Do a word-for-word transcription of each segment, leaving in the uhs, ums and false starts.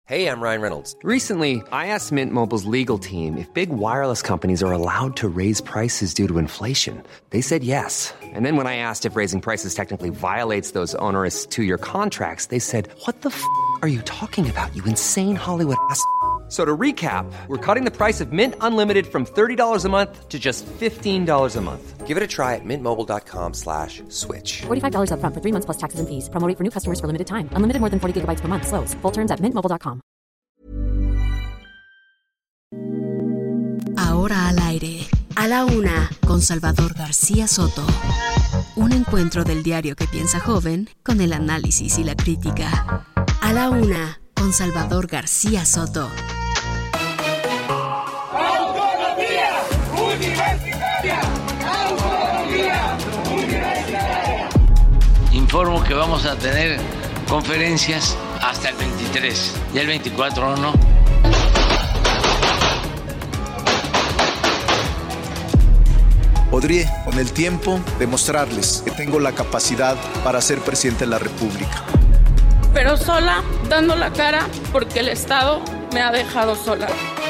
Hey, I'm Ryan Reynolds. Recently, I asked Mint Mobile's legal team if big wireless companies are allowed to raise prices due to inflation. They said yes. And then when I asked if raising prices technically violates those onerous two-year contracts, they said, what the f*** are you talking about, you insane Hollywood ass f- So to recap, we're cutting the price of Mint Unlimited from thirty dollars a month to just fifteen dollars a month. Give it a try at mintmobile.com slash switch. forty-five dollars up front for three months plus taxes and fees. Promo rate for new customers for limited time. Unlimited more than forty gigabytes per month. Slows full terms at mint mobile dot com. Ahora al aire, a la una, con Salvador García Soto. Un encuentro del diario que piensa joven con el análisis y la crítica. A la una, con Salvador García Soto. ¡Autonomía universitaria! ¡Autonomía universitaria! Informo que vamos a tener conferencias hasta el veintitrés y el veinticuatro no. Podré, con el tiempo, demostrarles que tengo la capacidad para ser presidente de la República. Pero sola, dando la cara, porque el Estado me ha dejado sola.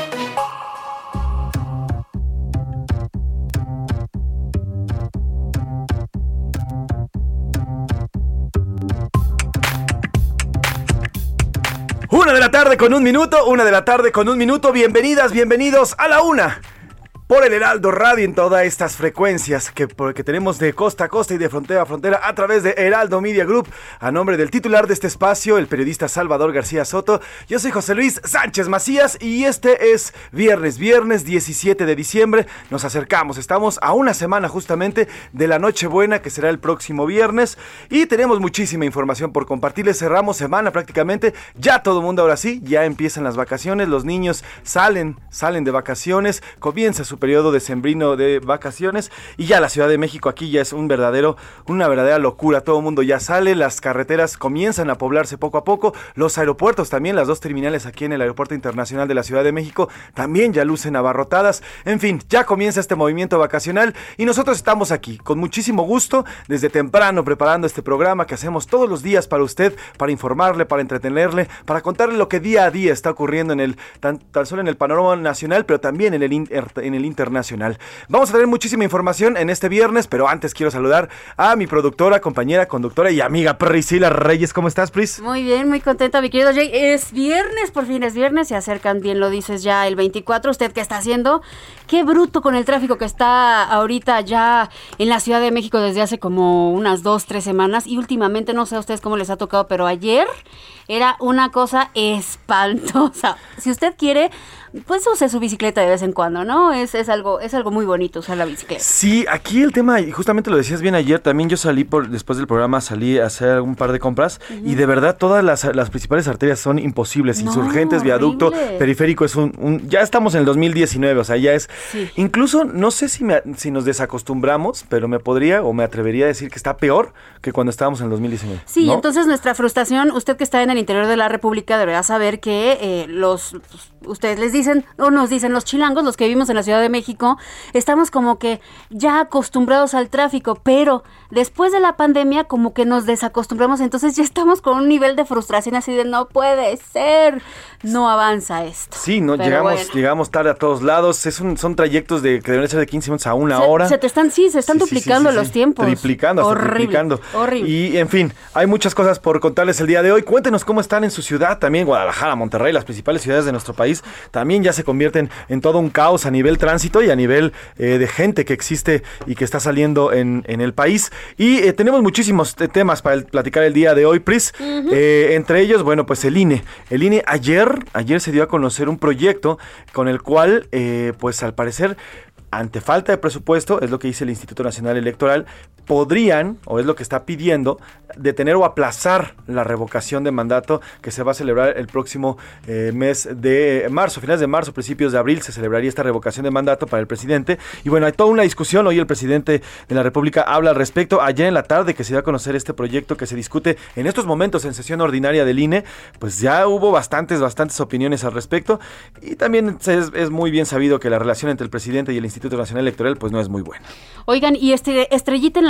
Una de la tarde con un minuto, una de la tarde con un minuto. Bienvenidas, bienvenidos a la una. Por el Heraldo Radio en todas estas frecuencias que, que tenemos de costa a costa y de frontera a frontera a través de Heraldo Media Group. A nombre del titular de este espacio, el periodista Salvador García Soto, yo soy José Luis Sánchez Macías y este es viernes, viernes diecisiete de diciembre. Nos acercamos, estamos a una semana justamente de la Nochebuena, que será el próximo viernes, y tenemos muchísima información por compartirles. Cerramos semana prácticamente, ya todo el mundo ahora sí, ya empiezan las vacaciones, los niños salen, salen de vacaciones, comienza su periodo decembrino de vacaciones y ya la Ciudad de México aquí ya es un verdadero, una verdadera locura. Todo el mundo ya sale, las carreteras comienzan a poblarse poco a poco, los aeropuertos también, las dos terminales aquí en el Aeropuerto Internacional de la Ciudad de México también ya lucen abarrotadas. En fin, ya comienza este movimiento vacacional y nosotros estamos aquí con muchísimo gusto desde temprano preparando este programa que hacemos todos los días para usted, para informarle, para entretenerle, para contarle lo que día a día está ocurriendo en el tan, tan solo en el panorama nacional, pero también en el, inter, en el internacional. Vamos a tener muchísima información en este viernes, pero antes quiero saludar a mi productora, compañera, conductora y amiga Priscila Reyes. ¿Cómo estás, Pris? Muy bien, muy contenta, mi querido Jay. Es viernes, por fin es viernes, se acercan, bien lo dices, ya el veinticuatro. ¿Usted qué está haciendo? Qué bruto con el tráfico que está ahorita ya en la Ciudad de México desde hace como unas dos, tres semanas y últimamente, no sé a ustedes cómo les ha tocado, pero ayer era una cosa espantosa. Si usted quiere, pues use su bicicleta de vez en cuando, ¿no? Es, es algo es algo muy bonito usar la bicicleta. Sí, aquí el tema, y justamente lo decías bien ayer, también yo salí por después del programa, salí a hacer un par de compras, uh-huh. y de verdad todas las, las principales arterias son imposibles, no, Insurgentes, horrible. Viaducto, Periférico, es un, un, ya estamos en el dos mil diecinueve, o sea, ya es, sí. Incluso, no sé si, me, si nos desacostumbramos, pero me podría o me atrevería a decir que está peor que cuando estábamos en el dos mil diecinueve. Sí, ¿no? Entonces nuestra frustración, usted que está en el interior de la República deberá saber que eh, los, ustedes les dicen, o nos dicen los chilangos, los que vivimos en la Ciudad de México, estamos como que ya acostumbrados al tráfico, pero después de la pandemia como que nos desacostumbramos, entonces ya estamos con un nivel de frustración así de no puede ser, no avanza esto. Sí, no pero llegamos bueno. llegamos tarde a todos lados, es un, son trayectos de que deben ser de quince minutos a una se, hora. Se te están, sí, se están sí, duplicando sí, sí, los sí. tiempos. Triplicando, hasta horrible, triplicando. Horrible. Y en fin, hay muchas cosas por contarles el día de hoy. Cuéntenos cómo están en su ciudad, también Guadalajara, Monterrey, las principales ciudades de nuestro país, también ya se convierten en todo un caos a nivel tránsito y a nivel eh, de gente que existe y que está saliendo en, en el país. Y eh, tenemos muchísimos te- temas para el, platicar el día de hoy, Pris. Uh-huh. Eh, entre ellos, bueno, pues el I N E. El I N E ayer, ayer se dio a conocer un proyecto con el cual, eh, pues al parecer, ante falta de presupuesto, es lo que dice el Instituto Nacional Electoral, podrían, o es lo que está pidiendo, detener o aplazar la revocación de mandato que se va a celebrar el próximo eh, mes de marzo, finales de marzo, principios de abril, se celebraría esta revocación de mandato para el presidente. Y bueno, hay toda una discusión, hoy el presidente de la República habla al respecto. Ayer en la tarde que se dio a conocer este proyecto que se discute en estos momentos en sesión ordinaria del I N E, pues ya hubo bastantes, bastantes opiniones al respecto, y también es, es muy bien sabido que la relación entre el presidente y el Instituto Nacional Electoral pues no es muy buena. Oigan, y este Estrellita en la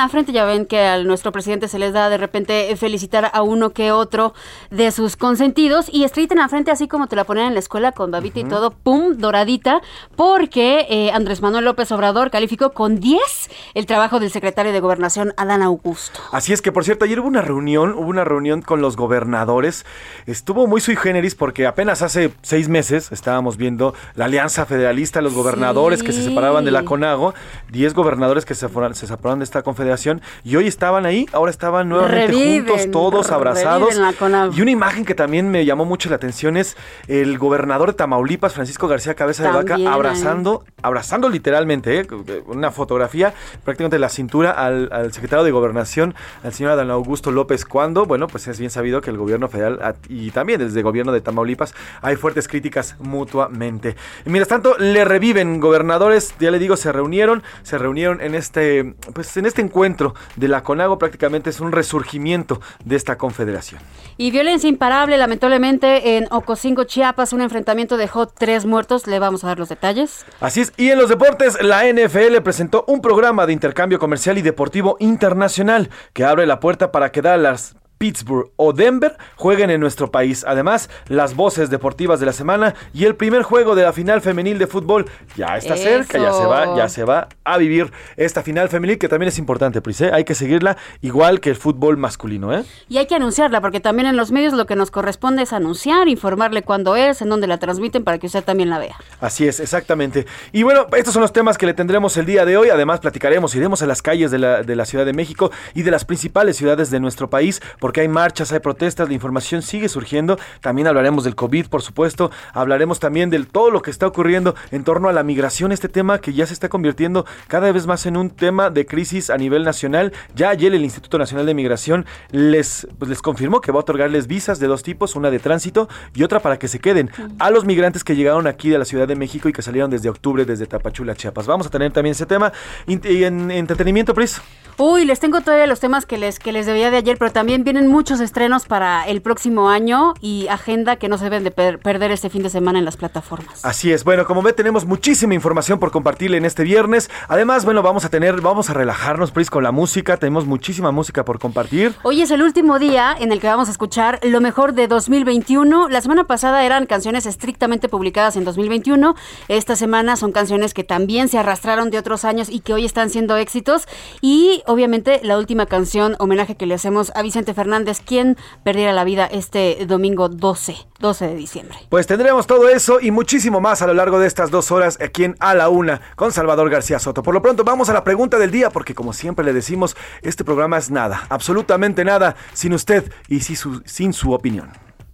la frente. Ya ven que a nuestro presidente se les da de repente felicitar a uno que otro de sus consentidos, y estrellita en la frente, así como te la ponían en la escuela con babita uh-huh. y todo, pum, doradita, porque eh, Andrés Manuel López Obrador calificó con diez el trabajo del secretario de Gobernación, Adán Augusto. Así es que, por cierto, ayer hubo una reunión, hubo una reunión con los gobernadores. Estuvo muy sui generis porque apenas hace seis meses estábamos viendo la alianza federalista, los gobernadores sí. que se separaban de la CONAGO, diez gobernadores que se, fueron, se separaron de esta confederación, y hoy estaban ahí, ahora estaban nuevamente reviven, juntos, todos abrazados. Y una imagen que también me llamó mucho la atención es el gobernador de Tamaulipas, Francisco García Cabeza también, de Vaca, abrazando, eh. abrazando literalmente, eh, una fotografía prácticamente de la cintura al, al secretario de Gobernación, al señor Adán Augusto López, cuando, bueno, pues es bien sabido que el gobierno federal y también desde el gobierno de Tamaulipas hay fuertes críticas mutuamente. Y mientras tanto, le reviven gobernadores, ya le digo, se reunieron, se reunieron en este, pues en este encuentro de la CONAGO, prácticamente es un resurgimiento de esta confederación. Y violencia imparable, lamentablemente, en Ocosingo, Chiapas, un enfrentamiento dejó tres muertos, le vamos a dar los detalles. Así es, y en los deportes, la N F L presentó un programa de intercambio comercial y deportivo internacional que abre la puerta para que Dallas, Pittsburgh o Denver jueguen en nuestro país. Además, las voces deportivas de la semana y el primer juego de la final femenil de fútbol ya está Eso. cerca, ya se va, ya se va a vivir esta final femenil, que también es importante, Pris, ¿eh? Hay que seguirla igual que el fútbol masculino, ¿eh? Y hay que anunciarla, porque también en los medios lo que nos corresponde es anunciar, informarle cuándo es, en dónde la transmiten, para que usted también la vea. Así es, exactamente. Y bueno, estos son los temas que le tendremos el día de hoy. Además, platicaremos, iremos a las calles de la, de la Ciudad de México y de las principales ciudades de nuestro país, porque hay marchas, hay protestas, la información sigue surgiendo. También hablaremos del COVID, por supuesto. Hablaremos también de todo lo que está ocurriendo en torno a la migración, este tema que ya se está convirtiendo cada vez más en un tema de crisis a nivel nacional. Ya ayer el Instituto Nacional de Migración les, pues les confirmó que va a otorgarles visas de dos tipos, una de tránsito y otra para que se queden, a los migrantes que llegaron aquí de la Ciudad de México y que salieron desde octubre desde Tapachula, Chiapas. Vamos a tener también ese tema. Y en entretenimiento, Pris. Uy, les tengo todavía los temas que les, que les debía de ayer, pero también vienen muchos estrenos para el próximo año y agenda que no se deben de per- perder este fin de semana en las plataformas. Así es. Bueno, como ve, tenemos muchísima información por compartirle en este viernes. Además, bueno, vamos a tener, vamos a relajarnos, Pris, con la música. Tenemos muchísima música por compartir. Hoy es el último día en el que vamos a escuchar lo mejor de dos mil veintiuno. La semana pasada eran canciones estrictamente publicadas en dos mil veintiuno. Esta semana son canciones que también se arrastraron de otros años y que hoy están siendo éxitos. Y obviamente la última canción, homenaje que le hacemos a Vicente Fernández, quien perdiera la vida este domingo doce de diciembre. Pues tendremos todo eso y muchísimo más a lo largo de estas dos horas aquí en A la Una con Salvador García Soto. Por lo pronto vamos a la pregunta del día, porque como siempre le decimos, este programa es nada, absolutamente nada, sin usted y sin su, sin su opinión.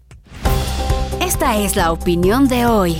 Esta es la opinión de hoy.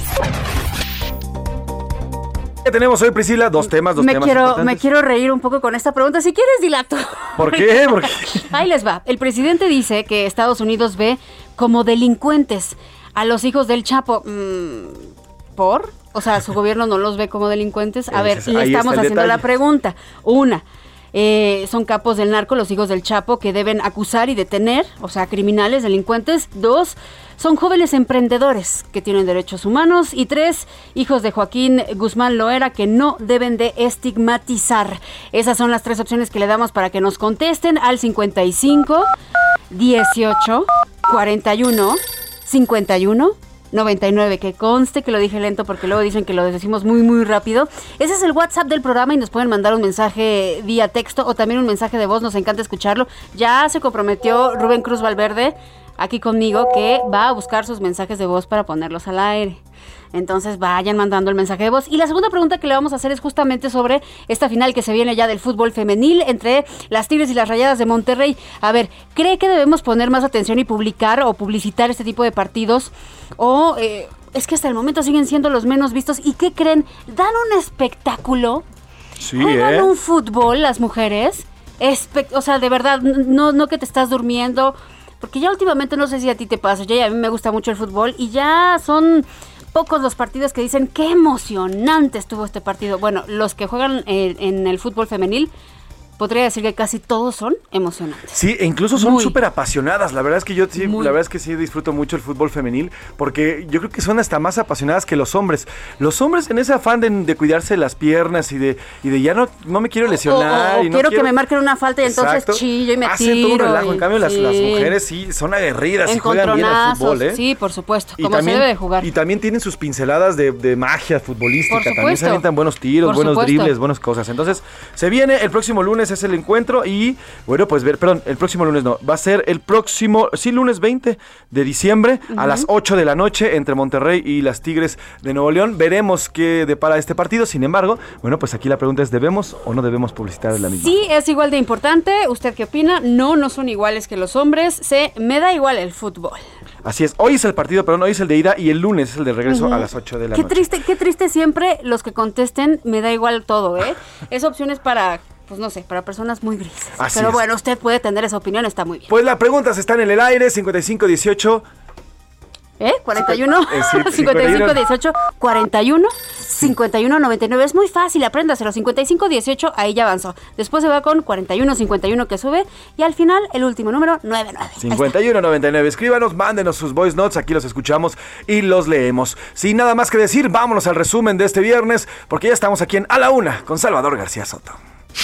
¿Qué tenemos hoy, Priscila? Dos temas, dos me temas quiero, importantes. Me quiero reír un poco con esta pregunta. Si quieres, dilato. ¿Por qué? ¿Por qué? Ahí les va. El presidente dice que Estados Unidos ve como delincuentes a los hijos del Chapo. Mm, ¿Por? O sea, ¿su gobierno no los ve como delincuentes? A ver, le estamos haciendo la pregunta. Una, eh, son capos del narco, los hijos del Chapo, que deben acusar y detener, o sea, criminales, delincuentes. Dos, son jóvenes emprendedores que tienen derechos humanos. Y tres, hijos de Joaquín Guzmán Loera que no deben de estigmatizar. Esas son las tres opciones que le damos para que nos contesten al cincuenta y cinco, dieciocho, cuarenta y uno, cincuenta y uno, noventa y nueve, que conste que lo dije lento porque luego dicen que lo decimos muy muy rápido. Ese es el WhatsApp del programa y nos pueden mandar un mensaje vía texto o también un mensaje de voz, nos encanta escucharlo. Ya se comprometió Rubén Cruz Valverde aquí conmigo que va a buscar sus mensajes de voz para ponerlos al aire. Entonces vayan mandando el mensaje de voz. Y la segunda pregunta que le vamos a hacer es justamente sobre esta final que se viene ya del fútbol femenil entre las Tigres y las Rayadas de Monterrey. A ver, ¿cree que debemos poner más atención y publicar o publicitar este tipo de partidos? O eh, es que hasta el momento siguen siendo los menos vistos. ¿Y qué creen? ¿Dan un espectáculo? Sí, ¿Juegan ¿eh? un fútbol las mujeres? Espe- o sea, de verdad, no, no que te estás durmiendo. Porque ya últimamente, no sé si a ti te pasa, ya a mí me gusta mucho el fútbol y ya son pocos los partidos que dicen qué emocionante estuvo este partido. Bueno, los que juegan en, en el fútbol femenil, podría decir que casi todos son emocionantes. Sí, e incluso son súper apasionadas. La verdad es que yo sí, Muy. la verdad es que sí disfruto mucho el fútbol femenil, porque yo creo que son hasta más apasionadas que los hombres. Los hombres en ese afán de, de cuidarse las piernas y de, y de ya no, no me quiero lesionar. O, o, o y no quiero, quiero que me marquen una falta y entonces Exacto. chillo y me Hacen tiro. todo un relajo. Y, en cambio, sí. las, las mujeres sí son aguerridas y juegan bien al fútbol, ¿eh? Sí, por supuesto, y como también, se debe de jugar. Y también tienen sus pinceladas de, de magia futbolística. También se avientan buenos tiros, por buenos supuesto. dribles, buenas cosas. Entonces, se viene el próximo lunes, es el encuentro y, bueno, pues ver, perdón, el próximo lunes no, va a ser el próximo, sí, lunes veinte de diciembre uh-huh. a las ocho de la noche entre Monterrey y las Tigres de Nuevo León. Veremos qué depara este partido. Sin embargo, bueno, pues aquí la pregunta es, ¿debemos o no debemos publicitar la misma? Sí, es igual de importante. ¿Usted qué opina? No, no son iguales que los hombres. Se, me da igual el fútbol. Así es, hoy es el partido, perdón, hoy es el de ida y el lunes es el de regreso uh-huh. a las ocho de la qué noche. Triste, qué triste siempre los que contesten, me da igual todo, ¿eh? Esa opción es para, pues no sé, para personas muy grises. Así Pero es. bueno, usted puede tener esa opinión, está muy bien. Pues las preguntas están en el aire, cincuenta y cinco dieciocho ¿Eh? ¿cuarenta y uno? Eh, sí, cincuenta y cinco dieciocho, cuarenta y uno, cincuenta y uno noventa y nueve. Es muy fácil, apréndaselo. cincuenta y cinco dieciocho, ahí ya avanzó. Después se va con cuarenta y uno cincuenta y uno que sube. Y al final, el último número, noventa y nueve. cincuenta y uno noventa y nueve. Escríbanos, mándenos sus voice notes. Aquí los escuchamos y los leemos. Sin nada más que decir, vámonos al resumen de este viernes, porque ya estamos aquí en A la Una con Salvador García Soto.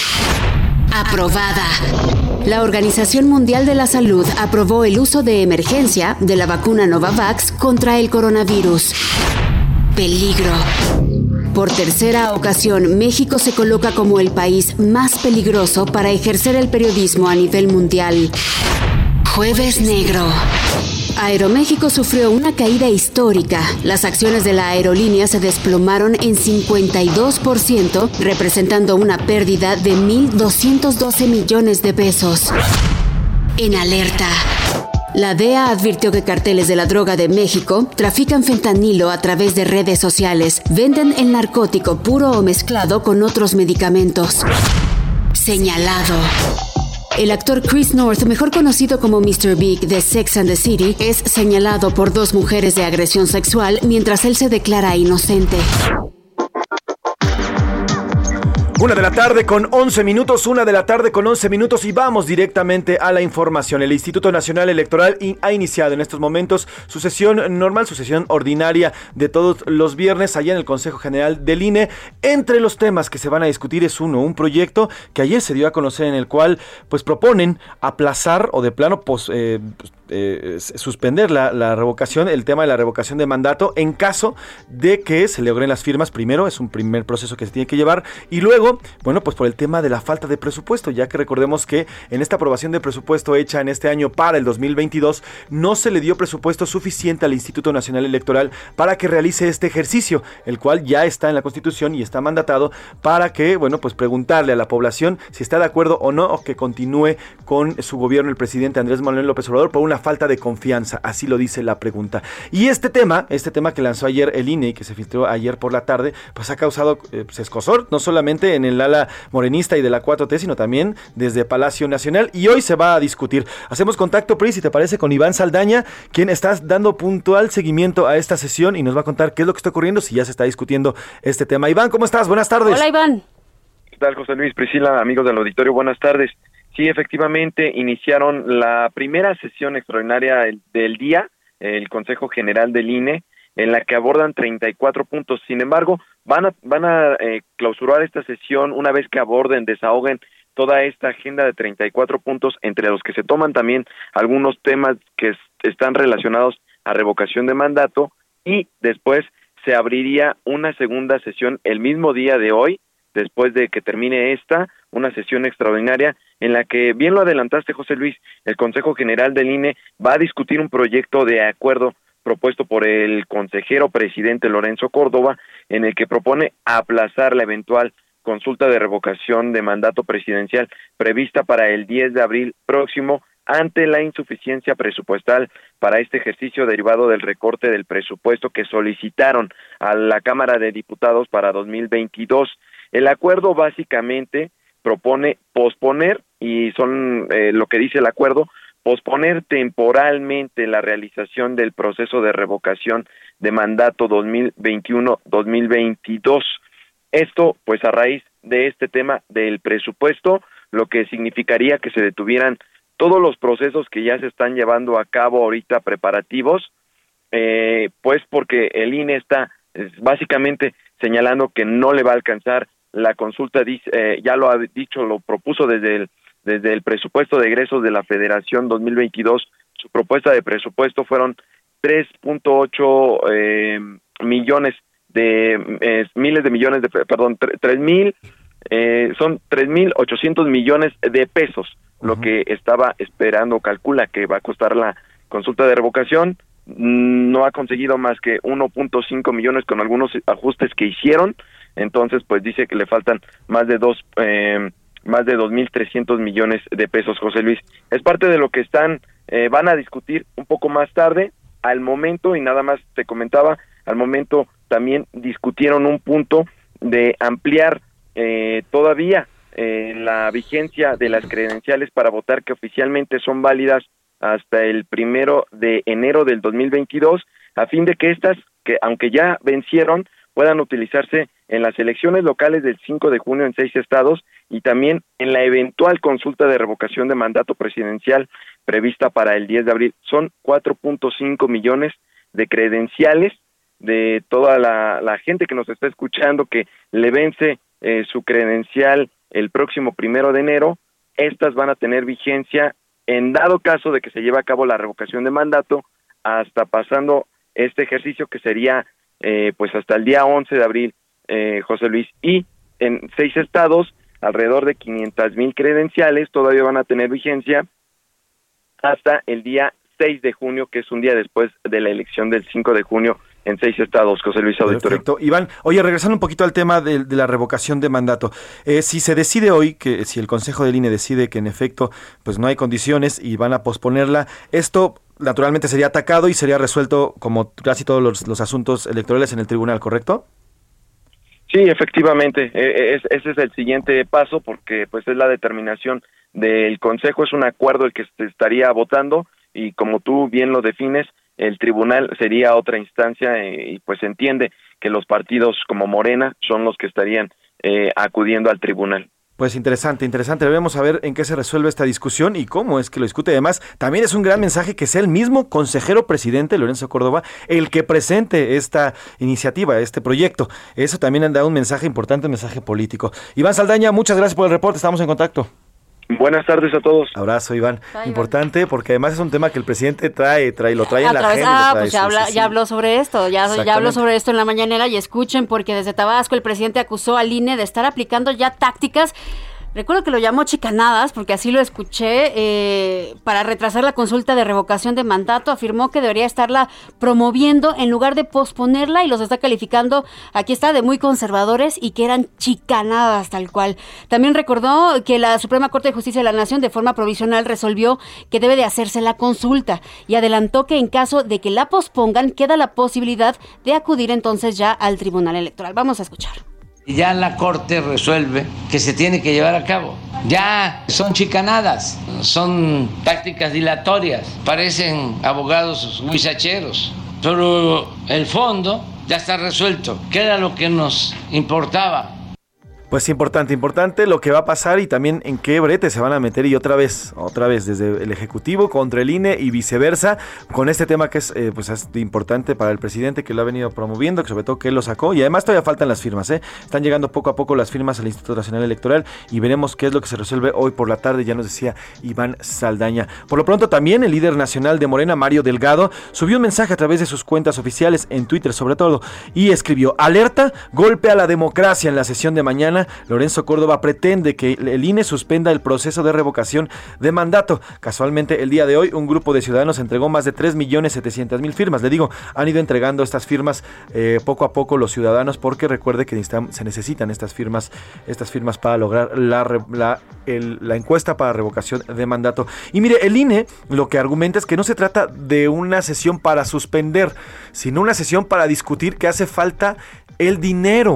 Aprobada. La Organización Mundial de la Salud aprobó el uso de emergencia de la vacuna Novavax contra el coronavirus. Peligro. Por tercera ocasión, México se coloca como el país más peligroso para ejercer el periodismo a nivel mundial. Jueves negro. Aeroméxico sufrió una caída histórica. Las acciones de la aerolínea se desplomaron en cincuenta y dos por ciento, representando una pérdida de mil doscientos doce millones de pesos. En alerta. La D E A advirtió que carteles de la droga de México trafican fentanilo a través de redes sociales, venden el narcótico puro o mezclado con otros medicamentos. Señalado. El actor Chris North, mejor conocido como mister Big de Sex and the City, es señalado por dos mujeres de agresión sexual mientras él se declara inocente. Una de la tarde con once minutos, una de la tarde con once minutos y vamos directamente a la información. El Instituto Nacional Electoral ha iniciado en estos momentos su sesión normal, su sesión ordinaria de todos los viernes allá en el Consejo General del I N E. Entre los temas que se van a discutir es uno, un proyecto que ayer se dio a conocer en el cual pues proponen aplazar o de plano pues, eh, Eh, suspender la, la revocación, el tema de la revocación de mandato en caso de que se logren las firmas. Primero, es un primer proceso que se tiene que llevar y luego, bueno, pues por el tema de la falta de presupuesto, ya que recordemos que en esta aprobación de presupuesto hecha en este año para el dos mil veintidós no se le dio presupuesto suficiente al Instituto Nacional Electoral para que realice este ejercicio, el cual ya está en la Constitución y está mandatado para que, bueno, pues preguntarle a la población si está de acuerdo o no o que continúe con su gobierno el presidente Andrés Manuel López Obrador por una falta de confianza, así lo dice la pregunta. Y este tema, este tema que lanzó ayer el I N E y que se filtró ayer por la tarde, pues ha causado eh, pues, escozor, no solamente en el ala morenista y de la cuatro T, sino también desde Palacio Nacional, y hoy se va a discutir. Hacemos contacto, Pri, si te parece, con Iván Saldaña, quien está dando puntual seguimiento a esta sesión y nos va a contar qué es lo que está ocurriendo, si ya se está discutiendo este tema. Iván, ¿cómo estás? Buenas tardes. Hola, Iván. ¿Qué tal, José Luis, Priscila, amigos del auditorio? Buenas tardes. Sí, efectivamente, iniciaron la primera sesión extraordinaria del día, el Consejo General del I N E, en la que abordan treinta y cuatro puntos. Sin embargo, van a, van a eh, clausurar esta sesión una vez que aborden, desahoguen toda esta agenda de treinta y cuatro puntos, entre los que se toman también algunos temas que es, están relacionados a revocación de mandato, y después se abriría una segunda sesión el mismo día de hoy, después de que termine esta, una sesión extraordinaria en la que, bien lo adelantaste, José Luis, el Consejo General del I N E va a discutir un proyecto de acuerdo propuesto por el consejero presidente Lorenzo Córdoba, en el que propone aplazar la eventual consulta de revocación de mandato presidencial prevista para el diez de abril próximo, ante la insuficiencia presupuestal para este ejercicio derivado del recorte del presupuesto que solicitaron a la Cámara de Diputados para dos mil veintidós. El acuerdo básicamente propone posponer, y son eh, lo que dice el acuerdo, posponer temporalmente la realización del proceso de revocación de mandato dos mil veintiuno dos mil veintidós. Esto, pues, a raíz de este tema del presupuesto, lo que significaría que se detuvieran todos los procesos que ya se están llevando a cabo ahorita preparativos, eh, pues porque el I N E está eh, básicamente señalando que no le va a alcanzar la consulta, dice, eh, ya lo ha dicho, lo propuso desde el desde el presupuesto de egresos de la Federación dos mil veintidós, su propuesta de presupuesto fueron tres punto ocho eh, millones de eh, miles de millones de perdón tres mil eh, son tres mil ochocientos millones de pesos, uh-huh. lo que estaba esperando, calcula que va a costar la consulta de revocación. No ha conseguido más que uno punto cinco millones con algunos ajustes que hicieron, entonces pues dice que le faltan más de dos eh, más de dos mil trescientos millones de pesos, José Luis. Es parte de lo que están eh, van a discutir un poco más tarde. Al momento, y nada más te comentaba, al momento también discutieron un punto de ampliar eh, todavía eh, la vigencia de las credenciales para votar, que oficialmente son válidas hasta el primero de enero del dos mil veintidós, a fin de que estas, que aunque ya vencieron, puedan utilizarse en las elecciones locales del cinco de junio en seis estados y también en la eventual consulta de revocación de mandato presidencial prevista para el diez de abril. Son cuatro punto cinco millones de credenciales de toda la, la gente que nos está escuchando que le vence eh, su credencial el próximo primero de enero. Estas van a tener vigencia en dado caso de que se lleve a cabo la revocación de mandato hasta pasando este ejercicio, que sería eh, pues hasta el día once de abril, eh, José Luis, y en seis estados alrededor de quinientas mil credenciales todavía van a tener vigencia hasta el día seis de junio, que es un día después de la elección del cinco de junio en seis estados, José Luis Auditorio. Perfecto. Iván, oye, regresando un poquito al tema de, de la revocación de mandato, eh, si se decide hoy, que si el Consejo del I N E decide que en efecto pues no hay condiciones y van a posponerla, esto naturalmente sería atacado y sería resuelto como casi todos los, los asuntos electorales en el tribunal, ¿correcto? Sí, efectivamente, eh, es, ese es el siguiente paso, porque pues es la determinación del Consejo, es un acuerdo el que se estaría votando, y como tú bien lo defines, el tribunal sería otra instancia, eh, y pues se entiende que los partidos como Morena son los que estarían eh, acudiendo al tribunal. Pues interesante, interesante. Debemos saber en qué se resuelve esta discusión y cómo es que lo discute. Además, también es un gran mensaje que sea el mismo consejero presidente, Lorenzo Córdoba, el que presente esta iniciativa, este proyecto. Eso también ha dado un mensaje importante, un mensaje político. Iván Saldaña, muchas gracias por el reporte. Estamos en contacto. Buenas tardes a todos. Abrazo, Iván. Bye, Importante Iván. Porque además es un tema que el presidente trae, trae lo trae en la través, agenda. Ah, trae, pues ya, sí, habla, sí, ya sí. habló sobre esto, ya, ya habló sobre esto en la mañanera, y escuchen, porque desde Tabasco el presidente acusó al I N E de estar aplicando ya tácticas. Recuerdo que lo llamó chicanadas, porque así lo escuché, eh, para retrasar la consulta de revocación de mandato. Afirmó que debería estarla promoviendo en lugar de posponerla, y los está calificando, aquí está, de muy conservadores y que eran chicanadas tal cual. También recordó que la Suprema Corte de Justicia de la Nación de forma provisional resolvió que debe de hacerse la consulta, y adelantó que en caso de que la pospongan queda la posibilidad de acudir entonces ya al Tribunal Electoral. Vamos a escuchar. Y ya la Corte resuelve que se tiene que llevar a cabo. Ya son chicanadas, son tácticas dilatorias, parecen abogados huizacheros, pero el fondo ya está resuelto, que era lo que nos importaba. Pues importante, importante lo que va a pasar y también en qué brete se van a meter, y otra vez, otra vez desde el Ejecutivo contra el I N E y viceversa, con este tema que es, eh, pues es importante para el presidente, que lo ha venido promoviendo, que sobre todo que él lo sacó, y además todavía faltan las firmas, ¿eh? Están llegando poco a poco las firmas al Instituto Nacional Electoral y veremos qué es lo que se resuelve hoy por la tarde, ya nos decía Iván Saldaña. Por lo pronto también el líder nacional de Morena, Mario Delgado, subió un mensaje a través de sus cuentas oficiales, en Twitter sobre todo, y escribió: alerta, golpe a la democracia en la sesión de mañana. Lorenzo Córdoba pretende que el I N E suspenda el proceso de revocación de mandato. Casualmente, el día de hoy, un grupo de ciudadanos entregó más de tres millones setecientas mil firmas. Le digo, han ido entregando estas firmas eh, poco a poco los ciudadanos, porque recuerde que se necesitan estas firmas, estas firmas para lograr la, la, el, la encuesta para revocación de mandato. Y mire, el I N E lo que argumenta es que no se trata de una sesión para suspender, sino una sesión para discutir que hace falta el dinero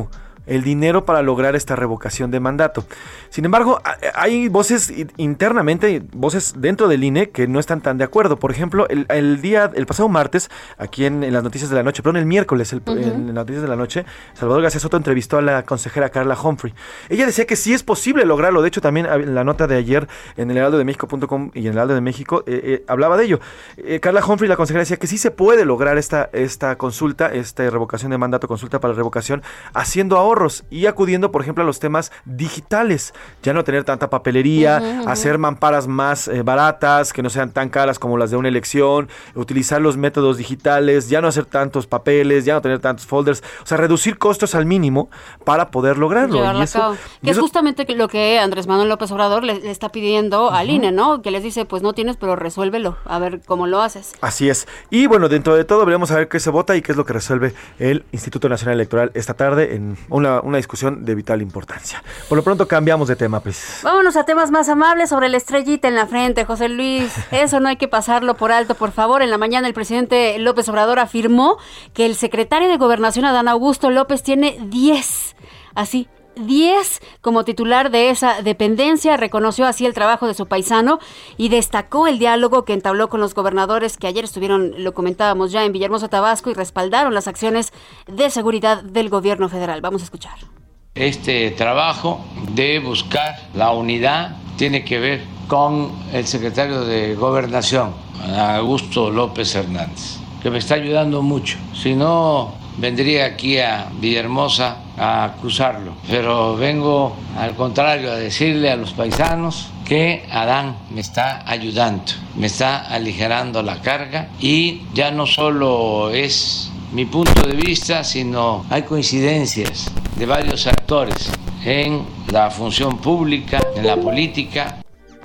el dinero para lograr esta revocación de mandato. Sin embargo, hay voces internamente, voces dentro del I N E que no están tan de acuerdo. Por ejemplo, el, el día, el pasado martes, aquí en, en las noticias de la noche, perdón, el miércoles, el, uh-huh. en, en las noticias de la noche, Salvador García Soto entrevistó a la consejera Carla Humphrey. Ella decía que sí es posible lograrlo. De hecho, también en la nota de ayer en el heraldo de méxico punto com y en el Heraldo de México eh, eh, hablaba de ello. Eh, Carla Humphrey, la consejera, decía que sí se puede lograr esta, esta consulta, esta revocación de mandato, consulta para revocación, haciendo ahorros y acudiendo, por ejemplo, a los temas digitales. Ya no tener tanta papelería, uh-huh, uh-huh. hacer mamparas más eh, baratas, que no sean tan caras como las de una elección, utilizar los métodos digitales, ya no hacer tantos papeles, ya no tener tantos folders, o sea, reducir costos al mínimo para poder lograrlo. Y eso, que es eso... justamente lo que Andrés Manuel López Obrador le, le está pidiendo uh-huh. al I N E, ¿no? Que les dice, pues no tienes, pero resuélvelo, a ver cómo lo haces. Así es. Y bueno, dentro de todo veremos a ver qué se vota y qué es lo que resuelve el Instituto Nacional Electoral esta tarde en una, una discusión de vital importancia. Por lo pronto cambiamos de tema, pues. Vámonos a temas más amables sobre la estrellita en la frente, José Luis. Eso no hay que pasarlo por alto, por favor. En la mañana el presidente López Obrador afirmó que el secretario de Gobernación, Adán Augusto López, tiene diez, así, diez como titular de esa dependencia. Reconoció así el trabajo de su paisano y destacó el diálogo que entabló con los gobernadores que ayer estuvieron, lo comentábamos ya, en Villahermosa, Tabasco, y respaldaron las acciones de seguridad del gobierno federal. Vamos a escuchar. Este trabajo de buscar la unidad tiene que ver con el secretario de Gobernación, Augusto López Hernández, que me está ayudando mucho. Si no, vendría aquí a Villahermosa a acusarlo, pero vengo al contrario a decirle a los paisanos que Adán me está ayudando, me está aligerando la carga y ya no solo es mi punto de vista, sino hay coincidencias de varios actores en la función pública, en la política.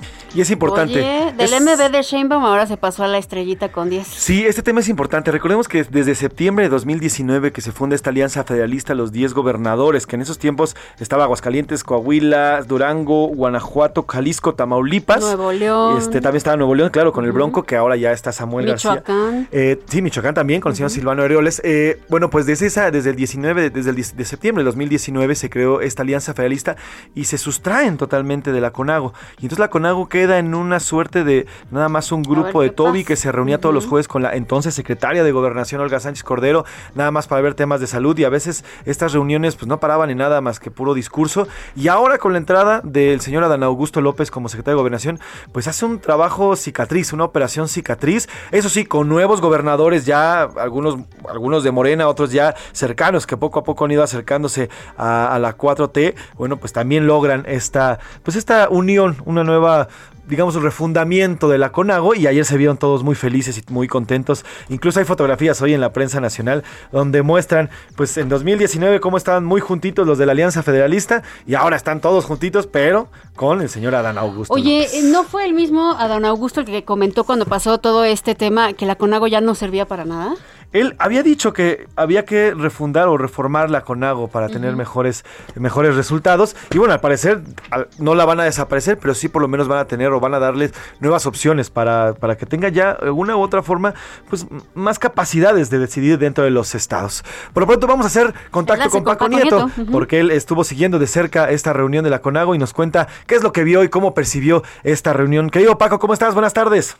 Y es importante. Oye, del es... M B de Sheinbaum ahora se pasó a la estrellita con diez. Sí, este tema es importante. Recordemos que desde septiembre de dos mil diecinueve que se funda esta alianza federalista, los diez gobernadores, que en esos tiempos estaba Aguascalientes, Coahuila, Durango, Guanajuato, Jalisco, Tamaulipas. Nuevo León. Este, también estaba Nuevo León, claro, con el Bronco, que ahora ya está Samuel Michoacán. García. Eh, sí, Michoacán también, con el señor uh-huh. Silvano Aureoles. Eh, bueno, pues desde esa, desde el diecinueve, desde el de septiembre de dos mil diecinueve se creó esta alianza federalista y se sustraen totalmente de la CONAGO. Y entonces la CONAGO queda en una suerte de nada más un grupo de Toby que se reunía uh-huh. todos los jueves con la entonces secretaria de Gobernación, Olga Sánchez Cordero, nada más para ver temas de salud, y a veces estas reuniones pues no paraban en nada más que puro discurso. Y ahora con la entrada del señor Adán Augusto López como secretario de Gobernación, pues hace un trabajo cicatriz, una operación cicatriz, eso sí, con nuevos gobernadores ya, algunos, algunos de Morena, otros ya cercanos, que poco a poco han ido acercándose a, a la cuatro T, bueno, pues también logran esta, pues esta unión, una nueva, digamos, un refundamiento de la CONAGO, y ayer se vieron todos muy felices y muy contentos. Incluso hay fotografías hoy en la prensa nacional donde muestran, pues en dos mil diecinueve cómo estaban muy juntitos los de la Alianza Federalista, y ahora están todos juntitos, pero con el señor Adán Augusto Oye, López. ¿no fue el mismo Adán Augusto el que comentó cuando pasó todo este tema que la CONAGO ya no servía para nada? Él había dicho que había que refundar o reformar la CONAGO para tener uh-huh. mejores, mejores resultados. Y bueno, al parecer no la van a desaparecer, pero sí por lo menos van a tener o van a darles nuevas opciones para, para que tenga ya de una u otra forma pues más capacidades de decidir dentro de los estados. Por lo pronto vamos a hacer contacto con Paco, con Paco Nieto, Nieto. Uh-huh. porque él estuvo siguiendo de cerca esta reunión de la CONAGO y nos cuenta qué es lo que vio y cómo percibió esta reunión. Querido Paco, ¿cómo estás? Buenas tardes.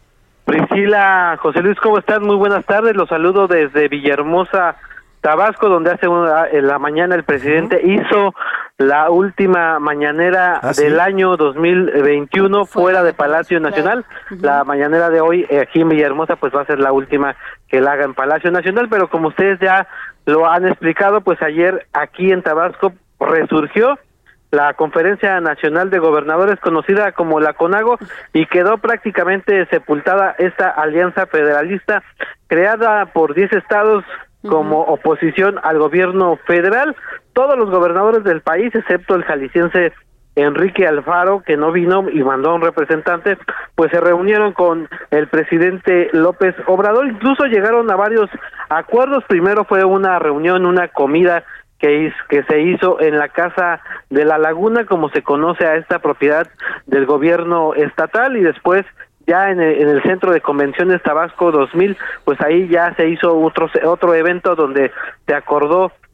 Priscila, José Luis, ¿cómo estás? Muy buenas tardes, los saludo desde Villahermosa, Tabasco, donde hace una, en la mañana el presidente uh-huh. hizo la última mañanera ¿Ah, del sí? año dos mil veintiuno fuera, fuera de Palacio Nacional. Uh-huh. La mañanera de hoy eh, aquí en Villahermosa pues va a ser la última que la haga en Palacio Nacional, pero como ustedes ya lo han explicado, pues ayer aquí en Tabasco resurgió la Conferencia Nacional de Gobernadores, conocida como la CONAGO, y quedó prácticamente sepultada esta alianza federalista creada por diez estados como uh-huh. oposición al gobierno federal. Todos los gobernadores del país, excepto el jalisciense Enrique Alfaro, que no vino y mandó a un representante, pues se reunieron con el presidente López Obrador, incluso llegaron a varios acuerdos. Primero fue una reunión, una comida que, que se hizo en la Casa de la Laguna, como se conoce a esta propiedad del gobierno estatal, y después ya en el, en el Centro de Convenciones Tabasco dos mil, pues ahí ya se hizo otro, otro evento donde se acordó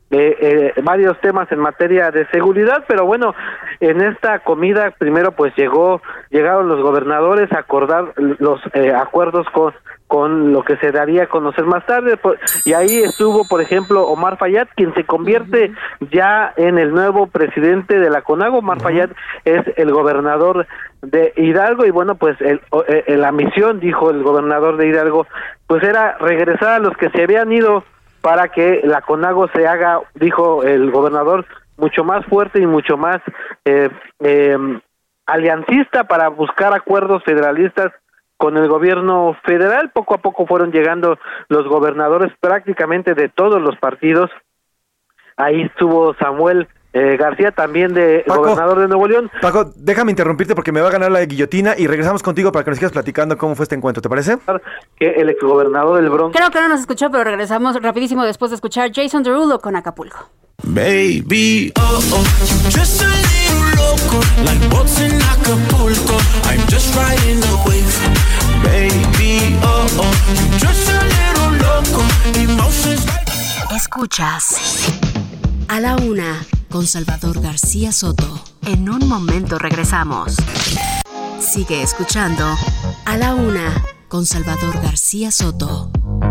eh, eh, varios temas en materia de seguridad, pero bueno, en esta comida primero pues llegó llegaron los gobernadores a acordar los eh, acuerdos con con lo que se daría a conocer más tarde, y ahí estuvo, por ejemplo, Omar Fayad, quien se convierte ya en el nuevo presidente de la CONAGO. Omar Fayad es el gobernador de Hidalgo, y bueno, pues el, el, la misión, dijo el gobernador de Hidalgo, pues era regresar a los que se habían ido para que la CONAGO se haga, dijo el gobernador, mucho más fuerte y mucho más eh, eh, aliancista para buscar acuerdos federalistas con el gobierno federal. Poco a poco fueron llegando los gobernadores prácticamente de todos los partidos. Ahí estuvo Samuel eh, García, también de Paco, gobernador de Nuevo León. Paco, déjame interrumpirte porque me va a ganar la guillotina y regresamos contigo para que nos sigas platicando cómo fue este encuentro, ¿te parece? Que el exgobernador del Bronx. Creo que no nos escuchó, pero regresamos rapidísimo después de escuchar Jason Derulo con Acapulco. Baby, oh, oh, just a little loco, like boats in Acapulco. I'm just riding the wave. Baby, oh, oh, just a little loco, emotions like... Escuchas A la Una con Salvador García Soto. En un momento regresamos. Sigue escuchando A la Una con Salvador García Soto.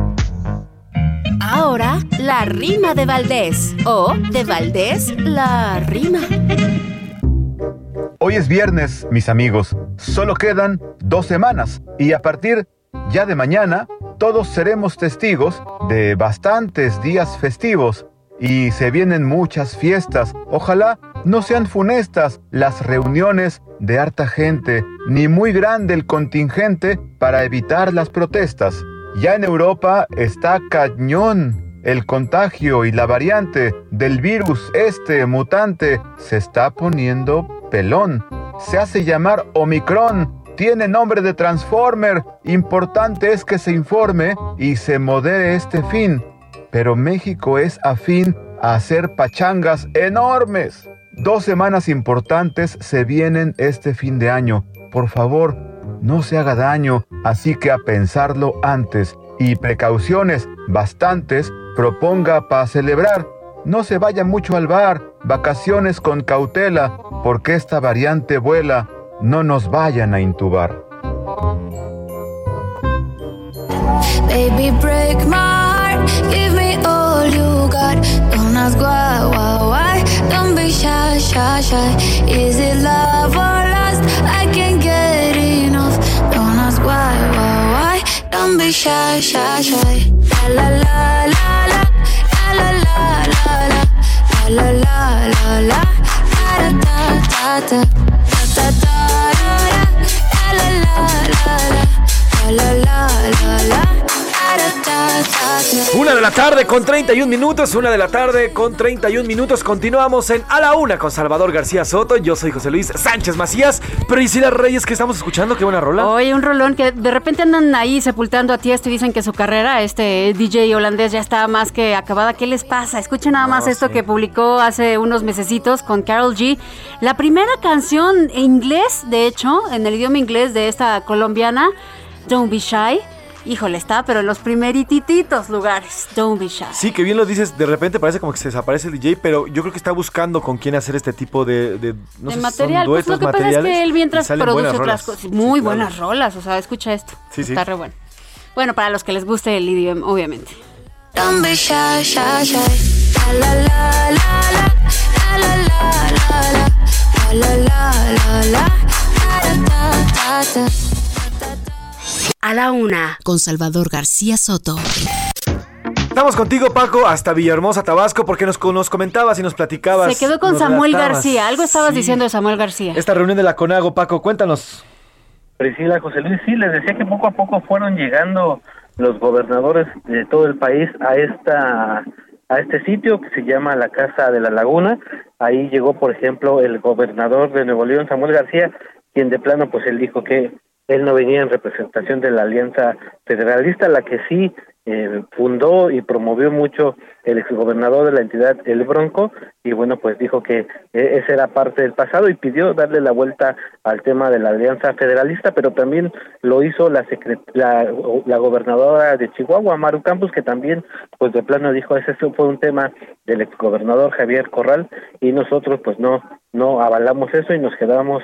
Ahora, la rima de Valdés. O, de Valdés, la rima. Hoy es viernes, mis amigos. Solo quedan dos semanas. Y a partir ya de mañana, todos seremos testigos de bastantes días festivos. Y se vienen muchas fiestas. Ojalá no sean funestas las reuniones de harta gente, ni muy grande el contingente para evitar las protestas. Ya en Europa está cañón el contagio y la variante del virus este mutante se está poniendo pelón. Se hace llamar Omicron, tiene nombre de Transformer. Importante es que se informe y se modere este fin. Pero México es afín a hacer pachangas enormes. Dos semanas importantes se vienen este fin de año. Por favor, no se haga daño, así que a pensarlo antes. Y precauciones bastantes proponga para celebrar. No se vaya mucho al bar, vacaciones con cautela, porque esta variante vuela. No nos vayan a intubar. Baby, break my heart, give me all you got. Don't ask why, why, why. Don't be shy, shy, shy. Is it love or lust? I can't get enough. Don't ask why, why, why. Don't be shy, shy, shy. La la la la la, la la la la, la la la la la, da da da da, da da da, la la la la, la la la la. Una de la tarde con treinta y un minutos, una de la tarde con treinta y un minutos. Continuamos en A la Una con Salvador García Soto. Yo soy José Luis Sánchez Macías. Pero Isila Reyes, ¿qué estamos escuchando? Qué buena rola. Oye, un rolón que de repente andan ahí sepultando a Tiesto y dicen que su carrera, este D J holandés, ya está más que acabada. ¿Qué les pasa? Escuchen nada más no, esto sí. que publicó hace unos mesecitos con Karol G. La primera canción en inglés, de hecho, en el idioma inglés de esta colombiana, Don't Be Shy. Híjole, está, pero en los primerititos lugares. Don't be shy. Sí, que bien lo dices, de repente parece como que se desaparece el D J, pero yo creo que está buscando con quién hacer este tipo de... De, no de sé material, si pues lo que pasa es que él mientras produce otras cosas. Muy sí, buenas claro. rolas, o sea, escucha esto. Sí, sí. Está re bueno. Bueno, para los que les guste el idioma, obviamente. Don't be shy, shy, shy. La la la la, la la la la, la la la la, la da da da. A la Una con Salvador García Soto. Estamos contigo, Paco, hasta Villahermosa, Tabasco, porque nos, nos comentabas y nos platicabas. Se quedó con Samuel relatabas. García. Algo estabas sí. diciendo de Samuel García. Esta reunión de la CONAGO, Paco, cuéntanos. Priscila, José Luis, sí, les decía que poco a poco fueron llegando los gobernadores de todo el país a esta a este sitio que se llama la Casa de la Laguna. Ahí llegó, por ejemplo, el gobernador de Nuevo León, Samuel García, quien de plano, pues él dijo que él no venía en representación de la Alianza Federalista. La que sí eh, fundó y promovió mucho el exgobernador de la entidad, el Bronco, y bueno, pues dijo que eh, esa era parte del pasado y pidió darle la vuelta al tema de la Alianza Federalista, pero también lo hizo la secret la, la gobernadora de Chihuahua, Maru Campos, que también pues de plano dijo, ese fue un tema del exgobernador Javier Corral, y nosotros pues no no avalamos eso y nos quedamos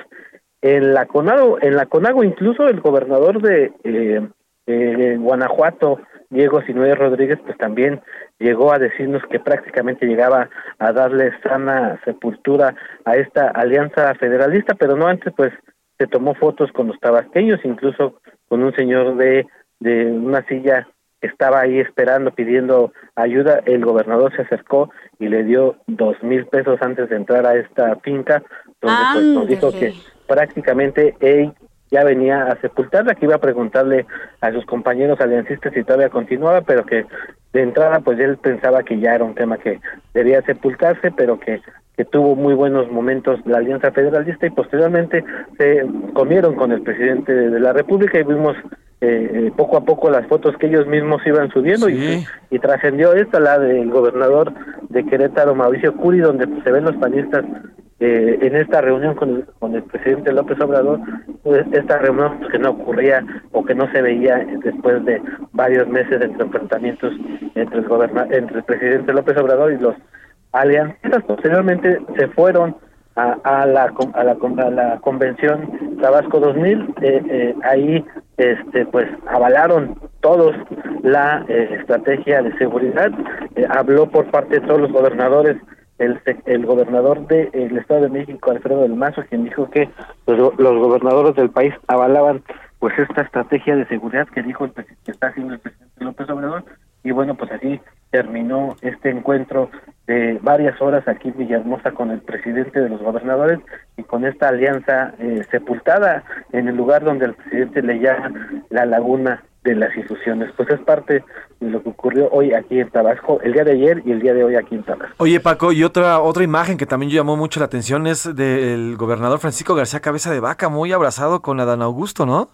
en la CONAGO, en la CONAGO incluso el gobernador de eh, eh, Guanajuato, Diego Sinue Rodríguez, pues también llegó a decirnos que prácticamente llegaba a darle sana sepultura a esta alianza federalista, pero no antes pues se tomó fotos con los tabasqueños, incluso con un señor de, de una silla que estaba ahí esperando, pidiendo ayuda. El gobernador se acercó y le dio dos mil pesos antes de entrar a esta finca, donde pues, nos dijo que prácticamente él ya venía a sepultarla, que iba a preguntarle a sus compañeros aliancistas si todavía continuaba, pero que de entrada pues él pensaba que ya era un tema que debía sepultarse, pero que, que tuvo muy buenos momentos la Alianza Federalista, y posteriormente se comieron con el presidente de la República y vimos eh, poco a poco las fotos que ellos mismos iban subiendo. Sí. y, y trascendió esta, la del gobernador de Querétaro, Mauricio Curi, donde pues, se ven los panistas Eh, en esta reunión con el, con el presidente López Obrador, pues, esta reunión pues, que no ocurría o que no se veía después de varios meses de enfrentamientos entre el goberna entre el presidente López Obrador y los aliancistas. Posteriormente se fueron a, a, la, a, la, a la convención Tabasco dos mil, eh, eh, ahí este pues avalaron todos la eh, estrategia de seguridad, eh, habló por parte de todos los gobernadores El, el gobernador del de, Estado de México, Alfredo del Mazo, quien dijo que los, los gobernadores del país avalaban pues esta estrategia de seguridad que dijo el, que está haciendo el presidente López Obrador. Y bueno, pues así terminó este encuentro de varias horas aquí en Villahermosa con el presidente de los gobernadores y con esta alianza eh, sepultada en el lugar donde el presidente le llama la laguna de las ilusiones. Pues es parte de lo que ocurrió hoy aquí en Tabasco, el día de ayer y el día de hoy aquí en Tabasco. Oye, Paco, y otra otra imagen que también llamó mucho la atención es del gobernador Francisco García Cabeza de Vaca, muy abrazado con Adán Augusto, ¿no?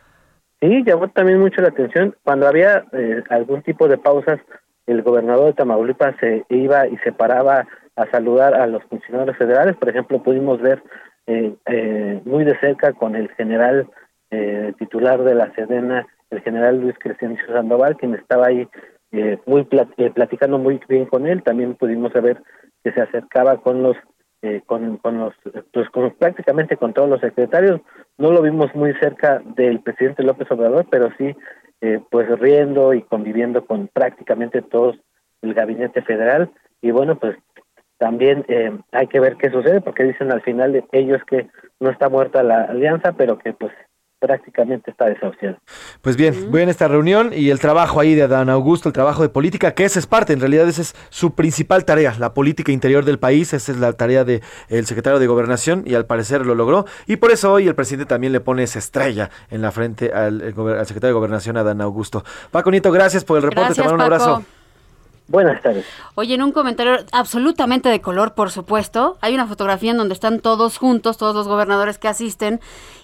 Sí, llamó también mucho la atención. Cuando había eh, algún tipo de pausas, el gobernador de Tamaulipas se iba y se paraba a saludar a los funcionarios federales. Por ejemplo, pudimos ver eh, eh, muy de cerca con el general eh, titular de la Sedena, el general Luis Crescencio Sandoval, quien estaba ahí eh, muy plat eh, platicando muy bien con él. También pudimos saber que se acercaba con los eh, con, con los pues con prácticamente con todos los secretarios. No lo vimos muy cerca del presidente López Obrador, pero sí eh, pues riendo y conviviendo con prácticamente todos el gabinete federal. Y bueno, pues también eh, hay que ver qué sucede, porque dicen al final de ellos que no está muerta la alianza, pero que pues prácticamente está desahuciado. Pues bien, voy en esta reunión y el trabajo ahí de Adán Augusto, el trabajo de política, que esa es parte, en realidad esa es su principal tarea, la política interior del país, esa es la tarea del secretario de Gobernación y al parecer lo logró, y por eso hoy el presidente también le pone esa estrella en la frente al, al secretario de Gobernación, Adán Augusto. Paco Nieto, gracias por el reporte, gracias, te mando un Paco. abrazo. Buenas tardes. Oye, en un comentario absolutamente de color, por supuesto, hay una fotografía en donde están todos juntos, todos los gobernadores que asisten,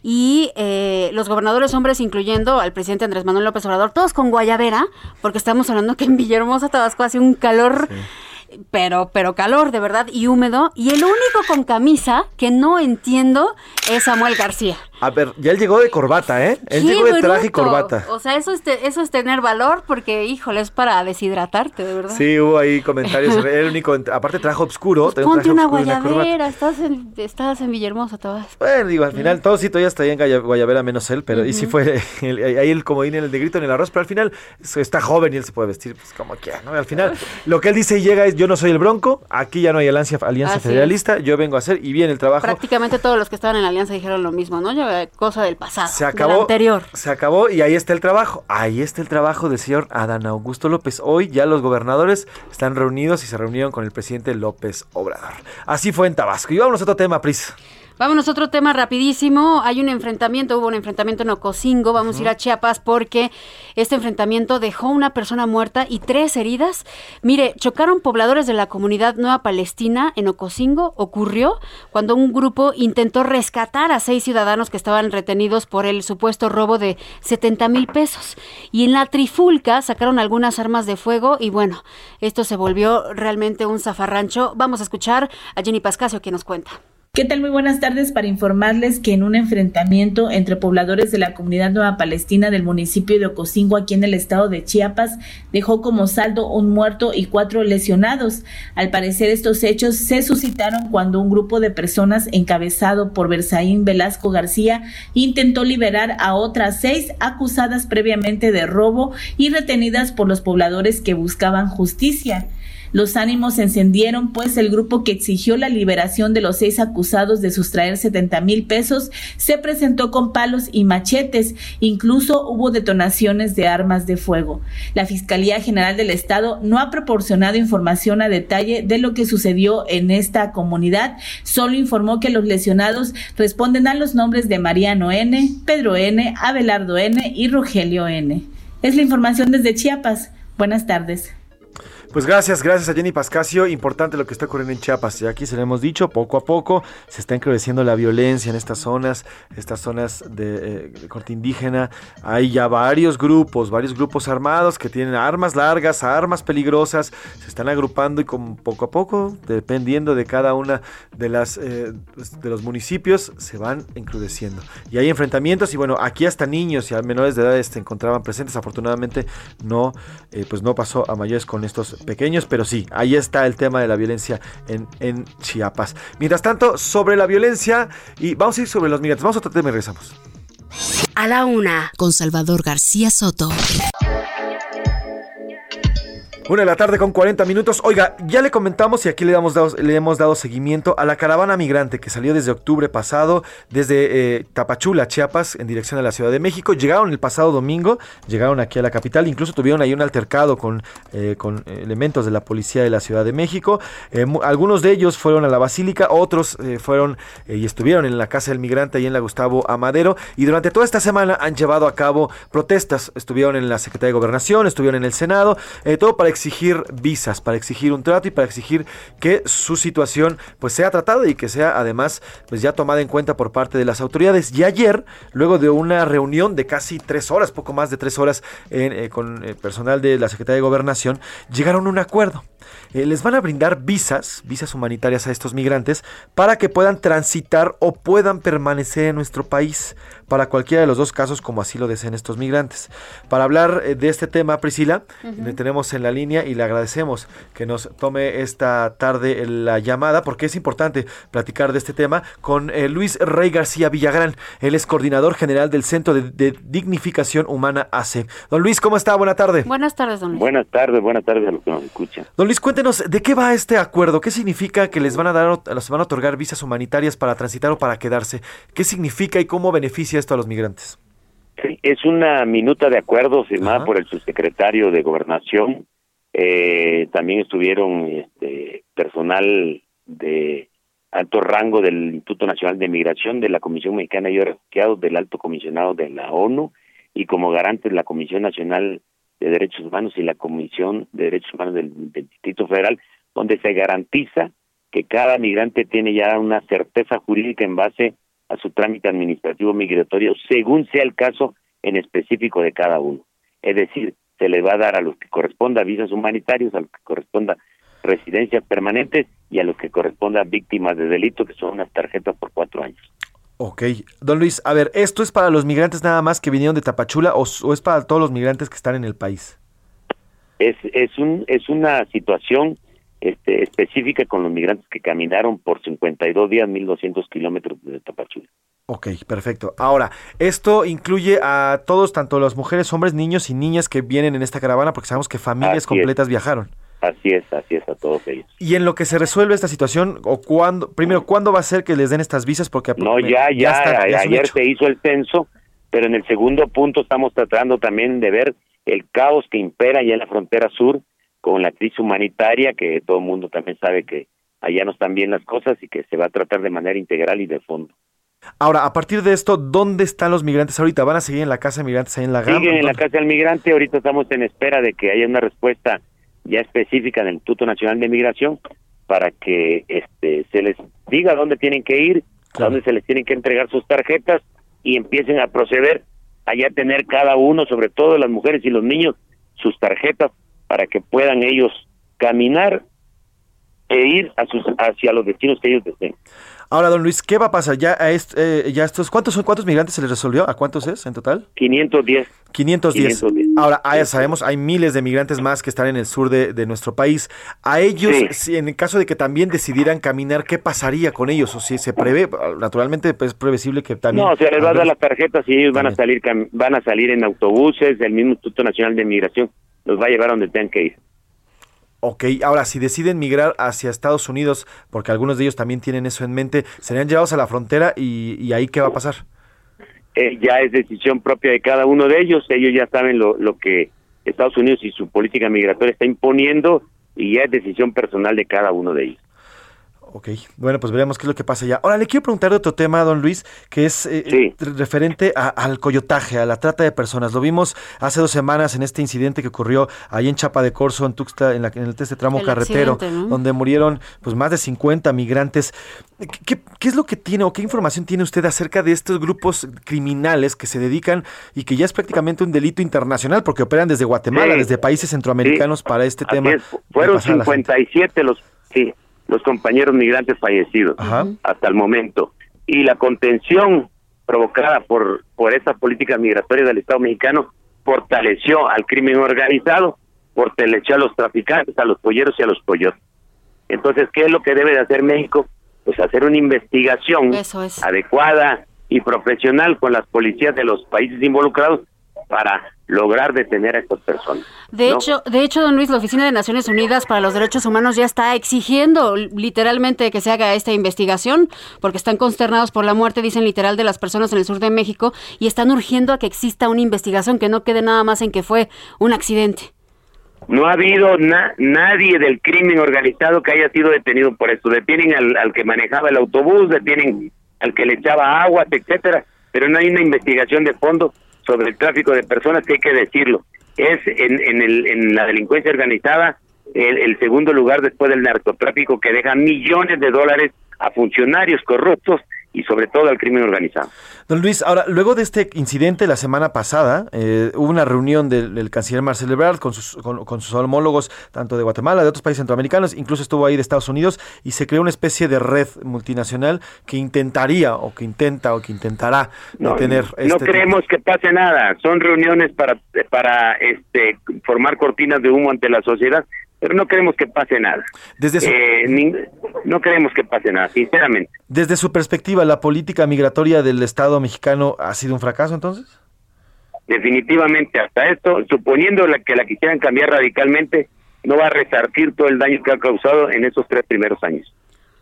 y eh, los gobernadores hombres, incluyendo al presidente Andrés Manuel López Obrador, todos con guayabera, porque estamos hablando que en Villahermosa, Tabasco, hace un calor... Sí. Pero, pero calor, de verdad, y húmedo. Y el único con camisa que no entiendo es Samuel García. A ver, ya él llegó de corbata, ¿eh? Él llegó de traje y corbata. O sea, eso es, te, eso es tener valor, porque, híjole, es para deshidratarte, de verdad. Sí, hubo ahí comentarios. El único, aparte traje oscuro. Pues ponte una guayabera, estás en, estás en Villahermosa, Tabasco. Bueno, digo, al final, todos sí todavía está ahí en guayabera, menos él, pero uh-huh. y sí fue el, ahí el comodín en el negrito en el arroz, pero al final está joven y él se puede vestir pues como quiera, ¿no? Al final, lo que él dice y llega es, yo no soy el Bronco, aquí ya no hay alianza, alianza ah, federalista, sí. Yo vengo a hacer y viene el trabajo. Prácticamente todos los que estaban en la alianza dijeron lo mismo, ¿no? Ya, cosa del pasado, se acabó, del anterior. Se acabó y ahí está el trabajo, ahí está el trabajo del señor Adán Augusto López. Hoy ya los gobernadores están reunidos y se reunieron con el presidente López Obrador. Así fue en Tabasco. Y vámonos a otro tema, Pris. Vámonos a otro tema rapidísimo. Hay un enfrentamiento, hubo un enfrentamiento en Ocosingo. Vamos uh-huh. a ir a Chiapas porque este enfrentamiento dejó una persona muerta y tres heridas. Mire, chocaron pobladores de la comunidad Nueva Palestina en Ocosingo. Ocurrió cuando un grupo intentó rescatar a seis ciudadanos que estaban retenidos por el supuesto robo de setenta mil pesos. Y en la trifulca sacaron algunas armas de fuego y bueno, esto se volvió realmente un zafarrancho. Vamos a escuchar a Jenny Pascasio, quien nos cuenta. ¿Qué tal? Muy buenas tardes, para informarles que en un enfrentamiento entre pobladores de la comunidad Nueva Palestina del municipio de Ocosingo, aquí en el estado de Chiapas, dejó como saldo un muerto y cuatro lesionados. Al parecer, estos hechos se suscitaron cuando un grupo de personas encabezado por Berzaín Velasco García intentó liberar a otras seis acusadas previamente de robo y retenidas por los pobladores que buscaban justicia. Los ánimos se encendieron, pues el grupo que exigió la liberación de los seis acusados de sustraer setenta mil pesos se presentó con palos y machetes. Incluso hubo detonaciones de armas de fuego. La Fiscalía General del Estado no ha proporcionado información a detalle de lo que sucedió en esta comunidad. Solo informó que los lesionados responden a los nombres de Mariano N., Pedro N., Abelardo N. y Rogelio N. Es la información desde Chiapas. Buenas tardes. Pues gracias, gracias a Jenny Pascasio. Importante lo que está ocurriendo en Chiapas. Ya aquí se lo hemos dicho, poco a poco se está encrudeciendo la violencia en estas zonas, estas zonas de, eh, de corte indígena. Hay ya varios grupos, varios grupos armados que tienen armas largas, armas peligrosas, se están agrupando y con poco a poco, dependiendo de cada una de las eh, de los municipios, se van encrudeciendo. Y hay enfrentamientos y bueno, aquí hasta niños y menores de edad se encontraban presentes. Afortunadamente no, eh, pues no pasó a mayores con estos pequeños, pero sí, ahí está el tema de la violencia en, en Chiapas. Mientras tanto, sobre la violencia, y vamos a ir sobre los migrantes, vamos a otro tema y regresamos. A la una, con Salvador García Soto. Una de la tarde con cuarenta minutos. Oiga, ya le comentamos y aquí le, damos dado, le hemos dado seguimiento a la caravana migrante que salió desde octubre pasado, desde eh, Tapachula, Chiapas, en dirección a la Ciudad de México. Llegaron el pasado domingo, llegaron aquí a la capital, incluso tuvieron ahí un altercado con, eh, con elementos de la policía de la Ciudad de México. Eh, algunos de ellos fueron a la Basílica, otros eh, fueron eh, y estuvieron en la Casa del Migrante ahí en la Gustavo Amadero. Y durante toda esta semana han llevado a cabo protestas. Estuvieron en la Secretaría de Gobernación, estuvieron en el Senado, eh, todo para exigir visas, para exigir un trato y para exigir que su situación pues sea tratada y que sea además pues ya tomada en cuenta por parte de las autoridades. Y ayer, luego de una reunión de casi tres horas, poco más de tres horas en, eh, con el personal de la Secretaría de Gobernación, llegaron a un acuerdo. Eh, les van a brindar visas, visas humanitarias a estos migrantes para que puedan transitar o puedan permanecer en nuestro país para cualquiera de los dos casos como así lo deseen estos migrantes. Para hablar eh, de este tema, Priscila, uh-huh. le tenemos en la línea y le agradecemos que nos tome esta tarde la llamada porque es importante platicar de este tema con eh, Luis Rey García Villagrán. Él es coordinador general del Centro de, de Dignificación Humana A C E. Don Luis, ¿cómo está? Buena tarde. Buenas tardes, don Luis. Buenas tardes, buenas tardes a los que nos escuchan. Don Luis, cuéntenos, ¿de qué va este acuerdo? ¿Qué significa que les van a dar, les van a otorgar visas humanitarias para transitar o para quedarse? ¿Qué significa y cómo beneficia esto a los migrantes? Sí, es una minuta de acuerdo firmada Ajá. por el subsecretario de Gobernación. Eh, también estuvieron este, personal de alto rango del Instituto Nacional de Migración, de la Comisión Mexicana de Refugiados, del Alto Comisionado de la ONU y como garantes la Comisión Nacional de Derechos Humanos y la Comisión de Derechos Humanos del, del Distrito Federal, donde se garantiza que cada migrante tiene ya una certeza jurídica en base a su trámite administrativo migratorio, según sea el caso en específico de cada uno. Es decir, se le va a dar a los que corresponda visas humanitarias, a los que corresponda residencias permanentes y a los que corresponda víctimas de delito, que son unas tarjetas por cuatro años. Ok. Don Luis, a ver, ¿esto es para los migrantes nada más que vinieron de Tapachula o, o es para todos los migrantes que están en el país? Es es un es una situación este, específica con los migrantes que caminaron por cincuenta y dos días, mil doscientos kilómetros de Tapachula. Ok, perfecto. Ahora, esto incluye a todos, tanto las mujeres, hombres, niños y niñas que vienen en esta caravana, porque sabemos que familias así completas es. viajaron. Así es, así es, a todos ellos. Y en lo que se resuelve esta situación, o cuándo, primero, ¿cuándo va a ser que les den estas visas? Porque no, ya, ya, ya, está, ya ayer se hizo el censo, pero en el segundo punto estamos tratando también de ver el caos que impera ya en la frontera sur con la crisis humanitaria, que todo el mundo también sabe que allá no están bien las cosas y que se va a tratar de manera integral y de fondo. Ahora, a partir de esto, ¿dónde están los migrantes ahorita? ¿Van a seguir en la casa de migrantes ahí en la Gama? Siguen en la casa del migrante, ahorita estamos en espera de que haya una respuesta ya específica del Instituto Nacional de Migración para que este se les diga dónde tienen que ir, claro, dónde se les tienen que entregar sus tarjetas y empiecen a proceder a ya tener cada uno, sobre todo las mujeres y los niños, sus tarjetas para que puedan ellos caminar e ir a sus, hacia los destinos que ellos deseen. Ahora, don Luis, ¿qué va a pasar? Ya a est, eh, ya estos, ¿cuántos son cuántos migrantes se les resolvió? ¿A cuántos es en total? quinientos diez. quinientos diez. quinientos diez. Ahora, ah, ya sabemos, hay miles de migrantes más que están en el sur de, de nuestro país. A ellos, sí. si en el caso de que también decidieran caminar, ¿qué pasaría con ellos? O si se prevé, naturalmente es previsible que también... No, se les va a dar las tarjetas y ellos van a salir van a salir en autobuses, el mismo Instituto Nacional de Migración los va a llevar a donde tengan que ir. Ok, ahora, si deciden migrar hacia Estados Unidos, porque algunos de ellos también tienen eso en mente, ¿serían llevados a la frontera y, y ahí qué va a pasar? Eh, ya es decisión propia de cada uno de ellos, ellos ya saben lo, lo que Estados Unidos y su política migratoria está imponiendo y ya es decisión personal de cada uno de ellos. Ok, bueno, pues veremos qué es lo que pasa ya. Ahora, le quiero preguntar de otro tema, don Luis, que es eh, sí. referente a, al coyotaje, a la trata de personas. Lo vimos hace dos semanas en este incidente que ocurrió ahí en Chapa de Corzo, en Tuxtla, en, la, en el este tramo el carretero, ¿no? Donde murieron pues más de cincuenta migrantes. ¿Qué, ¿Qué es lo que tiene o qué información tiene usted acerca de estos grupos criminales que se dedican y que ya es prácticamente un delito internacional porque operan desde Guatemala, sí. desde países centroamericanos sí. para este Así tema? Es. Fueron cincuenta y siete los... sí. los compañeros migrantes fallecidos Ajá. hasta el momento. Y la contención provocada por, por esa política migratoria del Estado mexicano fortaleció al crimen organizado, fortaleció a los traficantes, a los polleros y a los coyotes. Entonces, ¿qué es lo que debe de hacer México? Pues hacer una investigación Eso es. adecuada y profesional con las policías de los países involucrados para lograr detener a estas personas. De ¿no? hecho, de hecho, don Luis, la Oficina de Naciones Unidas para los Derechos Humanos ya está exigiendo literalmente que se haga esta investigación, porque están consternados por la muerte, dicen literal, de las personas en el sur de México, y están urgiendo a que exista una investigación, que no quede nada más en que fue un accidente. No ha habido na- nadie del crimen organizado que haya sido detenido por esto. Detienen al, al que manejaba el autobús, detienen al que le echaba aguas, etcétera, pero no hay una investigación de fondo sobre el tráfico de personas, que hay que decirlo. Es en, en, el, en la delincuencia organizada el, el segundo lugar después del narcotráfico, que deja millones de dólares a funcionarios corruptos y sobre todo al crimen organizado. Don Luis, ahora, luego de este incidente la semana pasada, eh, hubo una reunión del, del canciller Marcelo Ebrard con sus, con, con sus homólogos, tanto de Guatemala, de otros países centroamericanos, incluso estuvo ahí de Estados Unidos, y se creó una especie de red multinacional que intentaría, o que intenta, o que intentará no, detener... No, este no creemos tipo. que pase nada, son reuniones para, para este formar cortinas de humo ante la sociedad, pero no queremos que pase nada. Desde su... eh, ni, no queremos que pase nada, sinceramente. Desde su perspectiva, ¿la política migratoria del Estado mexicano ha sido un fracaso entonces? Definitivamente, hasta esto, suponiendo la que la quisieran cambiar radicalmente, no va a resarcir todo el daño que ha causado en esos tres primeros años.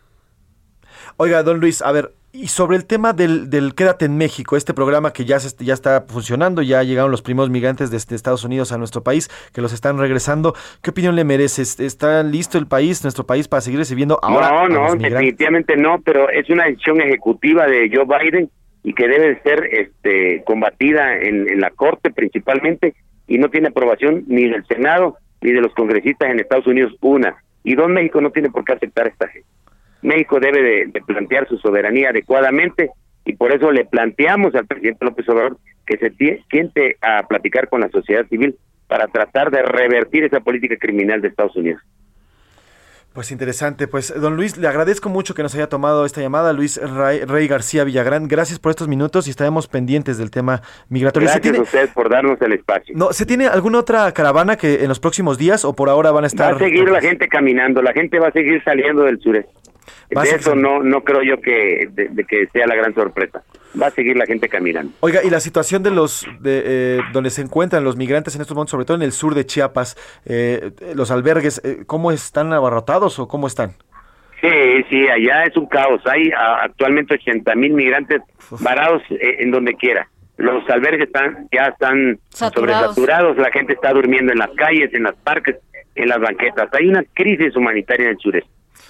Oiga, don Luis, a ver, y sobre el tema del, del Quédate en México, este programa que ya, se, ya está funcionando, ya llegaron los primeros migrantes desde Estados Unidos a nuestro país, que los están regresando, ¿qué opinión le merece? ¿Está listo el país, nuestro país, para seguir recibiendo ahora No, a no, los migrantes? Definitivamente no, pero es una decisión ejecutiva de Joe Biden y que debe ser este, combatida en, en la Corte principalmente, y no tiene aprobación ni del Senado ni de los congresistas en Estados Unidos, una. Y dos, México no tiene por qué aceptar esta gente. México debe de, de plantear su soberanía adecuadamente, y por eso le planteamos al presidente López Obrador que se tie, siente a platicar con la sociedad civil para tratar de revertir esa política criminal de Estados Unidos. Pues interesante. Pues don Luis, le agradezco mucho que nos haya tomado esta llamada, Luis Rey, Rey García Villagrán. Gracias por estos minutos y estaremos pendientes del tema migratorio. Gracias tiene, a ustedes por darnos el espacio. No, ¿se tiene alguna otra caravana que en los próximos días o por ahora van a estar? Va a seguir la gente caminando, la gente va a seguir saliendo del sureste. De eso no no creo yo que de, de que sea la gran sorpresa. Va a seguir la gente caminando. Oiga, y la situación de los de eh, donde se encuentran los migrantes en estos momentos, sobre todo en el sur de Chiapas, eh, los albergues, eh, ¿cómo están abarrotados o cómo están? Sí, sí, allá es un caos. Hay a, actualmente ochenta mil migrantes varados eh, en donde quiera. Los albergues están ya están Saturados. sobresaturados, la gente está durmiendo en las calles, en los parques, en las banquetas. Hay una crisis humanitaria en el sureste.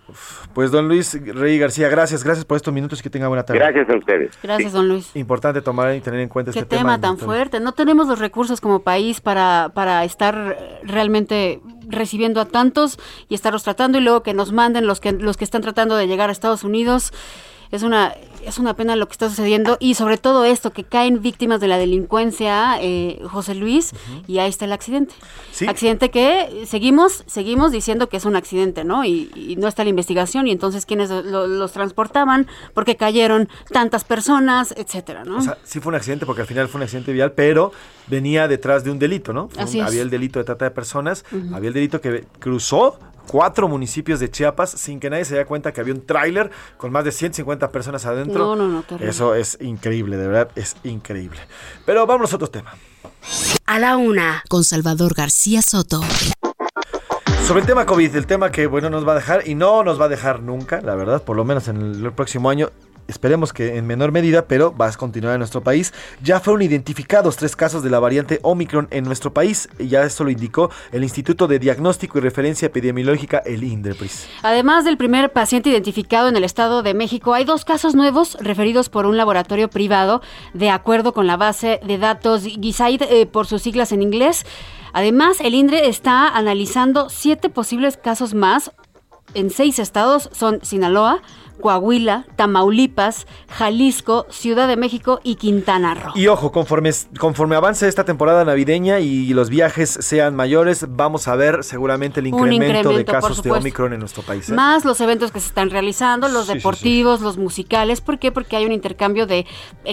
Pues don Luis Rey García, gracias, gracias por estos minutos y que tenga buena tarde. Gracias a ustedes. Gracias, sí. don Luis. Importante tomar y tener en cuenta Qué este tema, tema. tan doctor. fuerte. No tenemos los recursos como país para, para estar realmente recibiendo a tantos y estarlos tratando y luego que nos manden los que los que están tratando de llegar a Estados Unidos. Es una es una pena lo que está sucediendo y sobre todo esto, que caen víctimas de la delincuencia, eh, José Luis, uh-huh. y ahí está el accidente. ¿Sí? Accidente que seguimos seguimos diciendo que es un accidente, ¿no? Y, y no está la investigación y entonces quiénes lo, los transportaban, porque cayeron tantas personas, etcétera, ¿no? O sea, sí fue un accidente porque al final fue un accidente vial, pero venía detrás de un delito, ¿no? Así un, es. Había el delito de trata de personas, uh-huh. había el delito que cruzó cuatro municipios de Chiapas sin que nadie se diera cuenta que había un tráiler con más de ciento cincuenta personas adentro. No, no, no, terrible. Eso es increíble, de verdad, es increíble. Pero vámonos a otro tema. A la una, con Salvador García Soto. Sobre el tema COVID, el tema que, bueno, nos va a dejar y no nos va a dejar nunca, la verdad, por lo menos en el próximo año. Esperemos que en menor medida, pero va a continuar en nuestro país. Ya fueron identificados tres casos de la variante Omicron en nuestro país. Y ya esto lo indicó el Instituto de Diagnóstico y Referencia Epidemiológica, el INDREPRIS. Además del primer paciente identificado en el Estado de México, hay dos casos nuevos referidos por un laboratorio privado, de acuerdo con la base de datos Gisaid, eh, por sus siglas en inglés. Además, el INDRE está analizando siete posibles casos más en seis estados. Son Sinaloa, Coahuila, Tamaulipas, Jalisco, Ciudad de México y Quintana Roo. Y ojo, conforme, conforme avance esta temporada navideña y los viajes sean mayores, vamos a ver seguramente el incremento, incremento de casos de Omicron en nuestro país. ¿eh? Más los eventos que se están realizando, los sí, deportivos, sí, sí. los musicales. ¿Por qué? Porque hay un intercambio de,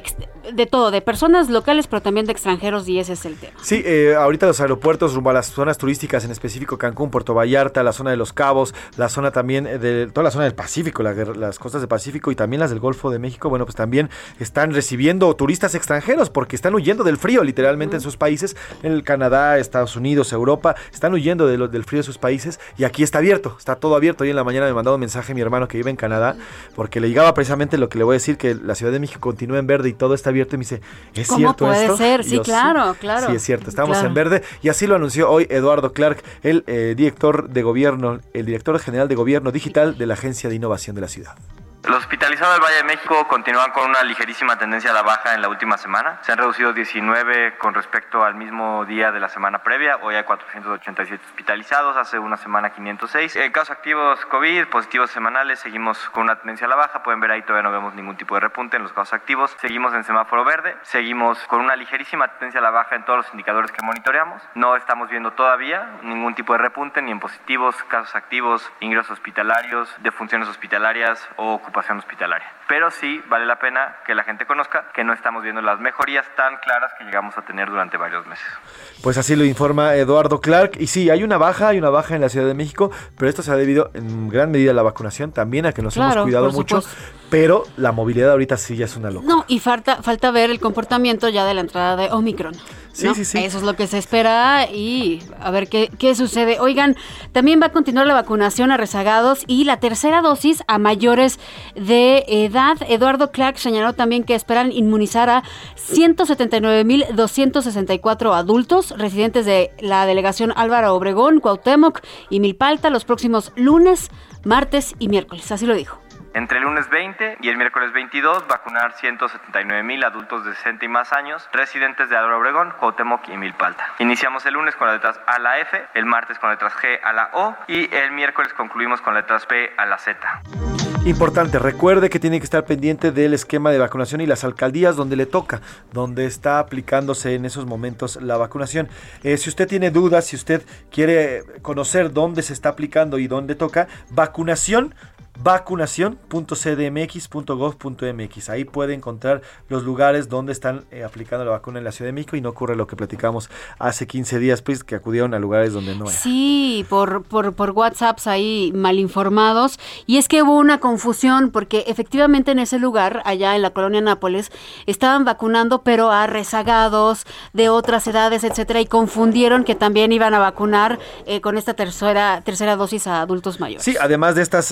de todo, de personas locales, pero también de extranjeros, y ese es el tema. Sí, eh, ahorita los aeropuertos rumbo a las zonas turísticas, en específico Cancún, Puerto Vallarta, la zona de Los Cabos, la zona también de toda la zona del Pacífico, la, la las costas del Pacífico y también las del Golfo de México, bueno, pues también están recibiendo turistas extranjeros porque están huyendo del frío, literalmente, uh-huh. en sus países, en el Canadá, Estados Unidos, Europa, están huyendo de lo, del frío de sus países y aquí está abierto, está todo abierto. Hoy en la mañana me mandó un mensaje mi hermano que vive en Canadá, porque le llegaba precisamente lo que le voy a decir, que la Ciudad de México continúa en verde y todo está abierto, y me dice, ¿es ¿Cómo cierto puede esto? ser? Sí, yo, claro, sí, claro. Sí, es cierto, estamos claro. en verde y así lo anunció hoy Eduardo Clark, el eh, director de gobierno, el director general de gobierno digital de la Agencia de Innovación de la Ciudad. Los hospitalizados del Valle de México continúan con una ligerísima tendencia a la baja en la última semana. Se han reducido diecinueve con respecto al mismo día de la semana previa. Hoy hay cuatrocientos ochenta y siete hospitalizados, hace una semana quinientos seis. En casos activos COVID, positivos semanales, seguimos con una tendencia a la baja. Pueden ver ahí, todavía no vemos ningún tipo de repunte en los casos activos. Seguimos en semáforo verde, seguimos con una ligerísima tendencia a la baja en todos los indicadores que monitoreamos. No estamos viendo todavía ningún tipo de repunte, ni en positivos, casos activos, ingresos hospitalarios, defunciones hospitalarias o ocupación hospitalaria. Pero sí vale la pena que la gente conozca que no estamos viendo las mejorías tan claras que llegamos a tener durante varios meses. Pues así lo informa Eduardo Clark. Y sí, hay una baja, hay una baja en la Ciudad de México, pero esto se ha debido en gran medida a la vacunación, también a que nos claro, hemos cuidado mucho, pero la movilidad ahorita sí ya es una locura. No, y falta, falta ver el comportamiento ya de la entrada de Omicron. Sí, ¿no? sí, sí. Eso es lo que se espera y a ver qué, qué sucede. Oigan, también va a continuar la vacunación a rezagados y la tercera dosis a mayores de edad. Eduardo Clark señaló también que esperan inmunizar a ciento setenta y nueve mil doscientos sesenta y cuatro adultos residentes de la delegación Álvaro Obregón, Cuauhtémoc y Milpalta los próximos lunes, martes y miércoles. Así lo dijo. Entre el lunes veinte y el miércoles veintidós, vacunar ciento setenta y nueve mil adultos de sesenta y más años, residentes de Álvaro Obregón, Cuauhtémoc y Milpalta. Iniciamos el lunes con las letras A a la F, el martes con letras G a la O y el miércoles concluimos con letras P a la Z. Importante, recuerde que tiene que estar pendiente del esquema de vacunación y las alcaldías donde le toca, donde está aplicándose en esos momentos la vacunación. Eh, si usted tiene dudas, si usted quiere conocer dónde se está aplicando y dónde toca, vacunación vacunación punto c d m x punto gov punto m x. Ahí puede encontrar los lugares donde están eh, aplicando la vacuna en la Ciudad de México y no ocurre lo que platicamos hace quince días, pues, que acudieron a lugares donde no era. Sí, por, por, por WhatsApps ahí mal informados. Y es que hubo una confusión porque efectivamente en ese lugar, allá en la colonia Nápoles, estaban vacunando pero a rezagados de otras edades, etcétera, y confundieron que también iban a vacunar eh, con esta tercera, tercera dosis a adultos mayores. Sí, además de estas eh, alcaldías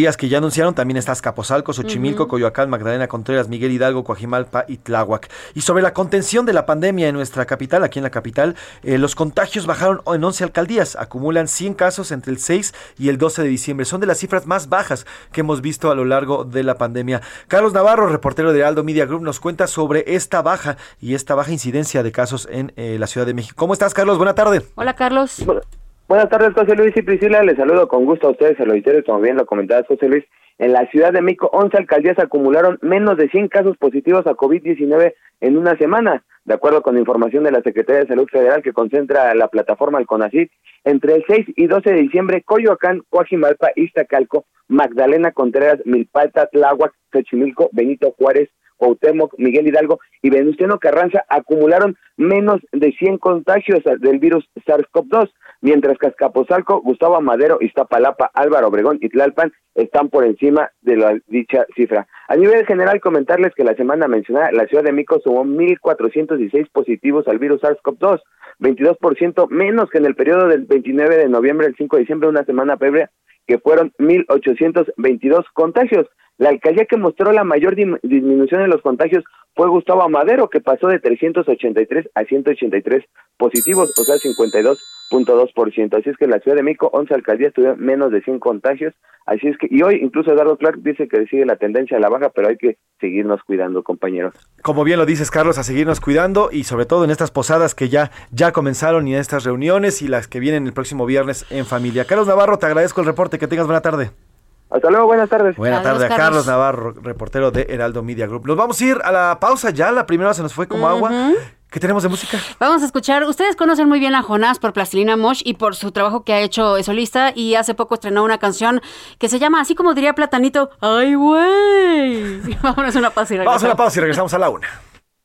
alcaldías que ya anunciaron, también está Azcapotzalco, Xochimilco, uh-huh. Coyoacán, Magdalena Contreras, Miguel Hidalgo, Coajimalpa y Tláhuac. Y sobre la contención de la pandemia en nuestra capital, aquí en la capital, eh, los contagios bajaron en once alcaldías, acumulan cien casos entre el seis y el doce de diciembre. Son de las cifras más bajas que hemos visto a lo largo de la pandemia. Carlos Navarro, reportero de Heraldo Media Group, nos cuenta sobre esta baja y esta baja incidencia de casos en eh, la Ciudad de México. ¿Cómo estás, Carlos? Buena tarde. Hola, Carlos. Bueno, buenas tardes, José Luis y Priscila. Les saludo con gusto a ustedes, al auditorio, como bien lo comentabas, José Luis. En la Ciudad de México, once alcaldías acumularon menos de cien casos positivos a COVID diecinueve en una semana. De acuerdo con información de la Secretaría de Salud Federal que concentra la plataforma El CONACYT, entre el seis y doce de diciembre, Coyoacán, Coajimalpa, Iztacalco, Magdalena Contreras, Milpalta, Tláhuac, Xochimilco, Benito Juárez, Cuauhtémoc, Miguel Hidalgo y Venustiano Carranza acumularon menos de cien contagios del virus SARS-CoV dos, mientras que Azcapotzalco, Gustavo Amadero, Iztapalapa, Álvaro Obregón y Tlalpan están por encima de la dicha cifra. A nivel general, comentarles que la semana mencionada, la Ciudad de México sumó mil cuatrocientos dieciséis positivos al virus SARS-CoV dos, veintidós por ciento menos que en el periodo del veintinueve de noviembre al cinco de diciembre, una semana previa, que fueron mil ochocientos veintidós contagios. La alcaldía que mostró la mayor dim- disminución en los contagios fue Gustavo Amadero, que pasó de trescientos ochenta y tres a ciento ochenta y tres positivos, o sea, cincuenta y dos punto dos por ciento. Así es que en la Ciudad de México, once alcaldías tuvieron menos de cien contagios. Así es que, y hoy incluso Eduardo Clark dice que sigue la tendencia a la baja, pero hay que seguirnos cuidando, compañeros. Como bien lo dices, Carlos, a seguirnos cuidando y sobre todo en estas posadas que ya, ya comenzaron y en estas reuniones y las que vienen el próximo viernes en familia. Carlos Navarro, te agradezco el reporte, que tengas buena tarde. Hasta luego, buenas tardes. Buenas tardes a Carlos. Carlos Navarro, reportero de Heraldo Media Group. Nos vamos a ir a la pausa ya, la primera se nos fue como uh-huh. agua. ¿Qué tenemos de música? Vamos a escuchar, ustedes conocen muy bien a Jonás por Plastilina Mosh y por su trabajo que ha hecho solista, y hace poco estrenó una canción que se llama, así como diría Platanito, ¡ay, güey! Vámonos a una pausa y regresamos. Vamos a una pausa y regresamos a la una.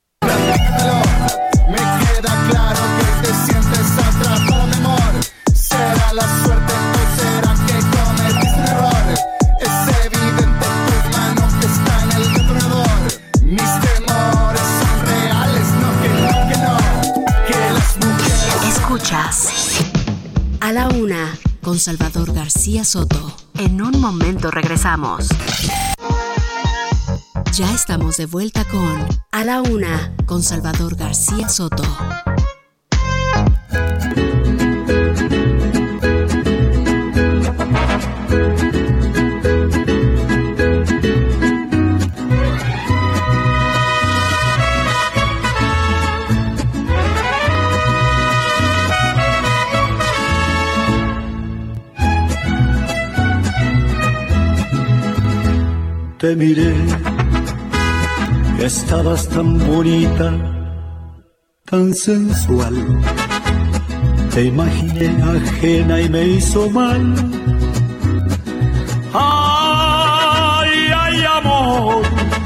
Me queda claro que te sientes atrapado, mi amor. ¿Será la suerte o será que cometiste un error? Es evidente, tu mano está en el detonador. Mis temores son reales, no que no, que no. Que las mujeres... Escuchas A la Una con Salvador García Soto. En un momento regresamos. Ya estamos de vuelta con A la Una con Salvador García Soto. Te miré, estabas tan bonita, tan sensual. Te imaginé ajena y me hizo mal. Ay, ay, amor.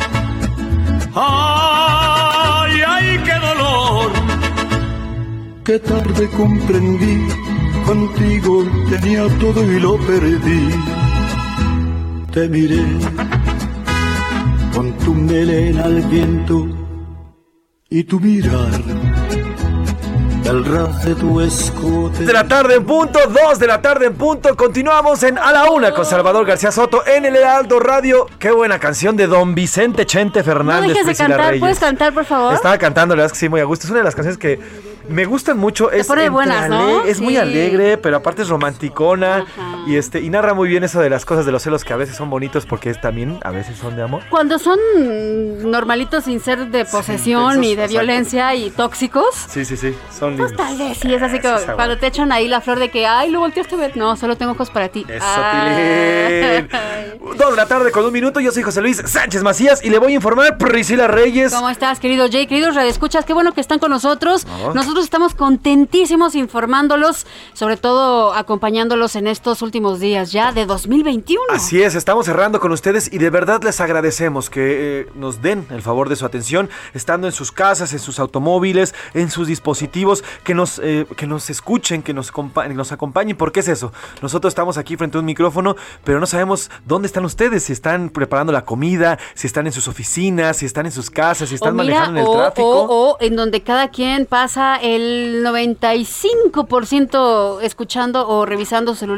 Ay, ay, qué dolor. Qué tarde comprendí, contigo tenía todo y lo perdí. Te miré con tu melena al viento y tu mirar, el ras de tu escote. De la tarde en punto, dos de la tarde en punto, continuamos en A la Una con Salvador García Soto en el Heraldo Radio. Qué buena canción de Don Vicente Chente Fernández. No dejes de cantar, Reyes. ¿Puedes cantar, por favor? Estaba cantando, la verdad es que sí, muy a gusto. Es una de las canciones que me gustan mucho. Te es pone buenas, ¿no? Es sí. muy alegre, pero aparte es romanticona. Ajá. Y este y narra muy bien eso de las cosas de los celos, que a veces son bonitos porque es, también a veces son de amor. Cuando son normalitos sin ser de posesión, sí, de esos, y de violencia y tóxicos. Sí, sí, sí, son lindos. Pues tal vez sí, es así como es cuando te echan ahí la flor de que, ay, lo volteaste a ver. No, solo tengo ojos para ti. Eso, Pilín. Dos de la tarde con un minuto, yo soy José Luis Sánchez Macías y le voy a informar Priscila Reyes. ¿Cómo estás, querido Jay? Queridos radioescuchas, qué bueno que están con nosotros. Oh. Nosotros estamos contentísimos informándolos, sobre todo acompañándolos en estos últimos días ya de dos mil veintiuno. Así es, estamos cerrando con ustedes y de verdad les agradecemos que eh, nos den el favor de su atención, estando en sus casas, en sus automóviles, en sus dispositivos, que nos, eh, que nos escuchen, que nos, compa- nos acompañen, porque es eso. Nosotros estamos aquí frente a un micrófono, pero no sabemos dónde están ustedes, si están preparando la comida, si están en sus oficinas, si están en sus casas, si están o mira, manejando en el o, tráfico. O, o en donde cada quien pasa el noventa y cinco por ciento escuchando o revisando su celular y las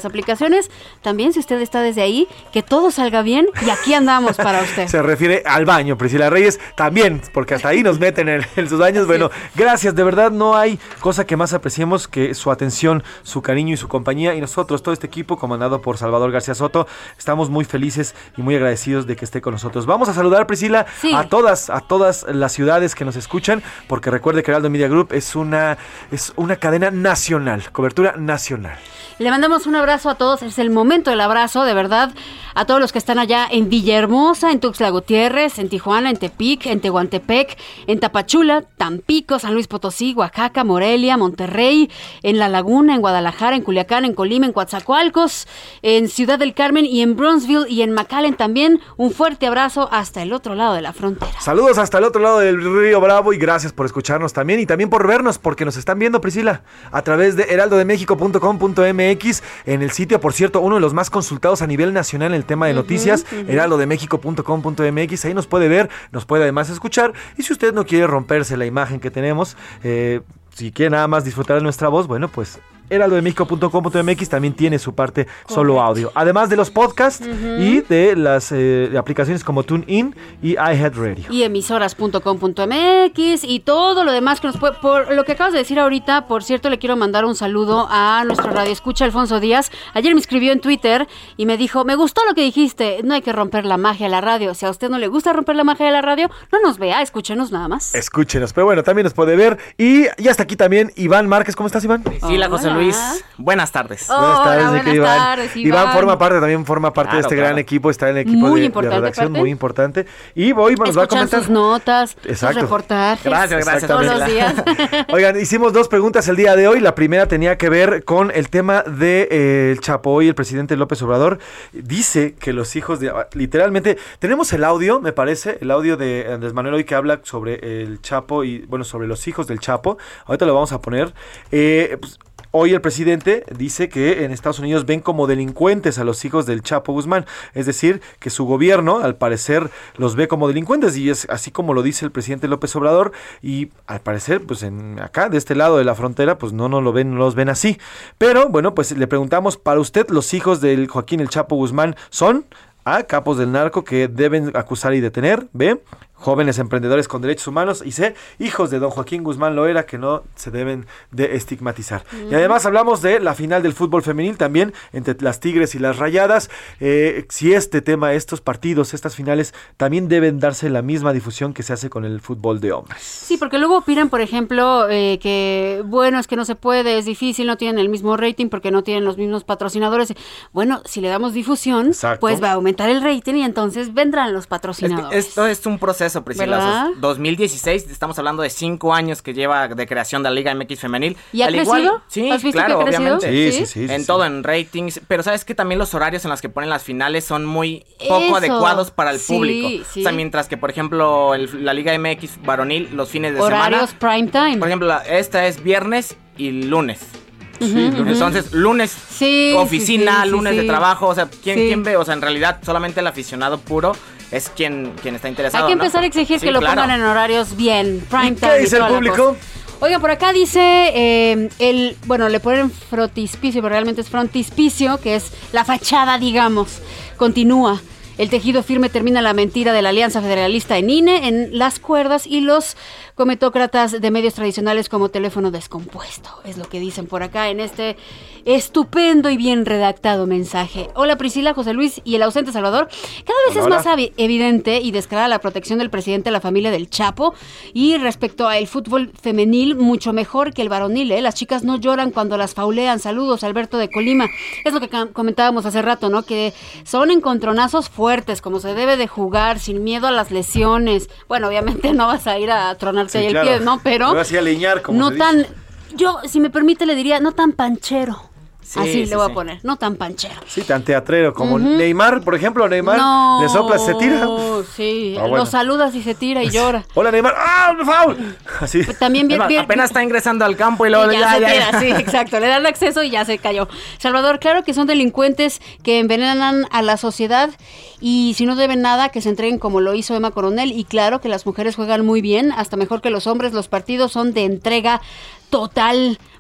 aplicaciones. También, si usted está desde ahí, que todo salga bien y aquí andamos para usted. Se refiere al baño, Priscila Reyes, también, porque hasta ahí nos meten en, en sus baños. Bueno, gracias, de verdad no hay cosa que más apreciemos que su atención, su cariño y su compañía, y nosotros, todo este equipo comandado por Salvador García Soto, estamos muy felices y muy agradecidos de que esté con nosotros. Vamos a saludar, Priscila, sí. a todas, a todas las ciudades que nos escuchan, porque recuerde que Heraldo Media Group es una, es una cadena nacional, cobertura nacional. Le mandamos un abrazo a todos, es el momento del abrazo, de verdad, a todos los que están allá en Villahermosa, en Tuxtla Gutiérrez, en Tijuana, en Tepic, en Tehuantepec, en Tapachula, Tampico, San Luis Potosí, Oaxaca, Morelia, Monterrey, en La Laguna, en Guadalajara, en Culiacán, en Colima, en Coatzacoalcos, en Ciudad del Carmen y en Bronzeville y en McAllen también. Un fuerte abrazo hasta el otro lado de la frontera. Saludos hasta el otro lado del Río Bravo y gracias por escucharnos también y también por vernos, porque nos están viendo, Priscila, a través de heraldo de méxico punto com punto m x, en el sitio, por cierto, uno de los más consultados a nivel nacional en el tema de noticias, uh-huh, uh-huh. heraldo de méxico punto com punto m x, ahí nos puede ver, nos puede además escuchar, y si usted no quiere romperse la imagen que tenemos, eh, si quiere nada más disfrutar de nuestra voz, bueno, pues heraldo de méxico punto com punto m x también tiene su parte Correcto. Solo audio, además de los podcasts uh-huh. y de las eh, aplicaciones como TuneIn y iHeartRadio. Y emisoras punto com punto m x y todo lo demás que nos puede... Por lo que acabas de decir ahorita, por cierto, le quiero mandar un saludo a nuestro radioescucha Alfonso Díaz. Ayer me escribió en Twitter y me dijo, me gustó lo que dijiste, no hay que romper la magia de la radio. Si a usted no le gusta romper la magia de la radio, no nos vea, escúchenos nada más. Escúchenos, pero bueno, también nos puede ver. Y ya está aquí también Iván Márquez. ¿Cómo estás, Iván? Sí, la José Luis, buenas tardes. Oh, buenas tardes, hola, buenas Iván. tardes, Iván. Iván forma parte, también forma parte claro, de este claro. gran equipo, está en el equipo muy de, importante, de redacción, parte. muy importante. Y hoy nos va a comentar sus notas, Exacto. sus reportajes. Gracias, gracias. Todos los días. Oigan, hicimos dos preguntas el día de hoy. La primera tenía que ver con el tema de eh, el Chapo. Hoy el presidente López Obrador dice que los hijos de... Literalmente, tenemos el audio, me parece, el audio de Andrés Manuel hoy que habla sobre el Chapo y, bueno, sobre los hijos del Chapo. Ahorita lo vamos a poner. Eh, pues, Hoy el presidente dice que en Estados Unidos ven como delincuentes a los hijos del Chapo Guzmán, es decir, que su gobierno al parecer los ve como delincuentes y es así como lo dice el presidente López Obrador y al parecer pues en acá de este lado de la frontera pues no, no lo ven, no los ven así, pero bueno pues le preguntamos, para usted los hijos del Joaquín el Chapo Guzmán son A, capos del narco que deben acusar y detener, B, jóvenes emprendedores con derechos humanos y C, hijos de don Joaquín Guzmán Loera que no se deben de estigmatizar. Mm. Y además hablamos de la final del fútbol femenil también entre las Tigres y las Rayadas. Eh, si este tema, estos partidos, estas finales también deben darse la misma difusión que se hace con el fútbol de hombres. Sí, porque luego opinan, por ejemplo, eh, que bueno, es que no se puede, es difícil, no tienen el mismo rating porque no tienen los mismos patrocinadores. Bueno, si le damos difusión, Exacto. pues va a aumentar el rating y entonces vendrán los patrocinadores. Es que esto es un proceso, Priscila. ¿Verdad? dos mil dieciséis, estamos hablando de cinco años que lleva de creación de la Liga M X femenil. ¿Y ha Al crecido? Igual, sí, ¿Has visto claro, que ha crecido? obviamente. Sí, sí, sí. En sí, todo, sí. en ratings. Pero sabes que también los horarios en los que ponen las finales son muy poco Eso. adecuados para el sí, público. Sí. O sea, mientras que, por ejemplo, el, la Liga M X varonil, los fines de Horarios semana. prime time. Por ejemplo, la, esta es viernes y lunes. Sí, uh-huh. Entonces, lunes sí, oficina, sí, sí, lunes sí, de sí. trabajo, o sea, ¿quién, Sí. ¿quién ve? O sea, en realidad, solamente el aficionado puro es quien, quien está interesado. Hay que ¿no? empezar a exigir sí, que lo claro. pongan en horarios bien, prime time. ¿Qué dice el público? Oigan, por acá dice eh, el, bueno, le ponen frontispicio, pero realmente es frontispicio, que es la fachada, digamos. Continúa. El tejido firme termina la mentira de la Alianza Federalista en I N E, en las cuerdas y los cometócratas de medios tradicionales como teléfono descompuesto. Es lo que dicen por acá en este estupendo y bien redactado mensaje. Hola Priscila, José Luis y el ausente Salvador. Cada vez hola, es hola. más evidente y descarada la protección del presidente a la familia del Chapo y respecto al fútbol femenil, mucho mejor que el varonil, ¿eh? Las chicas no lloran cuando las faulean. Saludos, Alberto de Colima. Es lo que comentábamos hace rato, ¿no? Que son encontronazos fuertes, como se debe de jugar, sin miedo a las lesiones. Bueno, obviamente no vas a ir a tronarte Sí, ahí claro. el pie, ¿no? Pero no vas a ir a leñar, como no se tan, dice. yo, si me permite, le diría, no tan panchero. Sí, Así sí, le voy sí. a poner, no tan panchero. Sí, tan teatrero, como Ujú. Neymar, por ejemplo, Neymar, No, le sopla, se tira. Sí, Ah, bueno. lo saludas y se tira y llora. Hola Neymar, ¡ah, foul! Así. También bien, Además, bien, apenas está ingresando al campo y luego y ya, ya, se ya, tira, ya. sí, exacto, le dan acceso y ya se cayó. Salvador, claro que son delincuentes que envenenan a la sociedad y si no deben nada, que se entreguen como lo hizo Emma Coronel, y claro que las mujeres juegan muy bien, hasta mejor que los hombres, los partidos son de entrega total.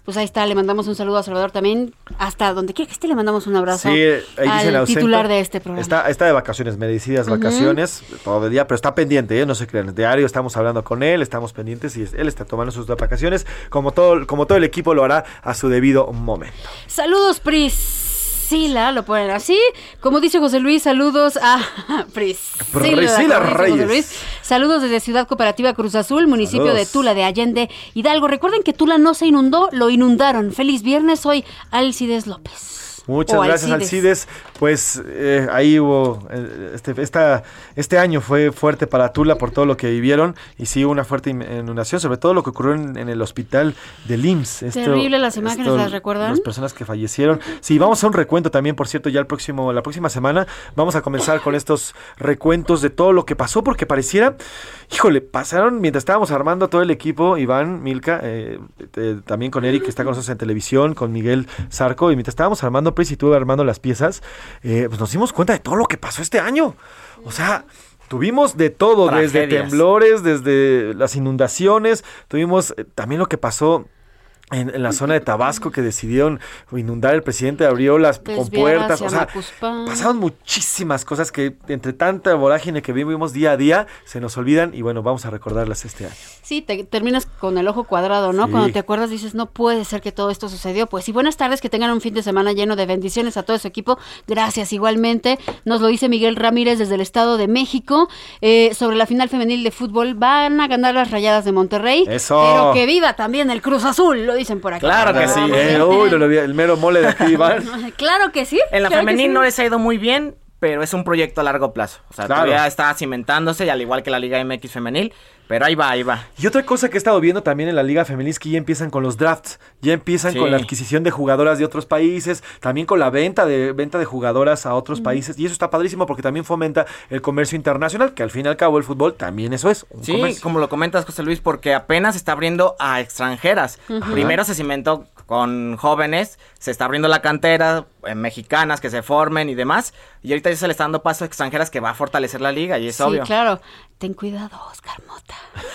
pues ahí está, le mandamos un saludo a Salvador también, hasta donde quiera que esté, le mandamos un abrazo Sí, ahí dicen al ausente. titular de este programa. Está, está de vacaciones, merecidas Ujú. vacaciones, todo el día, pero está pendiente, ¿eh? No se crean. Diario estamos hablando con él, estamos pendientes y él está tomando sus vacaciones, como todo, como todo el equipo lo hará a su debido momento. Saludos, Priscila, lo ponen así. Como dice José Luis, saludos a Priscila, Priscila como dice Reyes. José Luis. Saludos desde Ciudad Cooperativa Cruz Azul, municipio Saludos. de Tula de Allende, Hidalgo. Recuerden que Tula no se inundó, lo inundaron. Feliz viernes, soy Alcides López. Muchas O gracias, Alcides. Alcides. Pues eh, ahí hubo, eh, este, esta, este año fue fuerte para Tula por todo lo que vivieron y sí hubo una fuerte inundación, sobre todo lo que ocurrió en, en el hospital del I M S S. Esto- Terrible, las imágenes, esto, ¿las recuerdan? Las personas que fallecieron. Sí, vamos a un recuento también, por cierto, ya el próximo, la próxima semana vamos a comenzar con estos recuentos de todo lo que pasó, porque pareciera, híjole, pasaron mientras estábamos armando todo el equipo, Iván, Milka, eh, eh, también con Eric que está con nosotros en televisión, con Miguel Zarco, y mientras estábamos armando Pris y tú armando las piezas, eh, pues nos dimos cuenta de todo lo que pasó este año. O sea, tuvimos de todo, desde Tragedias. temblores, desde las inundaciones, tuvimos eh, también lo que pasó en, en la zona de Tabasco, que decidieron inundar, el presidente abrió las Desviar compuertas, hacia o sea, Macuspán. pasaron muchísimas cosas que entre tanta vorágine que vivimos día a día, se nos olvidan y bueno, vamos a recordarlas este año. Sí, te terminas con el ojo cuadrado, ¿no? Sí. Cuando te acuerdas dices, no puede ser que todo esto sucedió. Pues sí, buenas tardes, que tengan un fin de semana lleno de bendiciones a todo su equipo. Gracias, igualmente. Nos lo dice Miguel Ramírez desde el Estado de México. Eh, sobre la final femenil de fútbol, van a ganar las Rayadas de Monterrey. ¡Eso! Pero que viva también el Cruz Azul, lo dicen por aquí. Claro que sí. Eh, uy, no lo vi, el mero mole de aquí, Iván. Claro que sí. En la claro que femenil sí. no les ha ido muy bien, pero es un proyecto a largo plazo. O sea, Claro. todavía está cimentándose, y al igual que la Liga M X femenil, pero ahí va, ahí va. Y otra cosa que he estado viendo también en la Liga Femenil es que ya empiezan con los drafts, ya empiezan Sí. con la adquisición de jugadoras de otros países, también con la venta de venta de jugadoras a otros países, y eso está padrísimo porque también fomenta el comercio internacional, que al fin y al cabo el fútbol también eso es, un Sí, comercio. como lo comentas, José Luis, porque apenas se está abriendo a extranjeras. Ujú. Primero se cimentó con jóvenes, se está abriendo la cantera, eh, mexicanas que se formen y demás, y ahorita ya se le está dando paso a extranjeras que va a fortalecer la liga, y es Sí, obvio. claro. Ten cuidado, Oscar Mota.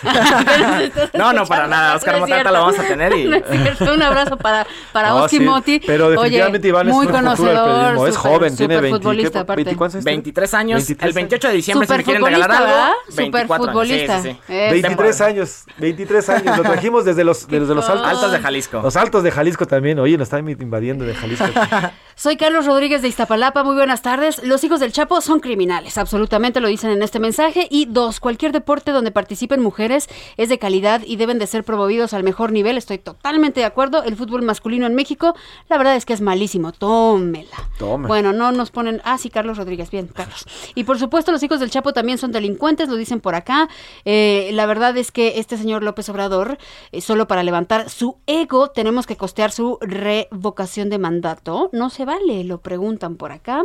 No, no, para nada, Oscar No es Mota ahorita cierto. lo vamos a tener y... No es cierto, un abrazo para, para No, Oski sí, Moti. pero definitivamente Oye, Iván es muy un futuro del conocedor, periodismo, es súper- joven, tiene súper veinte, futbolista, ¿qué? aparte. veinte, ¿cuántos años tiene? veintitrés años, veintitrés. el veintiocho de diciembre si me quieren Superfutbolista, regalar algo, ¿verdad? veinticuatro años, sí, Superfutbolista. sí, sí. Eso. veintitrés años, veintitrés años, lo trajimos desde los, desde los altos. Altos de Jalisco. Los altos de Jalisco también, oye, nos están invadiendo de Jalisco. Soy Carlos Rodríguez de Iztapalapa, muy buenas tardes. Los hijos del Chapo son criminales, absolutamente lo dicen en este mensaje. Y dos, cualquier deporte donde participen mujeres es de calidad y deben de ser promovidos al mejor nivel. Estoy totalmente de acuerdo. El fútbol masculino en México, la verdad es que es malísimo. Tómela. Toma. Bueno, no nos ponen... Ah, sí, Carlos Rodríguez, bien, Carlos. Y por supuesto, los hijos del Chapo también son delincuentes, lo dicen por acá. Eh, la verdad es que este señor López Obrador, eh, solo para levantar su ego, tenemos que costear su revocación de mandato. No se vale, lo preguntan por acá.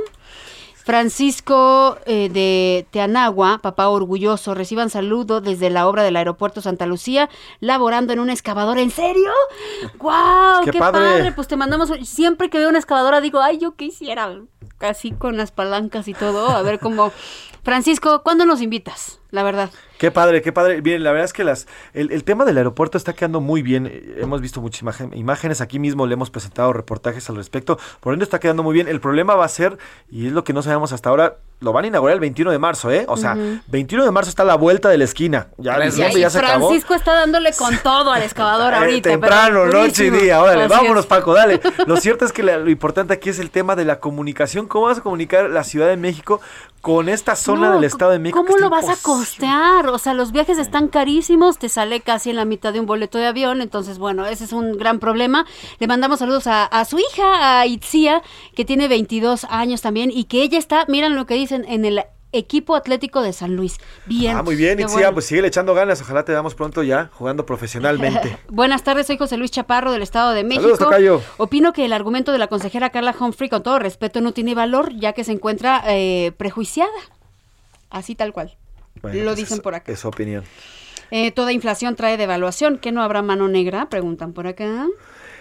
Francisco eh, de Teanagua, papá orgulloso, reciban saludo desde la obra del aeropuerto Santa Lucía, laborando en una excavadora. ¿En serio? ¡Guau! ¡Qué ¡Qué, padre! padre! Pues te mandamos... un- Siempre que veo una excavadora digo, ay, yo quisiera, casi con las palancas y todo, a ver cómo... Francisco, ¿cuándo nos invitas? La verdad. Qué padre, qué padre. Bien, la verdad es que las el, el tema del aeropuerto está quedando muy bien. Eh, Hemos visto muchas imagen- imágenes, aquí mismo le hemos presentado reportajes al respecto. Por ende está quedando muy bien. El problema va a ser, y es lo que no sabemos hasta ahora, lo van a inaugurar el veintiuno de marzo, ¿eh? O sea, Ujú. veintiuno de marzo está a la vuelta de la esquina. Ya Y ahí diciembre ya se acabó. Francisco está dándole con todo al excavador Eh, ahorita. temprano, pero noche y buenísimo. día. Órale, Así vámonos, es. Paco, dale. Lo cierto es que la- lo importante aquí es el tema de la comunicación. ¿Cómo vas a comunicar la Ciudad de México con esta zona No, del Estado de México? ¿Cómo que lo está vas a imposible? costear? O sea, los viajes están carísimos, te sale casi en la mitad de un boleto de avión, entonces, bueno, ese es un gran problema. Le mandamos saludos a, a su hija, a Itzia, que tiene veintidós años también, y que ella está, miren lo que dicen, en el equipo atlético de San Luis. Bien. Ah, muy bien, qué Itzia, bueno. pues sigue echando ganas. Ojalá te veamos pronto ya jugando profesionalmente. Buenas tardes, soy José Luis Chaparro del Estado de México. Saludos, tocayo. Opino que el argumento de la consejera Carla Humphrey, con todo respeto, no tiene valor, ya que se encuentra eh, prejuiciada. Así tal cual. Bueno, Lo pues dicen es- por acá. Es su opinión. Eh, toda inflación trae devaluación. ¿Qué no habrá mano negra? Preguntan por acá.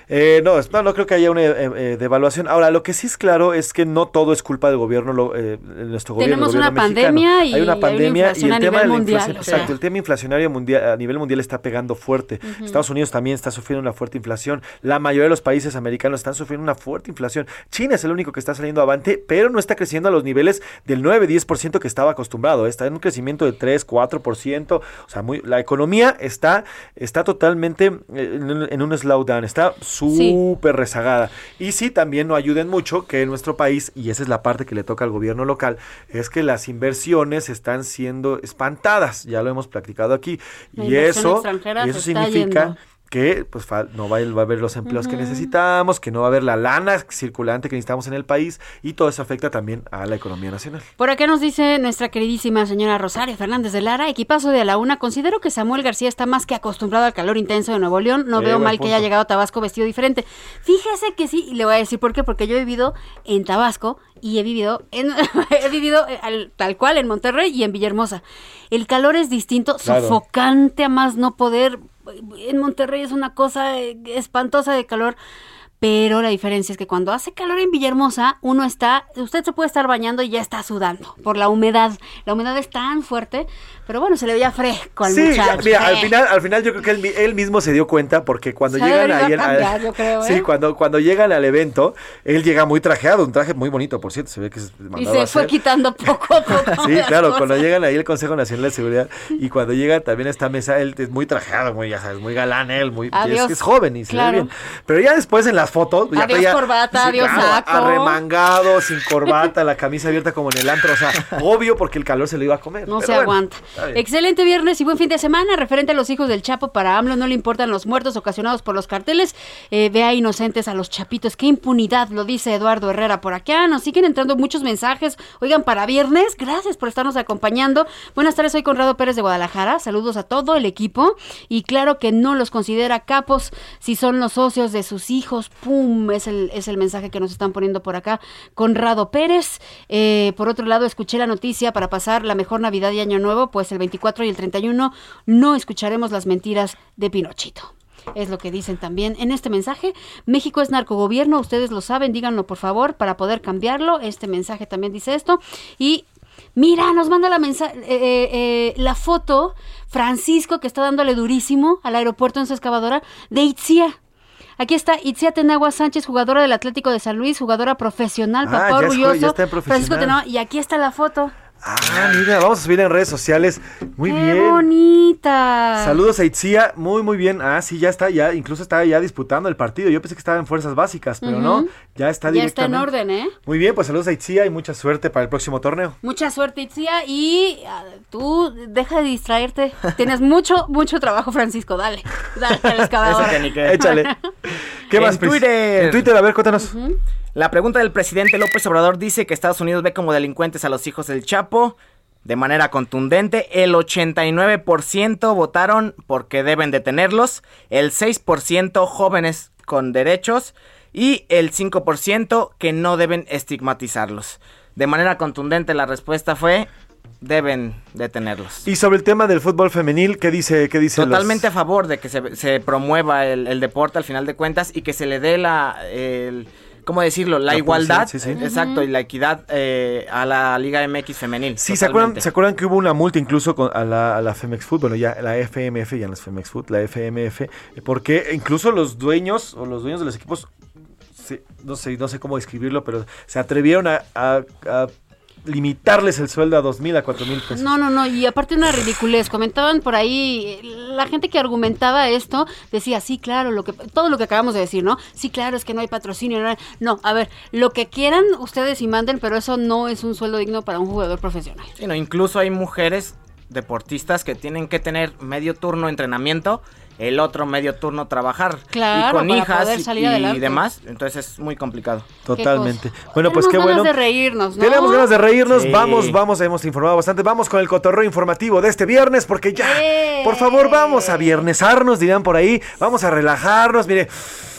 Eh, no, no, no creo que haya una eh, eh, devaluación. Ahora, lo que sí es claro es que no todo es culpa del gobierno, lo, eh, nuestro gobierno. Tenemos gobierno una mexicano. pandemia y hay una pandemia hay y el tema de la mundial, inflación, o sea. exacto, el tema inflacionario mundial a nivel mundial está pegando fuerte. Uh-huh. Estados Unidos también está sufriendo una fuerte inflación. La mayoría de los países americanos están sufriendo una fuerte inflación. China es el único que está saliendo avante, pero no está creciendo a los niveles del nueve, diez por ciento que estaba acostumbrado. Está en un crecimiento de tres, cuatro por ciento. O sea, muy, la economía está, está totalmente en, en un slowdown. Está súper sí. rezagada. Y sí, también no ayuden mucho que en nuestro país, y esa es la parte que le toca al gobierno local, es que las inversiones están siendo espantadas. Ya lo hemos platicado aquí. La y eso, extranjera y eso se está significa... yendo. que pues fa- no va a, va a haber los empleos Uh-huh. que necesitamos, que no va a haber la lana circulante que necesitamos en el país, y todo eso afecta también a la economía nacional. Por acá nos dice nuestra queridísima señora Rosario Fernández de Lara, equipazo de A la Una, considero que Samuel García está más que acostumbrado al calor intenso de Nuevo León, no Eh, veo buen mal que punto. haya llegado a Tabasco vestido diferente. Fíjese que sí, y le voy a decir por qué, porque yo he vivido en Tabasco y he vivido en he vivido al, tal cual en Monterrey y en Villahermosa. El calor es distinto, Claro. sofocante a más no poder. En Monterrey es una cosa eh, espantosa de calor, pero la diferencia es que cuando hace calor en Villahermosa, uno está, usted se puede estar bañando y ya está sudando por la humedad. La humedad es tan fuerte, pero bueno, se le veía fresco al Sí, muchacho. mira, al Eh. final, al final yo creo que él, mi- él mismo se dio cuenta porque cuando Se ha llegan debido ahí al- cambiar, yo creo, ¿eh? sí, cuando, cuando llegan al evento, él llega muy trajeado, un traje muy bonito, por cierto, se ve que es Y mandado se a fue hacer. quitando poco a poco. Sí, las claro, cosas. cuando llegan ahí el Consejo Nacional de Seguridad y cuando llega también a esta mesa, él es muy trajeado, muy, ya sabes, muy galán él, muy, Adiós. es, es joven y se Claro. ve bien. Pero ya después en las fotos, ya Adiós traía- corbata, sí, adiós claro, saco. arremangado, sin corbata, la camisa abierta como en el antro, o sea, obvio porque el calor se lo iba a comer. No Pero se bueno, aguanta. está bien. Excelente viernes y buen fin de semana. Referente a los hijos del Chapo, para AMLO no le importan los muertos ocasionados por los carteles. Eh, vea inocentes a los chapitos. Qué impunidad, lo dice Eduardo Herrera por acá. Nos siguen entrando muchos mensajes. Oigan, para viernes, gracias por estarnos acompañando. Buenas tardes, soy Conrado Pérez de Guadalajara. Saludos a todo el equipo. Y claro que no los considera capos si son los socios de sus hijos. ¡Pum! Es el, es el mensaje que nos están poniendo por acá. Conrado Pérez. Eh, por otro lado, escuché la noticia para pasar la mejor Navidad y Año Nuevo, pues el veinticuatro y el treinta y uno no escucharemos las mentiras de Pinochito. Es lo que dicen también en este mensaje. México es narcogobierno, ustedes lo saben, díganlo por favor para poder cambiarlo. Este mensaje también dice esto. Y mira, nos manda la, mensa- eh, eh, la foto Francisco, que está dándole durísimo al aeropuerto en su excavadora, de Itzia. Aquí está Itzia Tenagua Sánchez, jugadora del Atlético de San Luis, jugadora profesional, Ah, papá ya es orgulloso. jo- ya está en profesional. Francisco Tenagua, y aquí está la foto. Ah, mira, vamos a subir en redes sociales. Muy ¡Qué bien. bonita! Saludos a Itzia, muy muy bien. Ah, sí, ya está, ya incluso está ya disputando el partido. Yo pensé que estaba en fuerzas básicas, pero Ujú. no, ya está Ya está en directamente. orden, ¿eh? Muy bien, pues saludos a Itzia y mucha suerte para el próximo torneo. Mucha suerte, Itzia, y ah, tú deja de distraerte. Tienes mucho, mucho trabajo, Francisco. Dale, dale a la excavadora. Ese que ni qué. Échale. ¿Qué En más, Pris? Twitter. En Twitter, a ver, cuéntanos. La pregunta del presidente López Obrador dice que Estados Unidos ve como delincuentes a los hijos del Chapo. De manera contundente, el ochenta y nueve por ciento votaron porque deben detenerlos, el seis por ciento jóvenes con derechos y el cinco por ciento que no deben estigmatizarlos. De manera contundente la respuesta fue: deben detenerlos. Y sobre el tema del fútbol femenil, ¿qué dice? Qué dice Totalmente a favor de que se, se promueva el, el deporte al final de cuentas y que se le dé la... El, ¿cómo decirlo? La, La igualdad, posición, sí, sí. exacto, y la equidad eh, a la Liga M X femenil. Sí, ¿se acuerdan, totalmente. ¿se acuerdan que hubo una multa incluso con, a, la, a la Femex Food? Bueno, ya la F M F, ya no es Femex Food, la F M F, porque incluso los dueños o los dueños de los equipos, sí, no sé, no sé cómo describirlo, pero se atrevieron a, a, a limitarles el sueldo a dos mil a cuatro mil pesos. No, no, no, y aparte una ridiculez, comentaban por ahí, la gente que argumentaba esto decía, sí, claro, lo que todo lo que acabamos de decir, ¿no? Sí, claro, es que no hay patrocinio, no, no, a ver, lo que quieran ustedes y manden, pero eso no es un sueldo digno para un jugador profesional. Sí, no, incluso hay mujeres deportistas que tienen que tener medio turno entrenamiento, el otro medio turno trabajar. Claro, y con para hijas poder y, salir y adelante. demás, entonces es muy complicado. Totalmente. Bueno, pues qué Tenemos bueno. ganas de reírnos, ¿no? Tenemos ganas de reírnos, Sí. vamos, vamos, hemos informado bastante, vamos con el cotorreo informativo de este viernes, porque ya, ¡Eh! por favor, vamos a viernesarnos, dirán por ahí, vamos a relajarnos, mire,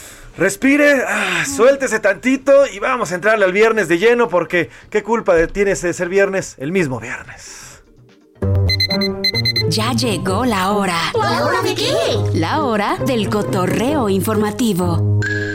respire, ah, suéltese tantito y vamos a entrarle al viernes de lleno, porque qué culpa de, tienes de ser viernes, el mismo viernes. Ya llegó la hora. ¿La hora de qué? La hora del cotorreo informativo.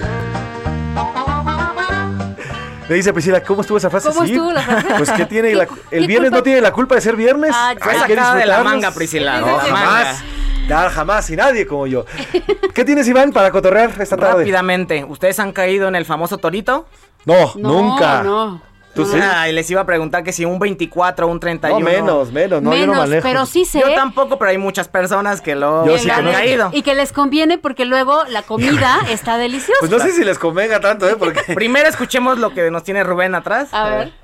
Me dice Priscila, ¿cómo estuvo esa frase? ¿Cómo sí. estuvo la frase? Pues que tiene la, el qué viernes culpa? no tiene la culpa de ser viernes. Ah, Fue Hay que sacada de la disfrutarlos. manga, Priscila. No, de la jamás. manga. Nada, jamás y nadie como yo. ¿Qué tienes, Iván, para cotorrear esta tarde? Rápidamente, ¿ustedes han caído en el famoso torito? No, No, nunca. no. ¿Tú sí? Ay, les iba a preguntar que si un veinticuatro o un treinta y No, uno. menos, menos. No, yo no Menos, manejo. pero sí sé. Yo tampoco, pero hay muchas personas que lo Yo que sí han conozco. caído. Y que les conviene porque luego la comida está deliciosa. Pues no sé si les convenga tanto, ¿eh? Porque... Primero escuchemos lo que nos tiene Rubén atrás. A ver.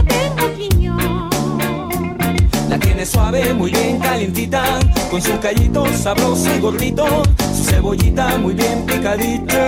La tiene suave, muy bien calientita, con su callito sabroso y gordito, su cebollita muy bien picadita.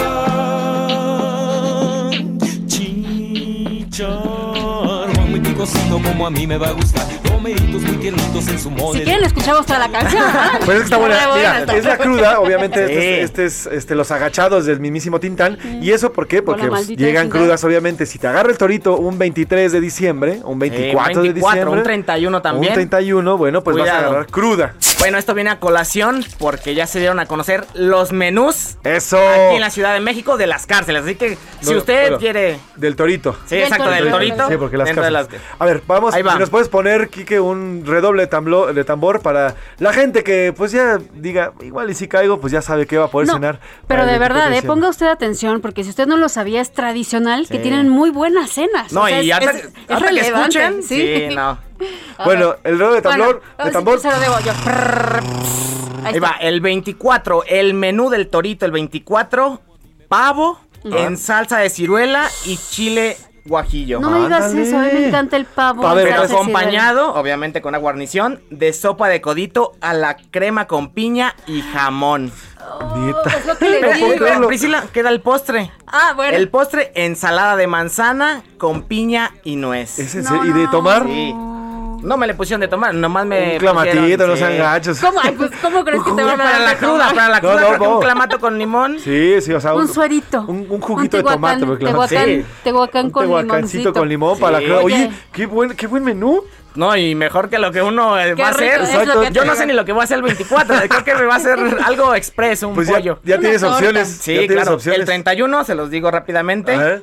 Chicharrón muy picosito como a mí me va a gustar, romeritos muy tiernitos en su mole. Si quieren escuchamos toda la canción. ¿Ah? Pues es que está buena. Está Mira, buena, es la cruda, obviamente. Sí. Este, es, este es este, los agachados del mismísimo Tintán. ¿Y eso por qué? Porque Con la pues, maldita llegan Tintán. crudas, obviamente. Si te agarra el torito un veintitrés de diciembre, un veinticuatro, Eh, de diciembre, un treinta y uno también. un treinta y uno, bueno, pues vas a Cuidado. agarrar cruda. Bueno, esto viene a colación porque ya se dieron a conocer los menús Eso. aquí en la Ciudad de México de las cárceles. Así que si No, usted bueno, quiere... Del torito. Sí, Del exacto, torito. del torito. Sí, porque las dentro de cárceles. las- A ver, vamos, Ahí va. si nos puedes poner, Quique, un redoble de, tamblo- de tambor para la gente que pues ya diga, igual y si caigo, pues ya sabe que va a poder No, cenar. pero para el de verdad, eh, veinticuatro de ponga usted atención, porque si usted no lo sabía, es tradicional que Sí. tienen muy buenas cenas. No, O sea, y es- hasta, es- es hasta que relevante, escuchen... sí. Sí, no. A Bueno, ver. el redoble de tambor, Bueno, de sí, tambor. se lo debo yo. Ahí Ahí está. va, el veinticuatro, el menú del torito, el veinticuatro, pavo en salsa de ciruela y chile guajillo. No me digas Ándale. eso, a mí me encanta el pavo. A ver, en salsa de Acompañado, obviamente, con una guarnición de sopa de codito a la crema con piña y jamón. Neta. Es lo que le Pero, digo. pero, Priscila, queda el postre. Ah, bueno. El postre, ensalada de manzana con piña y nuez. ¿Es en No, serio? ¿Y de no. tomar? Sí. No me le pusieron de tomar, nomás me Un clamatito, pusieron, no sí. sean gachos. ¿Cómo? Ay, pues, ¿cómo crees que te van a Para dar la de cruda, tomar? para la No, cruda, no, creo que no. un clamato con limón. Sí, sí, o sea, Un suerito. Un, un juguito Un de tomate. tehuacán, porque la- tehuacán, Sí. tehuacán Un con tehuacancito limoncito. con limón para la Sí. cruda. Oye, Oye. qué buen, qué buen menú. No, y mejor que lo que uno eh, Qué va a rico, hacer. es lo Exacto. que Yo te no digo. sé ni lo que voy a hacer el veinticuatro. Creo que me va a hacer algo expreso, un Pues ya, pollo. ya Una tienes torta. opciones. Sí, ya tienes claro. opciones. El treinta y uno, se los digo rápidamente. A ver.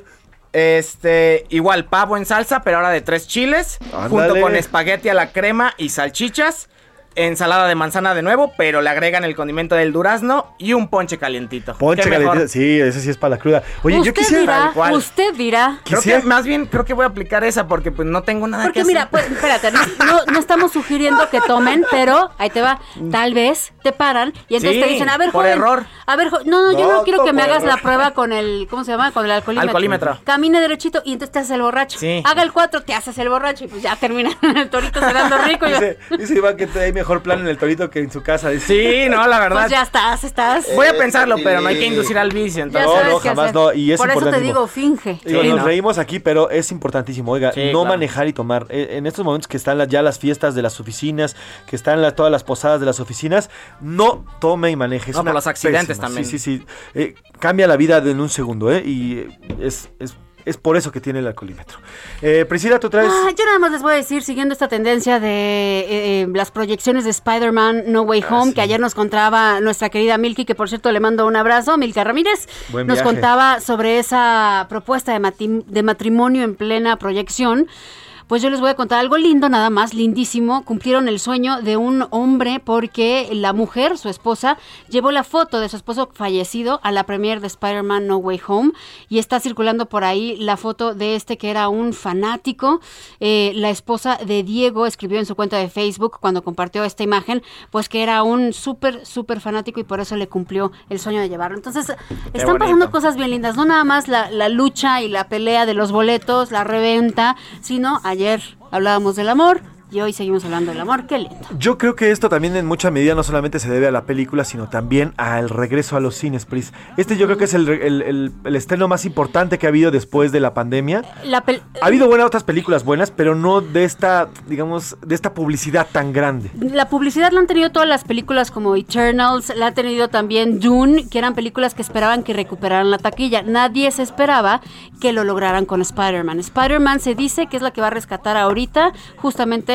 Este, igual pavo en salsa, pero ahora de tres chiles, Ándale. junto con espagueti a la crema y salchichas, ensalada de manzana de nuevo, pero le agregan el condimento del durazno y un ponche calientito. Ponche ¿Qué mejor? calentito. Sí, ese sí es para la cruda. Oye, usted yo quisiera. dirá, Tal cual. usted dirá. Creo Quisiera- que más bien creo que voy a aplicar esa porque pues no tengo nada Porque que mira, hacer. pues, espérate, no, no, no estamos sugiriendo que tomen, pero ahí te va, tal vez te paran y entonces Sí, te dicen, a ver, por joven, error. a ver, jo- no, no, yo No, no quiero que no, me por hagas error. la prueba con el, ¿cómo se llama? Con el alcoholímetro. Alcoholímetro. Camine derechito y entonces te haces el borracho. Sí. Haga el cuatro, te haces el borracho y pues ya termina el torito cenando rico. Y yo, Dice, dice Iván que hay mejor plan en el torito que en su casa. Dice. Sí, no, la verdad. pues ya estás, estás. Voy a pensarlo, pero no hay que inducir al vicio. Ya Entonces. No, sabes no, qué jamás hacer. no, y es Por eso te importantísimo. digo, finge. Digo, Sí, nos no. reímos aquí, pero es importantísimo. Oiga, Sí, no claro. manejar y tomar. Eh, En estos momentos que están las- ya las fiestas de las oficinas, que están la- todas las posadas de las oficinas, no tome y maneje. Es No, por una los accidentes pésima. también. Sí, sí, sí. Eh, cambia la vida de en un segundo, ¿eh? Y eh, es, es, es por eso que tiene el alcoholímetro. Eh, Priscila, tú traes. Ah, yo nada más les voy a decir, siguiendo esta tendencia de eh, eh, las proyecciones de Spider-Man No Way Ah, Home, sí. que ayer nos contaba nuestra querida Milky, que por cierto le mando un abrazo, Milka Ramírez, Buen nos viaje. contaba sobre esa propuesta de, mati- de matrimonio en plena proyección. Pues yo les voy a contar algo lindo, nada más, lindísimo. Cumplieron el sueño de un hombre porque la mujer, su esposa, llevó la foto de su esposo fallecido a la premiere de Spider-Man No Way Home y está circulando por ahí la foto de este que era un fanático. Eh, la esposa de Diego escribió en su cuenta de Facebook cuando compartió esta imagen, pues que era un súper, súper fanático y por eso le cumplió el sueño de llevarlo. Entonces, están pasando bonito. cosas bien lindas, no nada más la, la lucha y la pelea de los boletos, la reventa, sino ayer hablábamos del amor y hoy seguimos hablando del amor. Qué lindo. Yo creo que esto también en mucha medida no solamente se debe a la película, sino también al regreso a los cines, Pris. Este yo creo que es el, el, el, el estreno más importante que ha habido después de la pandemia. La pel- Ha habido buenas otras películas buenas, pero no de esta, digamos, de esta publicidad tan grande. La publicidad la han tenido todas las películas como Eternals, la ha tenido también Dune, que eran películas que esperaban que recuperaran la taquilla. Nadie se esperaba que lo lograran con Spider-Man. Spider-Man se dice que es la que va a rescatar ahorita justamente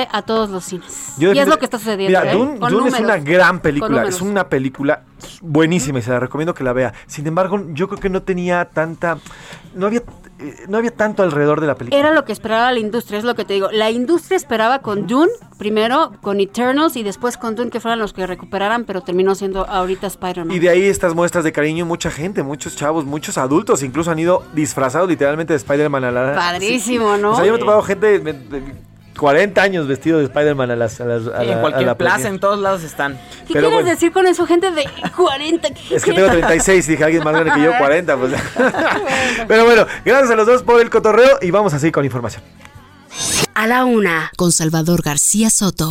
llegue a todos los cines. Yo y es lo que está sucediendo. Mira, ¿eh? Dune, Con Dune es números, una gran con película, números. es una película buenísima y se la recomiendo que la vea. Sin embargo, yo creo que no tenía tanta, no había, eh, no había tanto alrededor de la película. Era lo que esperaba la industria, es lo que te digo. La industria esperaba con Dune, primero con Eternals y después con Dune que fueran los que recuperaran, pero terminó siendo ahorita Spider-Man. Y de ahí estas muestras de cariño, mucha gente, muchos chavos, muchos adultos, incluso han ido disfrazados literalmente de Spider-Man a la... Padrísimo, ¿no? O sea, yo me he topado gente de, de cuarenta años vestido de Spider-Man a las a las a Sí, la, en cualquier a la plaza, premier. en todos lados están. ¿Qué Pero quieres bueno. decir con eso? Gente de cuarenta. Es que tengo treinta y seis y dije, alguien más grande que yo, cuarenta. Pues. Pero bueno, gracias a los dos por el cotorreo y vamos así con información. A la una, con Salvador García Soto.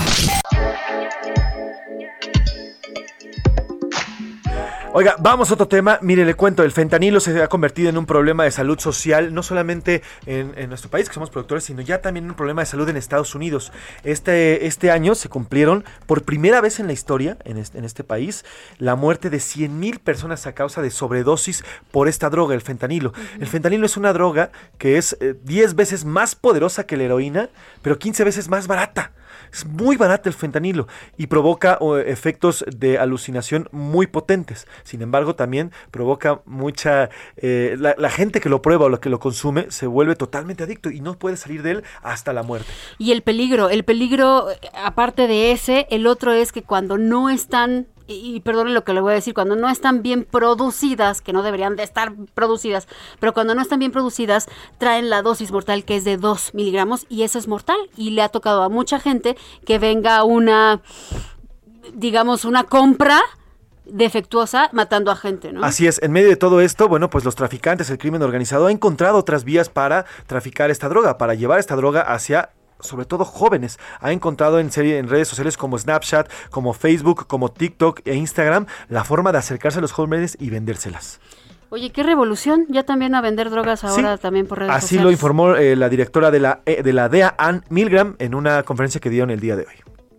Oiga, vamos a otro tema. Mire, le cuento, el fentanilo se ha convertido en un problema de salud social, no solamente en, en nuestro país, que somos productores, sino ya también un problema de salud en Estados Unidos. Este, este año se cumplieron, por primera vez en la historia, en este, en este país, la muerte de cien mil personas a causa de sobredosis por esta droga, el fentanilo. Uh-huh. El fentanilo es una droga que es eh, diez veces más poderosa que la heroína, pero quince veces más barata. Es muy barato el fentanilo y provoca uh, efectos de alucinación muy potentes. Sin embargo, también provoca mucha... Eh, la, la gente que lo prueba o la que lo consume se vuelve totalmente adicto y no puede salir de él hasta la muerte. Y el peligro, el peligro, aparte de ese, el otro es que cuando no están... y perdonen lo que le voy a decir, cuando no están bien producidas, que no deberían de estar producidas, pero cuando no están bien producidas, traen la dosis mortal que es de dos miligramos y eso es mortal. Y le ha tocado a mucha gente que venga una, digamos, una compra defectuosa matando a gente, ¿no? Así es, en medio de todo esto, bueno, pues los traficantes, el crimen organizado ha encontrado otras vías para traficar esta droga, para llevar esta droga hacia... sobre todo jóvenes, ha encontrado en serie en redes sociales como Snapchat, como Facebook, como TikTok e Instagram, la forma de acercarse a los jóvenes y vendérselas. Oye, qué revolución, ya también a vender drogas ahora Sí, también por redes así sociales. lo informó eh, la directora de la, eh, de la D E A, Ann Milgram, en una conferencia que dieron el día de hoy.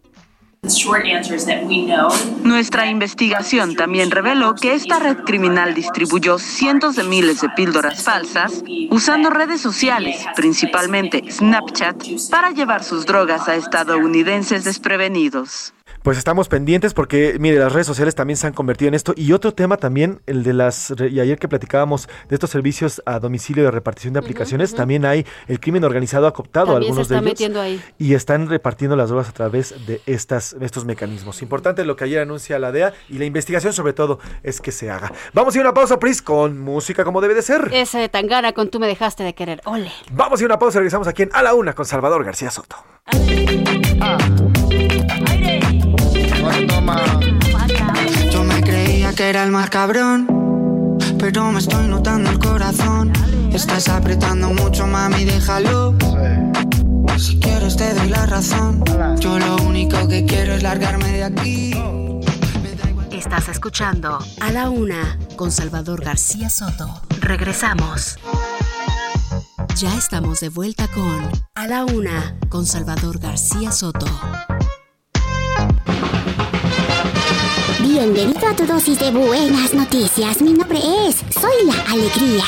Nuestra investigación también reveló que esta red criminal distribuyó cientos de miles de píldoras falsas usando redes sociales, principalmente Snapchat, para llevar sus drogas a estadounidenses desprevenidos. Pues estamos pendientes porque, mire, las redes sociales también se han convertido en esto. Y otro tema también, el de las... Y ayer que platicábamos de estos servicios a domicilio de repartición de aplicaciones, uh-huh, uh-huh. también hay el crimen organizado ha cooptado también algunos se está de ellos. Metiendo ahí. Y están repartiendo las drogas a través de estas, estos mecanismos. Importante lo que ayer anuncia la D E A y la investigación sobre todo es que se haga. Vamos a ir a una pausa, Pris, con música como debe de ser. Ese de Tangana con Tú me dejaste de querer. Ole. Vamos a ir a una pausa, regresamos aquí en A la Una con Salvador García Soto. Ah. Yo me creía que era el más cabrón, pero me estoy notando el corazón. Estás apretando mucho, mami, déjalo. Si quieres te doy la razón. Yo lo único que quiero es largarme de aquí. Estás escuchando A la Una con Salvador García Soto. Regresamos. Ya estamos de vuelta con A la Una con Salvador García Soto. Bienvenido a tu dosis de buenas noticias. Mi nombre es Soy la Alegría.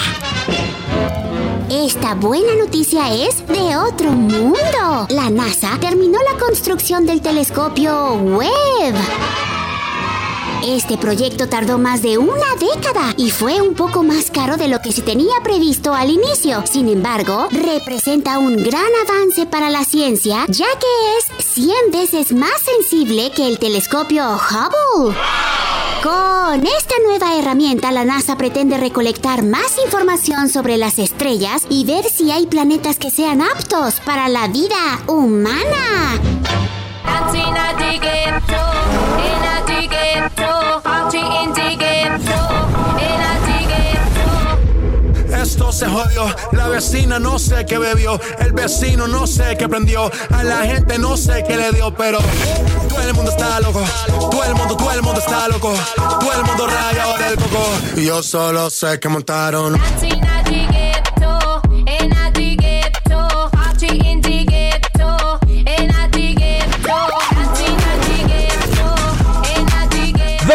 Esta buena noticia es de otro mundo. La NASA terminó la construcción del telescopio Webb. Este proyecto tardó más de una década y fue un poco más caro de lo que se tenía previsto al inicio. Sin embargo, representa un gran avance para la ciencia, ya que es cien veces más sensible que el telescopio Hubble. Con esta nueva herramienta, la NASA pretende recolectar más información sobre las estrellas y ver si hay planetas que sean aptos para la vida humana. Esto se jodió, la vecina no sé qué bebió, el vecino no sé qué prendió, a la gente no sé qué le dio, pero todo el mundo está loco, todo el mundo, todo el mundo está loco, todo el mundo rayado del coco, y yo solo sé que montaron.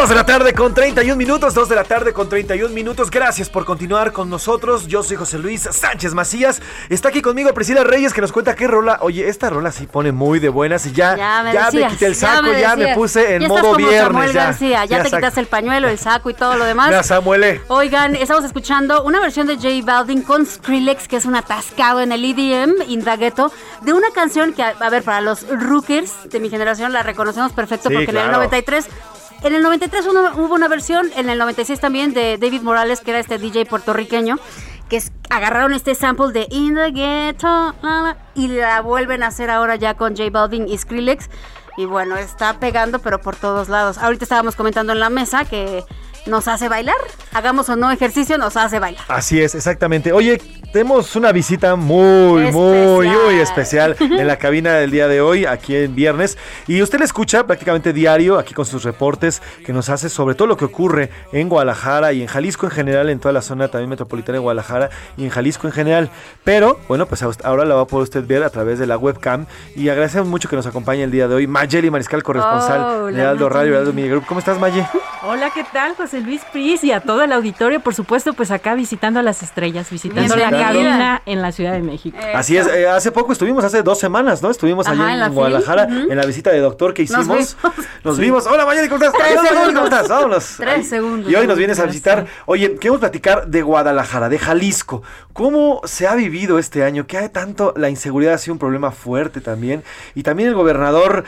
de la tarde con treinta y un minutos, dos de la tarde con treinta y un minutos. Gracias por continuar con nosotros. Yo soy José Luis Sánchez Macías. Está aquí conmigo Priscila Reyes, que nos cuenta qué rola. Oye, esta rola sí pone muy de buenas y ya, ya, me, ya me quité el saco, ya me, ya me puse en ya modo viernes. Samuel ya, García, ya, ya te quitas el pañuelo, el saco y todo lo demás. Ya, Samuel. Oigan, estamos escuchando una versión de J Balvin con Skrillex, que es un atascado en el E D M, In The Ghetto, de una canción que, a ver, para los rookers de mi generación la reconocemos perfecto, sí, porque claro. En el noventa y tres... En el noventa y tres uno, hubo una versión, en el noventa y seis también, de David Morales, que era este D J puertorriqueño, que es, agarraron este sample de In The Ghetto la, la, y la vuelven a hacer ahora ya con J Balvin y Skrillex. Y bueno, está pegando, pero por todos lados. Ahorita estábamos comentando en la mesa que nos hace bailar. Hagamos o no ejercicio, nos hace bailar. Así es, exactamente. Oye, tenemos una visita muy, especial. muy, muy especial en la cabina del día de hoy, aquí en viernes. Y usted la escucha prácticamente diario, aquí con sus reportes que nos hace sobre todo lo que ocurre en Guadalajara y en Jalisco en general, en toda la zona también metropolitana de Guadalajara y en Jalisco en general. Pero, bueno, pues ahora la va a poder usted ver a través de la webcam. Y agradecemos mucho que nos acompañe el día de hoy Mayeli Mariscal, corresponsal oh, de Heraldo Radio, Heraldo Media Group. ¿Cómo estás, Maye? Hola, ¿qué tal, José Luis Pris? Y a todo el auditorio, por supuesto, pues acá visitando a las estrellas, visitando la cabina en la Ciudad de México. Eso. Así es, eh, hace poco estuvimos, hace dos semanas, ¿no? Estuvimos allá en, en, en Guadalajara, uh-huh. en la visita de doctor que hicimos. Nos vimos. Nos sí. vimos. Hola, Mayeli, ¿cómo estás? Tres Hola, segundos. ¿cómo estás? Vámonos. Tres Ay. segundos. Y hoy nos vienes a visitar. Oye, queremos platicar de Guadalajara, de Jalisco. ¿Cómo se ha vivido este año? ¿Qué hay tanto? La inseguridad ha sido un problema fuerte también. Y también el gobernador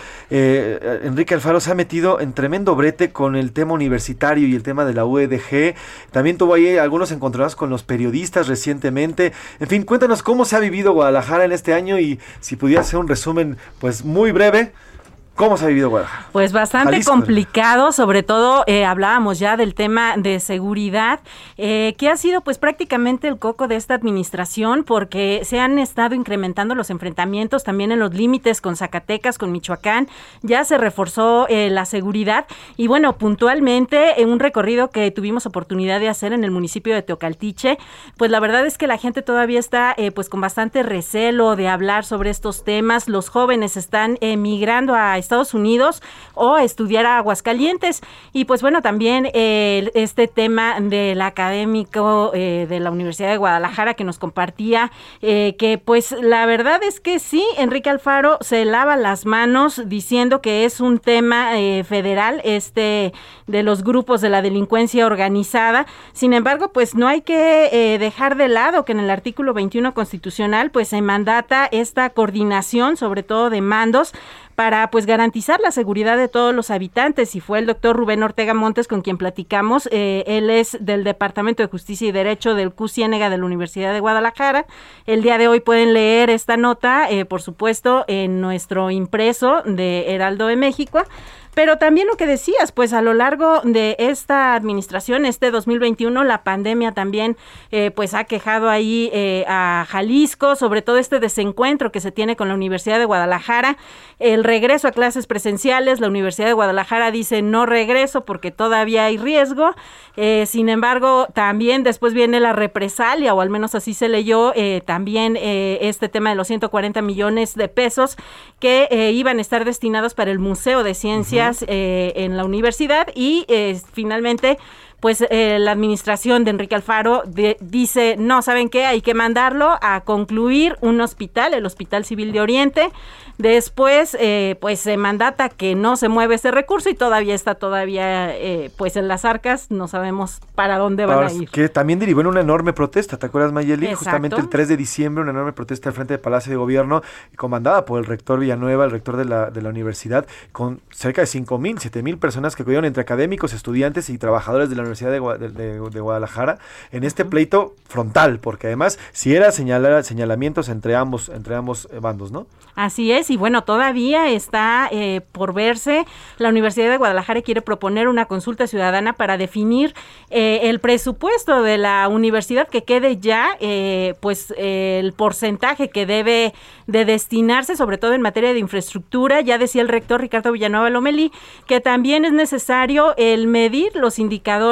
eh, Enrique Alfaro se ha metido en tremendo brete con el tema universitario y el tema de la U E D G. También tuvo ahí algunos encontronazos con los periodistas recientemente. En fin, cuéntanos cómo se ha vivido Guadalajara en este año y si pudieras hacer un resumen pues muy breve. ¿Cómo se ha vivido Guadalajara? Pues bastante Jalisco. complicado, sobre todo eh, hablábamos ya del tema de seguridad, eh, que ha sido pues prácticamente el coco de esta administración, porque se han estado incrementando los enfrentamientos también en los límites con Zacatecas, con Michoacán, ya se reforzó eh, la seguridad y bueno, puntualmente en un recorrido que tuvimos oportunidad de hacer en el municipio de Teocaltiche, pues la verdad es que la gente todavía está eh, pues con bastante recelo de hablar sobre estos temas, los jóvenes están emigrando a Estados Unidos o estudiar a Aguascalientes y pues bueno también eh, este tema del académico eh, de la Universidad de Guadalajara que nos compartía eh, que pues la verdad es que sí, Enrique Alfaro se lava las manos diciendo que es un tema eh, federal este de los grupos de la delincuencia organizada, sin embargo pues no hay que eh, dejar de lado que en el artículo veintiuno constitucional pues se mandata esta coordinación sobre todo de mandos para pues garantizar la seguridad de todos los habitantes y fue el doctor Rubén Ortega Montes con quien platicamos, eh, él es del Departamento de Justicia y Derecho del Q Ciénega de la Universidad de Guadalajara. El día de hoy pueden leer esta nota, eh, por supuesto, en nuestro impreso de Heraldo de México. Pero también lo que decías, pues a lo largo de esta administración, este dos mil veintiuno, la pandemia también eh, pues ha quejado ahí eh, a Jalisco, sobre todo este desencuentro que se tiene con la Universidad de Guadalajara, el regreso a clases presenciales, la Universidad de Guadalajara dice no regreso porque todavía hay riesgo, eh, sin embargo también después viene la represalia, o al menos así se leyó, eh, también eh, este tema de los ciento cuarenta millones de pesos que eh, iban a estar destinados para el Museo de Ciencias Eh, en la universidad y eh, finalmente pues eh, la administración de Enrique Alfaro de, dice, no, ¿saben qué? Hay que mandarlo a concluir un hospital, el Hospital Civil de Oriente. Después, eh, pues se mandata que no se mueve ese recurso y todavía está todavía, eh, pues en las arcas, no sabemos para dónde van Ahora, a ir. Que también derivó en una enorme protesta, ¿te acuerdas, Mayeli? Exacto. Justamente el tres de diciembre, una enorme protesta al frente del Palacio de Gobierno, comandada por el rector Villanueva, el rector de la, de la universidad, con cerca de cinco mil, siete mil personas que acudieron entre académicos, estudiantes y trabajadores de la Universidad de, Gua- de, de, de Guadalajara en este pleito frontal, porque además si era señalar señalamientos entre ambos, entre ambos bandos, ¿no? Así es, y bueno, todavía está eh, por verse, la Universidad de Guadalajara quiere proponer una consulta ciudadana para definir eh, el presupuesto de la universidad, que quede ya eh, pues eh, el porcentaje que debe de destinarse, sobre todo en materia de infraestructura. Ya decía el rector Ricardo Villanueva Lomelí que también es necesario el medir los indicadores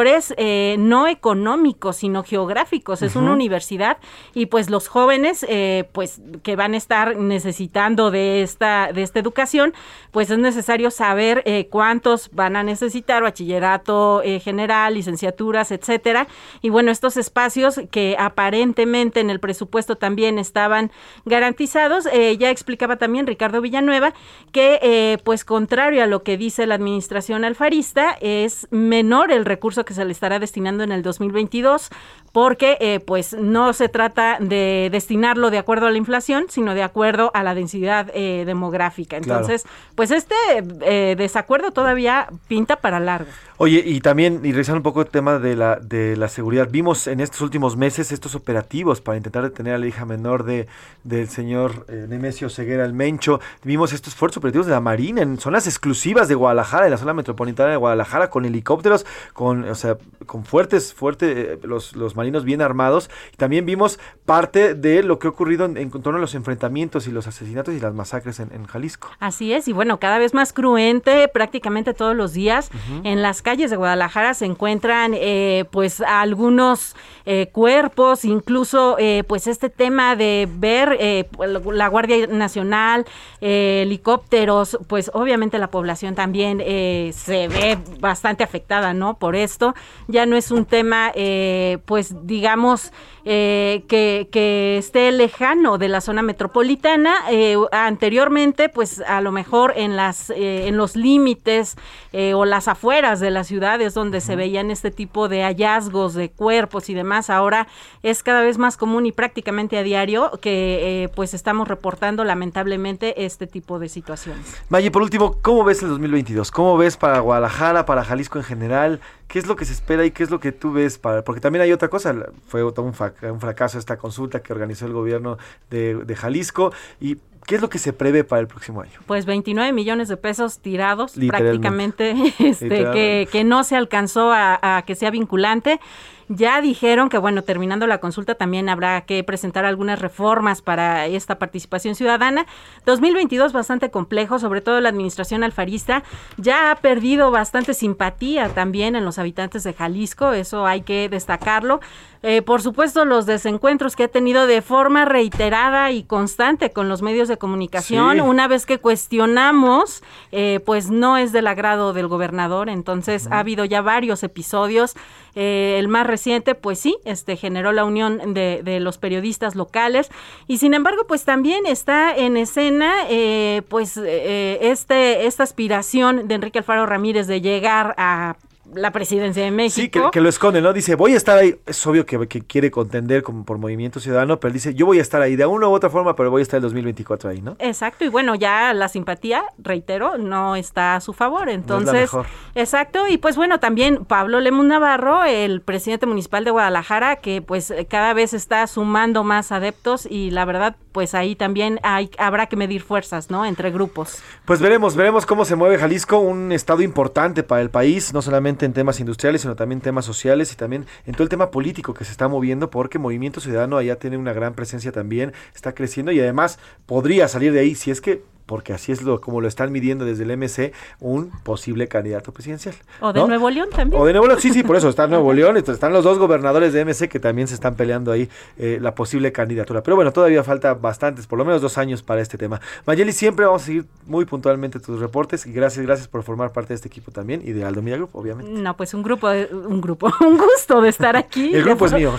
factores eh, no económicos, sino geográficos. Es uh-huh. una universidad y pues los jóvenes eh, pues que van a estar necesitando de esta, de esta educación, pues es necesario saber eh, cuántos van a necesitar, bachillerato eh, general, licenciaturas, etcétera. Y bueno, estos espacios que aparentemente en el presupuesto también estaban garantizados, eh, ya explicaba también Ricardo Villanueva que eh, pues contrario a lo que dice la administración alfarista, es menor el recurso que se le estará destinando en el dos mil veintidós, porque eh, pues no se trata de destinarlo de acuerdo a la inflación, sino de acuerdo a la densidad eh, demográfica. Entonces, claro. pues este eh, desacuerdo todavía pinta para largo. Oye, y también, y revisando un poco el tema de la de la seguridad, vimos en estos últimos meses estos operativos para intentar detener a la hija menor de del señor eh, Nemesio Ceguera el Mencho. Vimos estos fuertes operativos de la Marina en zonas exclusivas de Guadalajara, en la zona metropolitana de Guadalajara, con helicópteros, con, o sea, con fuertes, fuertes, eh, los, los marinos bien armados. Y también vimos parte de lo que ha ocurrido en, en torno a los enfrentamientos y los asesinatos y las masacres en, en Jalisco. Así es, y bueno, cada vez más cruente, prácticamente todos los días, uh-huh. en las calles de Guadalajara se encuentran eh, pues algunos eh, cuerpos, incluso eh, pues este tema de ver eh, la Guardia Nacional, eh, helicópteros, pues obviamente la población también eh, se ve bastante afectada, ¿no? Por esto ya no es un tema eh, pues digamos eh, que, que esté lejano de la zona metropolitana. Eh, anteriormente pues a lo mejor en las eh, en los límites eh, o las afueras de las ciudades donde se veían este tipo de hallazgos de cuerpos y demás, ahora es cada vez más común y prácticamente a diario que eh, pues estamos reportando lamentablemente este tipo de situaciones. Maye, por último, ¿cómo ves el dos mil veintidós? ¿Cómo ves para Guadalajara, para Jalisco en general? ¿Qué es lo que se espera y qué es lo que tú ves para...? Porque también hay otra cosa, fue todo un, frac- un fracaso esta consulta que organizó el gobierno de, de Jalisco. ¿Y qué es lo que se prevé para el próximo año? Pues veintinueve millones de pesos tirados prácticamente, este, que, que no se alcanzó a, a que sea vinculante. Ya dijeron que, bueno, terminando la consulta también habrá que presentar algunas reformas para esta participación ciudadana. dos mil veintidós bastante complejo, sobre todo la administración alfarista ya ha perdido bastante simpatía también en los habitantes de Jalisco, eso hay que destacarlo. Eh, por supuesto, los desencuentros que ha tenido de forma reiterada y constante con los medios de comunicación, sí. una vez que cuestionamos, eh, pues no es del agrado del gobernador, entonces uh-huh. ha habido ya varios episodios. Eh, el más reciente, pues sí, este generó la unión de, de los periodistas locales y sin embargo, pues también está en escena, eh, pues eh, este esta aspiración de Enrique Alfaro Ramírez de llegar a la presidencia de México. Sí, que, que lo esconde, ¿no? Dice, voy a estar ahí. Es obvio que, que quiere contender como por Movimiento Ciudadano, pero él dice, yo voy a estar ahí de una u otra forma, pero voy a estar el dos mil veinticuatro ahí, ¿no? Exacto, y bueno, ya la simpatía, reitero, no está a su favor, entonces, no exacto, y pues bueno, también Pablo Lemus Navarro, el presidente municipal de Guadalajara, que pues cada vez está sumando más adeptos y la verdad, pues ahí también hay, habrá que medir fuerzas, ¿no? Entre grupos. Pues veremos, veremos cómo se mueve Jalisco, un estado importante para el país, no solamente en temas industriales, sino también temas sociales y también en todo el tema político que se está moviendo, porque Movimiento Ciudadano allá tiene una gran presencia también, está creciendo y además podría salir de ahí si es que, porque así es lo como lo están midiendo desde el M C, un posible candidato presidencial. O de ¿no? Nuevo León también. O de Nuevo León, sí, sí, por eso está Nuevo León, están los dos gobernadores de M C que también se están peleando ahí eh, la posible candidatura. Pero bueno, todavía falta bastantes, por lo menos dos años para este tema. Mayeli, siempre vamos a seguir muy puntualmente tus reportes y gracias, gracias por formar parte de este equipo también y de Aldo Media Group, obviamente. No, pues un grupo, de, un grupo, un gusto de estar aquí. El grupo es mío.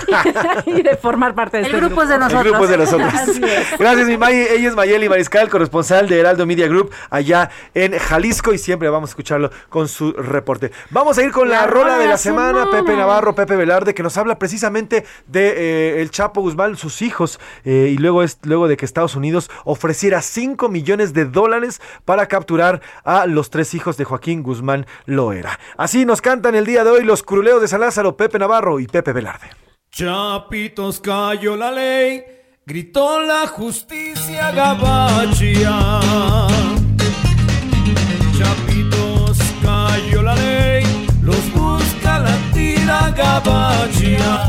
Y de formar parte de el este grupo. El grupo es de nosotros. El grupo es de nosotros. Es. Gracias, mi May. Ella es Mayeli Mariscal, corresponsal de Heraldo Media Group allá en Jalisco y siempre vamos a escucharlo con su reporte. Vamos a ir con la, la rola de la, la semana. semana, Pepe Navarro, Pepe Velarde, que nos habla precisamente de eh, el Chapo Guzmán, sus hijos, eh, y luego, es, luego de que Estados Unidos ofreciera cinco millones de dólares para capturar a los tres hijos de Joaquín Guzmán Loera. Así nos cantan el día de hoy los curuleos de San Lázaro, Pepe Navarro y Pepe Velarde. Chapitos, cayó la ley, gritó la justicia gabachia. Chapitos, cayó la ley, los busca la tira gabachia.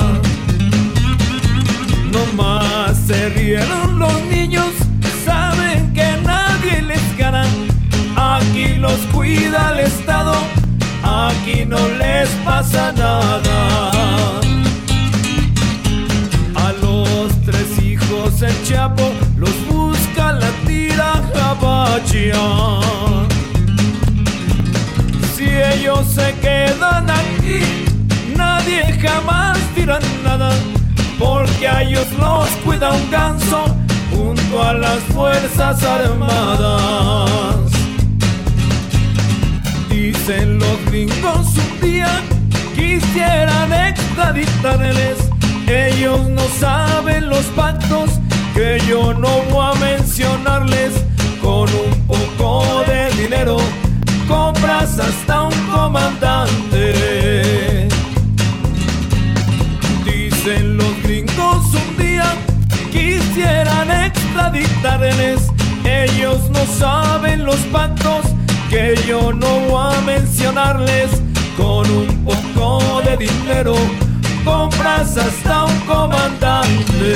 No más se rieron los niños, saben que nadie les gana. Aquí los cuida el Estado, aquí aquí no les pasa nada. A los tres hijos el Chapo los busca la tira jabacha. Si ellos se quedan aquí, nadie jamás dirá nada, porque a ellos los cuida un ganso junto a las Fuerzas Armadas. Dicen los gringos un día quisieran extraditarles. Ellos no saben los pactos que yo no voy a mencionarles. Con un poco de dinero compras hasta un comandante. Dicen los gringos un día quisieran extraditarles. Ellos no saben los pactos que yo no voy a mencionarles. Con un poco de dinero compras hasta un comandante.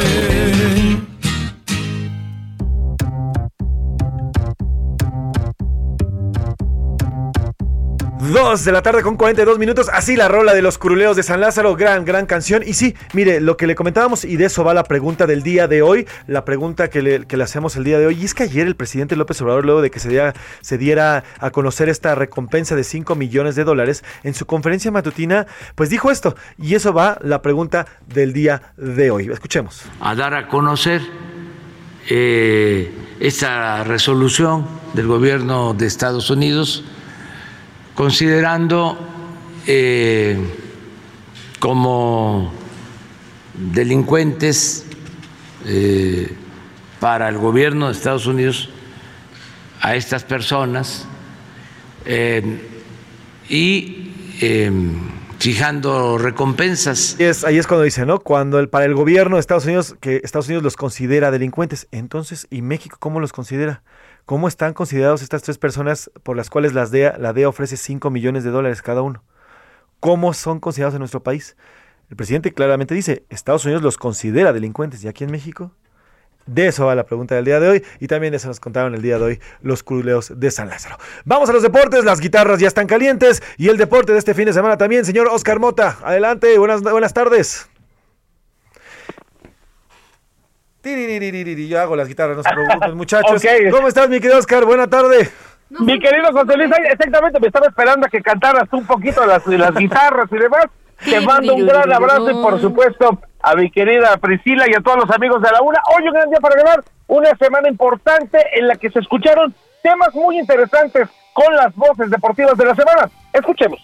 Dos de la tarde con cuarenta y dos minutos, así la rola de los Curuleos de San Lázaro, gran, gran canción. Y sí, mire, lo que le comentábamos, y de eso va la pregunta del día de hoy, la pregunta que le, que le hacemos el día de hoy, y es que ayer el presidente López Obrador, luego de que se diera, se diera a conocer esta recompensa de cinco millones de dólares, en su conferencia matutina, pues dijo esto, y eso va la pregunta del día de hoy. Escuchemos. A dar a conocer eh, esta resolución del gobierno de Estados Unidos, considerando eh, como delincuentes eh, para el gobierno de Estados Unidos a estas personas eh, y eh, fijando recompensas. Y es, ahí es cuando dice, ¿no? Cuando el, para el gobierno de Estados Unidos, que Estados Unidos los considera delincuentes. Entonces, ¿y México cómo los considera? ¿Cómo están considerados estas tres personas por las cuales las D E A, la D E A ofrece cinco millones de dólares cada uno? ¿Cómo son considerados en nuestro país? El presidente claramente dice, Estados Unidos los considera delincuentes. ¿Y aquí en México? De eso va la pregunta del día de hoy, y también de eso nos contaron el día de hoy los Curuleos de San Lázaro. Vamos a los deportes, las guitarras ya están calientes, y el deporte de este fin de semana también. Señor Oscar Mota, adelante, buenas, buenas tardes. Yo hago las guitarras, no se preocupen, muchachos. Okay. ¿Cómo estás, mi querido Oscar? Buena tarde. Mi querido José Luis, exactamente, me estaba esperando a que cantaras un poquito las, las guitarras y demás. Te mando un gran abrazo y, por supuesto, a mi querida Priscila y a todos los amigos de la Una. Hoy un gran día para ganar, una semana importante en la que se escucharon temas muy interesantes con las voces deportivas de la semana. Escuchemos.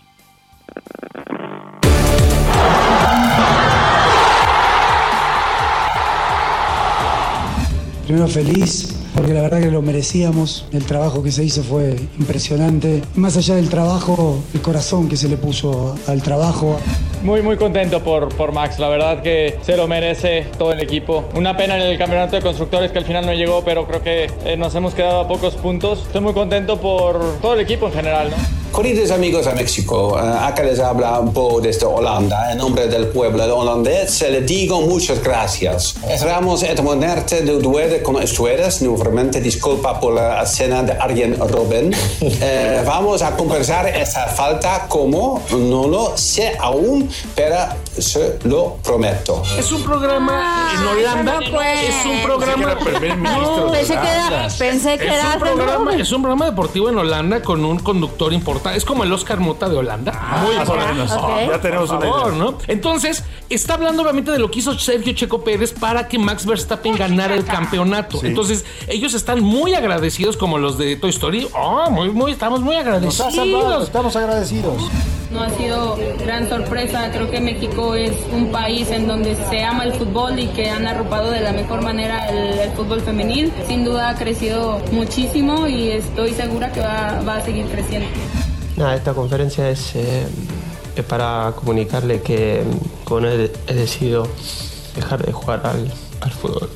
Primero feliz, porque la verdad que lo merecíamos. El trabajo que se hizo fue impresionante. Más allá del trabajo, el corazón que se le puso al trabajo. Muy, muy contento por, por Max. La verdad que se lo merece todo el equipo. Una pena en el campeonato de constructores que al final no llegó, pero creo que eh, nos hemos quedado a pocos puntos. Estoy muy contento por todo el equipo en general, ¿no? Queridos amigos de México, acá les habla un poco desde Holanda. En nombre del pueblo holandés les digo muchas gracias. Esperamos exponerte de duelo con ustedes. Nuevamente disculpa por la escena de Arjen Robben. Eh, vamos a compensar esta falta como no lo sé aún, pero se lo prometo. Es un programa en Holanda. Es un programa. No, pensé que era. Pensé que era. Es un programa deportivo en Holanda con un conductor importante. Es como el Oscar Mota de Holanda. Ah, muy importante. Okay. Ya tenemos por favor, una idea, ¿no? Entonces, está hablando obviamente de lo que hizo Sergio Checo Pérez para que Max Verstappen ganara el campeonato. Sí. Entonces, ellos están muy agradecidos, como los de Toy Story. Oh, muy, muy, estamos muy agradecidos. Nos ha salvado, estamos agradecidos. No ha sido gran sorpresa. Creo que México es un país en donde se ama el fútbol y que han arropado de la mejor manera el, el fútbol femenil. Sin duda ha crecido muchísimo y estoy segura que va, va a seguir creciendo. Nada, esta conferencia es, eh, es para comunicarle que bueno, he, he decidido dejar de jugar al, al fútbol.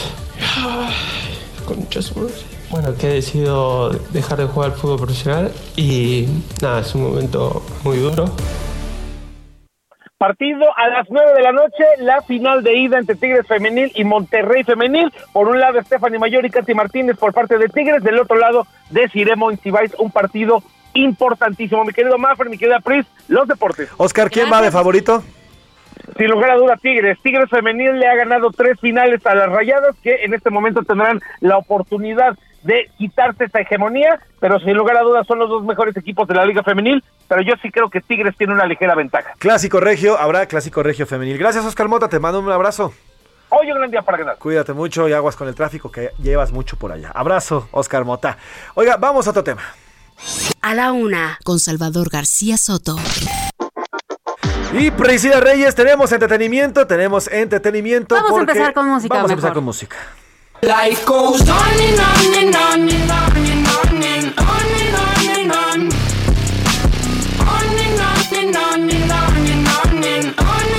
Concha su madre. Bueno, que he decidido dejar de jugar al fútbol profesional y nada, es un momento muy duro. Partido a las nueve de la noche, la final de ida entre Tigres Femenil y Monterrey Femenil. Por un lado, Stephanie Mayor y Katy Martínez por parte de Tigres. Del otro lado, Desiree Monsiváis, un partido importantísimo. Mi querido Maffer, mi querida Pris, los deportes. Oscar, ¿quién Gracias. va de favorito? Sin lugar a duda, Tigres. Tigres femenil le ha ganado tres finales a las Rayadas, que en este momento tendrán la oportunidad de quitarse esa hegemonía, pero sin lugar a dudas son los dos mejores equipos de la Liga Femenil, pero yo sí creo que Tigres tiene una ligera ventaja. Clásico regio, habrá clásico regio femenil. Gracias, Oscar Mota, te mando un abrazo. Hoy un gran día para ganar. Cuídate mucho y aguas con el tráfico que llevas mucho por allá. Abrazo, Oscar Mota. Oiga, vamos a otro tema. A la una, con Salvador García Soto. Y Priscila Reyes, tenemos entretenimiento, tenemos entretenimiento. Vamos porque a empezar con música. Vamos mejor. a empezar con música. Life goes on and on and on and on and on and on and on and on. On and on and on and on and on and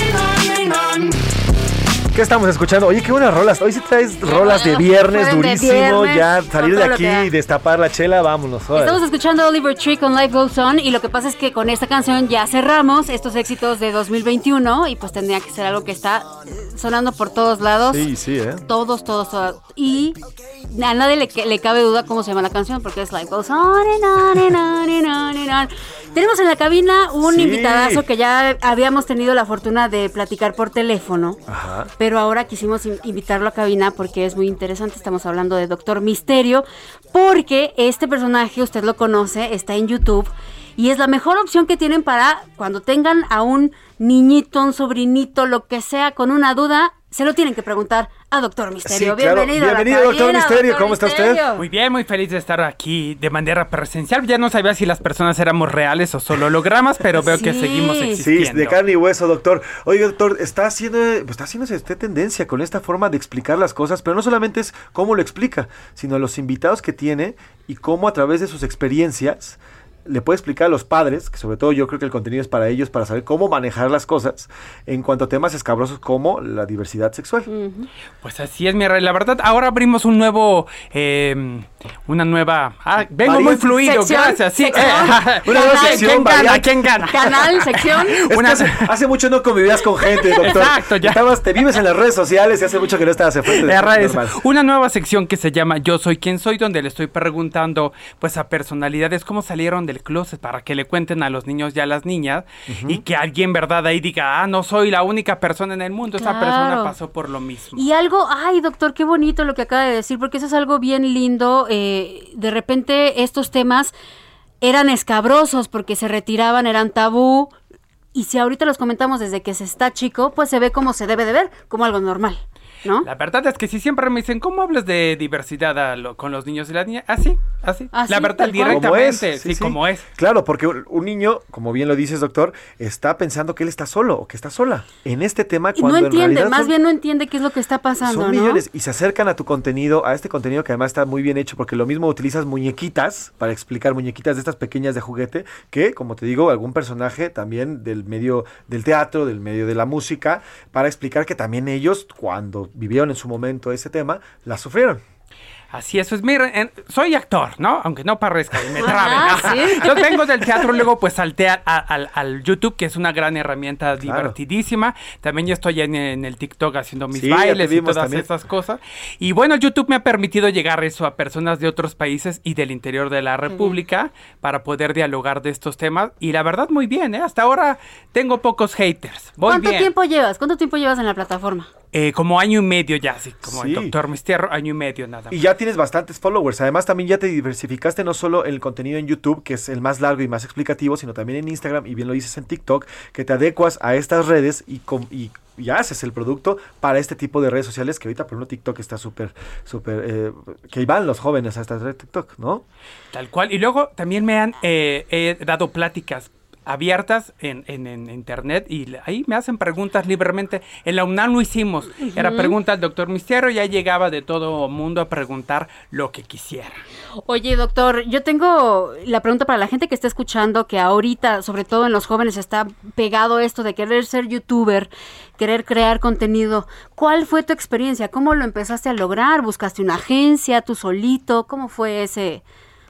on and on and on. ¿Qué estamos escuchando? Oye, qué buenas rolas. Hoy sí traes rolas de viernes, durísimo. De viernes, ya salir de aquí y destapar la chela, vámonos. Órale. Estamos escuchando Oliver Tree con Life Goes On y lo que pasa es que con esta canción ya cerramos estos éxitos de dos mil veintiuno y pues tendría que ser algo que está sonando por todos lados. Sí, sí, ¿eh? Todos, todos, todos. Y a nadie le, le cabe duda cómo se llama la canción porque es Life Goes On and on and on and on and on. Tenemos en la cabina un sí. invitadazo que ya habíamos tenido la fortuna de platicar por teléfono. Ajá. Pero ahora quisimos invitarlo a cabina porque es muy interesante. Estamos hablando de Doctor Misterio, porque este personaje, usted lo conoce, está en YouTube y es la mejor opción que tienen para cuando tengan a un niñito, un sobrinito, lo que sea, con una duda, se lo tienen que preguntar a Doctor Misterio. Sí, claro. Bienvenido, Bienvenido, a la Doctor Misterio. Doctor ¿Cómo está Misterio. usted? Muy bien, muy feliz de estar aquí de manera presencial. Ya no sabía si las personas éramos reales o solo hologramas, pero veo sí. que seguimos existiendo. Sí, de carne y hueso, doctor. Oye, doctor, está haciendo, pues está haciéndose usted tendencia con esta forma de explicar las cosas, pero no solamente es cómo lo explica, sino los invitados que tiene y cómo a través de sus experiencias le puede explicar a los padres, que sobre todo yo creo que el contenido es para ellos, para saber cómo manejar las cosas en cuanto a temas escabrosos como la diversidad sexual. Uh-huh. Pues así es, mi rey. La verdad, ahora abrimos un nuevo, eh, una nueva... Ah, vengo ¿Varias? muy fluido, ¿Sección? gracias. Sí. Eh, una nueva sección. ¿Quién gana? ¿Quién gana? Canal, sección. Una... Hace, hace mucho no convivías con gente, doctor. Exacto, ya. Estabas, te vives en las redes sociales y hace mucho que no estabas enfrente de redes. Una nueva sección que se llama Yo Soy Quien Soy, donde le estoy preguntando pues a personalidades cómo salieron del closet para que le cuenten a los niños y a las niñas uh-huh. y que alguien, verdad, ahí diga, ah, no soy la única persona en el mundo, claro. esa persona pasó por lo mismo. Y algo, ay, doctor, qué bonito lo que acaba de decir, porque eso es algo bien lindo. Eh, de repente estos temas eran escabrosos porque se retiraban, eran tabú, y si ahorita los comentamos desde que se está chico, pues se ve como se debe de ver, como algo normal, ¿no? La verdad es que sí, siempre me dicen, ¿cómo hablas de diversidad a lo, con los niños y las niñas? Así, así. ¿Ah, la sí? verdad, directamente, sí, sí, sí, como es. Claro, porque un niño, como bien lo dices, doctor, está pensando que él está solo o que está sola en este tema. Y cuando no entiende, en realidad más son, bien no entiende qué es lo que está pasando, son ¿no? millones y se acercan a tu contenido, a este contenido que además está muy bien hecho, porque lo mismo utilizas muñequitas para explicar, muñequitas de estas pequeñas de juguete, que, como te digo, algún personaje también del medio del teatro, del medio de la música, para explicar que también ellos, cuando vivieron en su momento ese tema, la sufrieron. Así es, pues mira, soy actor, ¿no? Aunque no parezca y me trabe. Ah, ¿sí? Yo vengo del teatro, luego pues salté a, a, al, al YouTube, que es una gran herramienta divertidísima. Claro. También ya estoy en, en el TikTok haciendo mis sí, bailes y todas también. esas cosas. Y bueno, YouTube me ha permitido llegar eso a personas de otros países y del interior de la República uh-huh. para poder dialogar de estos temas. Y la verdad, muy bien, ¿eh? Hasta ahora tengo pocos haters. Voy ¿Cuánto bien. tiempo llevas? ¿Cuánto tiempo llevas en la plataforma? Eh, como año y medio ya, sí, como sí. el Doctor Misterio, año y medio nada más. Y ya tienes bastantes followers, además también ya te diversificaste no solo en el contenido en YouTube, que es el más largo y más explicativo, sino también en Instagram, y bien lo dices en TikTok, que te adecuas a estas redes y, com- y, y haces el producto para este tipo de redes sociales, que ahorita por ejemplo TikTok está súper, súper, eh, que van los jóvenes a esta red TikTok, ¿no? Tal cual, y luego también me han eh, he dado pláticas abiertas en, en, en internet y ahí me hacen preguntas libremente. En la UNAM lo hicimos, uh-huh. era pregunta al Doctor Misterio, ya llegaba de todo mundo a preguntar lo que quisiera. Oye, doctor, yo tengo la pregunta para la gente que está escuchando, que ahorita, sobre todo en los jóvenes, está pegado esto de querer ser youtuber, querer crear contenido. ¿Cuál fue tu experiencia? ¿Cómo lo empezaste a lograr? ¿Buscaste una agencia, tú solito? ¿Cómo fue ese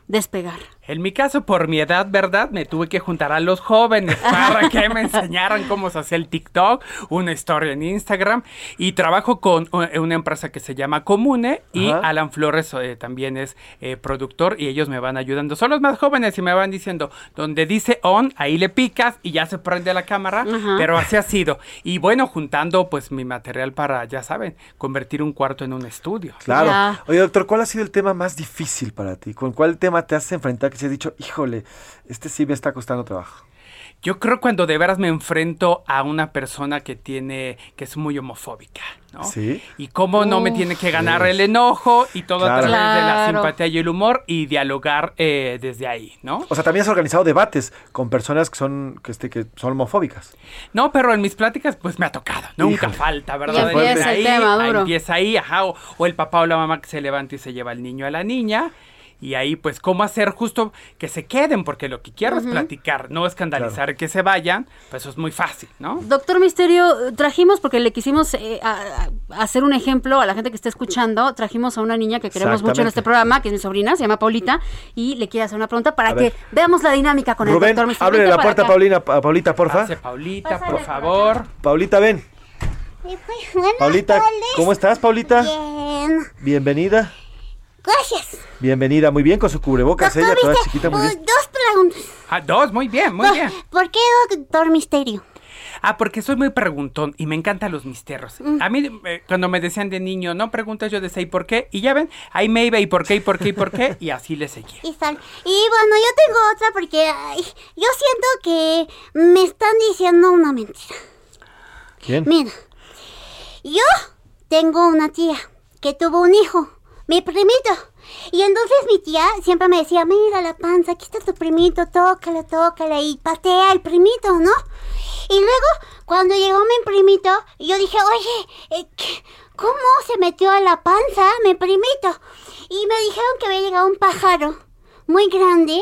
despegar? En mi caso, por mi edad, ¿verdad? Me tuve que juntar a los jóvenes para que me enseñaran cómo se hace el TikTok, una historia en Instagram. Y trabajo con una empresa que se llama Comune y Ajá. Alan Flores eh, también es eh, productor y ellos me van ayudando. Son los más jóvenes y me van diciendo, donde dice on, ahí le picas y ya se prende la cámara, Ajá. pero así ha sido. Y bueno, juntando pues mi material para, ya saben, convertir un cuarto en un estudio. Claro. Ya. Oye, doctor, ¿cuál ha sido el tema más difícil para ti? ¿Con cuál tema te has enfrentado que se ha dicho, híjole, este sí me está costando trabajo? Yo creo cuando de veras me enfrento a una persona que tiene, que es muy homofóbica, ¿no? Sí. Y cómo no me tiene que ganar sí. el enojo y todo claro. a través claro. de la simpatía y el humor y dialogar eh, desde ahí, ¿no? O sea, también has organizado debates con personas que son, que, este, que son homofóbicas. No, pero en mis pláticas pues me ha tocado, nunca Híjole. falta, ¿verdad? Y empieza el tema duro. Empieza ahí, ajá, o, o el papá o la mamá que se levanta y se lleva al niño a la niña. Y ahí, pues, cómo hacer justo que se queden, porque lo que quiero uh-huh. es platicar, no escandalizar, claro. que se vayan, pues eso es muy fácil, ¿no? Doctor Misterio, trajimos, porque le quisimos eh, a, a hacer un ejemplo a la gente que está escuchando, trajimos a una niña que queremos mucho en este programa, que es mi sobrina, se llama Paulita, y le quiere hacer una pregunta para a que ver. veamos la dinámica con Rubén, el doctor Misterio. Ábrele la puerta a Paulina, a Paulita, porfa. Pase, Paulita, por favor. Paulita, ven. Paulita, ¿cómo estás, Paulita? Bien. Bienvenida. Gracias. Bienvenida, muy bien, con su cubrebocas, doctor, ella, toda ¿viste? chiquita, muy bien. Dos preguntas. Ah, dos, muy bien, muy ¿Por, bien. ¿Por qué doctor Misterio? Ah, porque soy muy preguntón y me encantan los misterios. Mm. A mí, eh, cuando me decían de niño, no preguntas, yo decía, ¿y por qué? Y ya ven, ahí me iba, ¿y por qué? ¿Y por qué? ¿Y por qué? Y así le seguía. Y, sal, y bueno, yo tengo otra porque ay, yo siento que me están diciendo una mentira. ¿Quién? Mira, yo tengo una tía que tuvo un hijo, mi primito. Y entonces mi tía siempre me decía, mira la panza, aquí está tu primito, tócala, tócala, y patea al primito, ¿no? Y luego, cuando llegó mi primito, yo dije, oye, eh, ¿cómo se metió a la panza mi primito? Y me dijeron que había llegado un pájaro muy grande,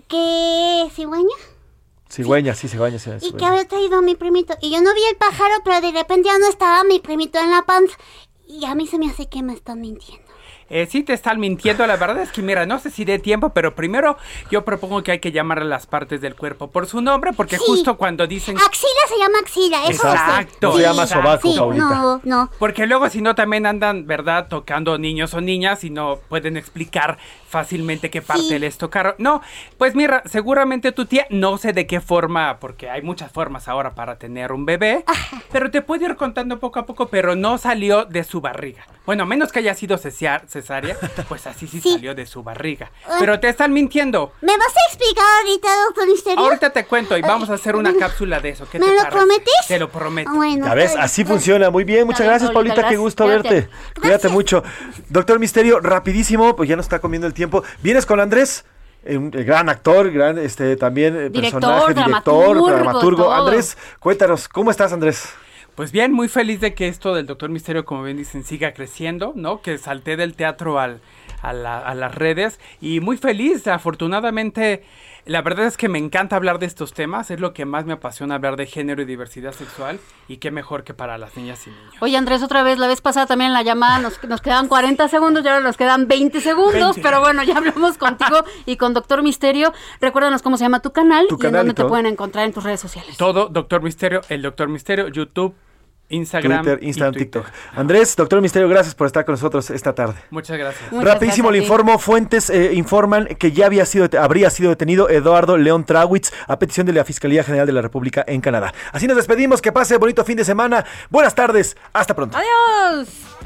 que... ¿cigüeña? Cigüeña, sí, cigüeña, sí. Y que había traído a mi primito. Y yo no vi el pájaro, pero de repente ya no estaba mi primito en la panza. Y a mí se me hace que me están mintiendo. Eh, sí te están mintiendo, la verdad es que mira, no sé si dé tiempo, pero primero yo propongo que hay que llamar a las partes del cuerpo por su nombre, porque sí. justo cuando dicen... Axila se llama axila, eso Exacto. Sí. Se llama sobaco, sí, Paulita. No, no. Porque luego si no también andan, ¿verdad?, tocando niños o niñas y no pueden explicar fácilmente qué parte sí. les tocaron. No, pues mira, seguramente tu tía, no sé de qué forma, porque hay muchas formas ahora para tener un bebé, Ajá. pero te puede ir contando poco a poco, pero no salió de su barriga. Bueno, menos que haya sido cesárea, pues así sí, sí salió de su barriga. Uh, pero te están mintiendo. ¿Me vas a explicar ahorita, doctor Misterio? Ahorita te cuento y vamos a hacer una cápsula de eso. ¿Qué ¿Me te lo parece? prometes? Te lo prometo. Bueno, ya ves, así pues, funciona. Muy bien, muchas gracias, Paulita, Paulita. Qué gusto gracias. verte. Gracias. Cuídate mucho. Doctor Misterio, rapidísimo, pues ya nos está comiendo el tiempo. ¿Vienes con Andrés? Un gran actor, gran este también director, personaje, director, dramaturgo, dramaturgo. Todo. Andrés, cuéntanos, ¿cómo estás, Andrés? Pues bien, muy feliz de que esto del Doctor Misterio, como bien dicen, siga creciendo, ¿no? Que salté del teatro al, a, la, a las redes y muy feliz, afortunadamente. La verdad es que me encanta hablar de estos temas, es lo que más me apasiona, hablar de género y diversidad sexual, y qué mejor que para las niñas y niños. Oye, Andrés, otra vez, la vez pasada también en la llamada nos, nos quedaban cuarenta segundos y ahora nos quedan veinte segundos, veinte. Pero bueno, ya hablamos contigo y con Doctor Misterio. Recuérdanos cómo se llama tu canal tu y canal en dónde y te pueden encontrar en tus redes sociales. Todo Doctor Misterio, el Doctor Misterio, YouTube, Instagram, Twitter, Instagram, TikTok. Andrés, Doctor Misterio, gracias por estar con nosotros esta tarde. Muchas gracias. Muchas Rapidísimo gracias le informo, fuentes eh, informan que ya había sido, habría sido detenido Eduardo León Trawitz a petición de la Fiscalía General de la República en Canadá. Así nos despedimos, que pase bonito fin de semana. Buenas tardes, hasta pronto. Adiós.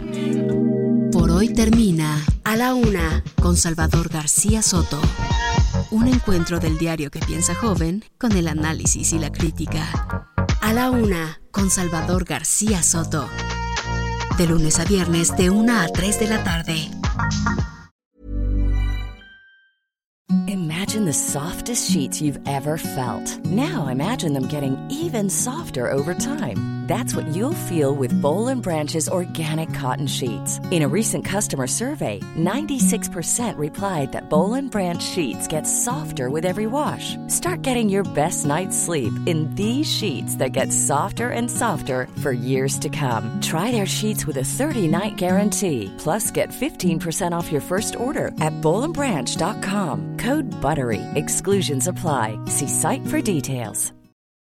Por hoy termina A la Una con Salvador García Soto. Un encuentro del diario que piensa joven con el análisis y la crítica. A la Una con Salvador García Soto. De lunes a viernes de una a tres de la tarde. Imagine the softest sheets you've ever felt. Now imagine them getting even softer over time. That's what you'll feel with Bowl and Branch's organic cotton sheets. In a recent customer survey, ninety-six percent replied that Bowl and Branch sheets get softer with every wash. Start getting your best night's sleep in these sheets that get softer and softer for years to come. Try their sheets with a thirty-night guarantee. Plus, get fifteen percent off your first order at bowl and branch dot com. Code BUTTERY. Exclusions apply. See site for details.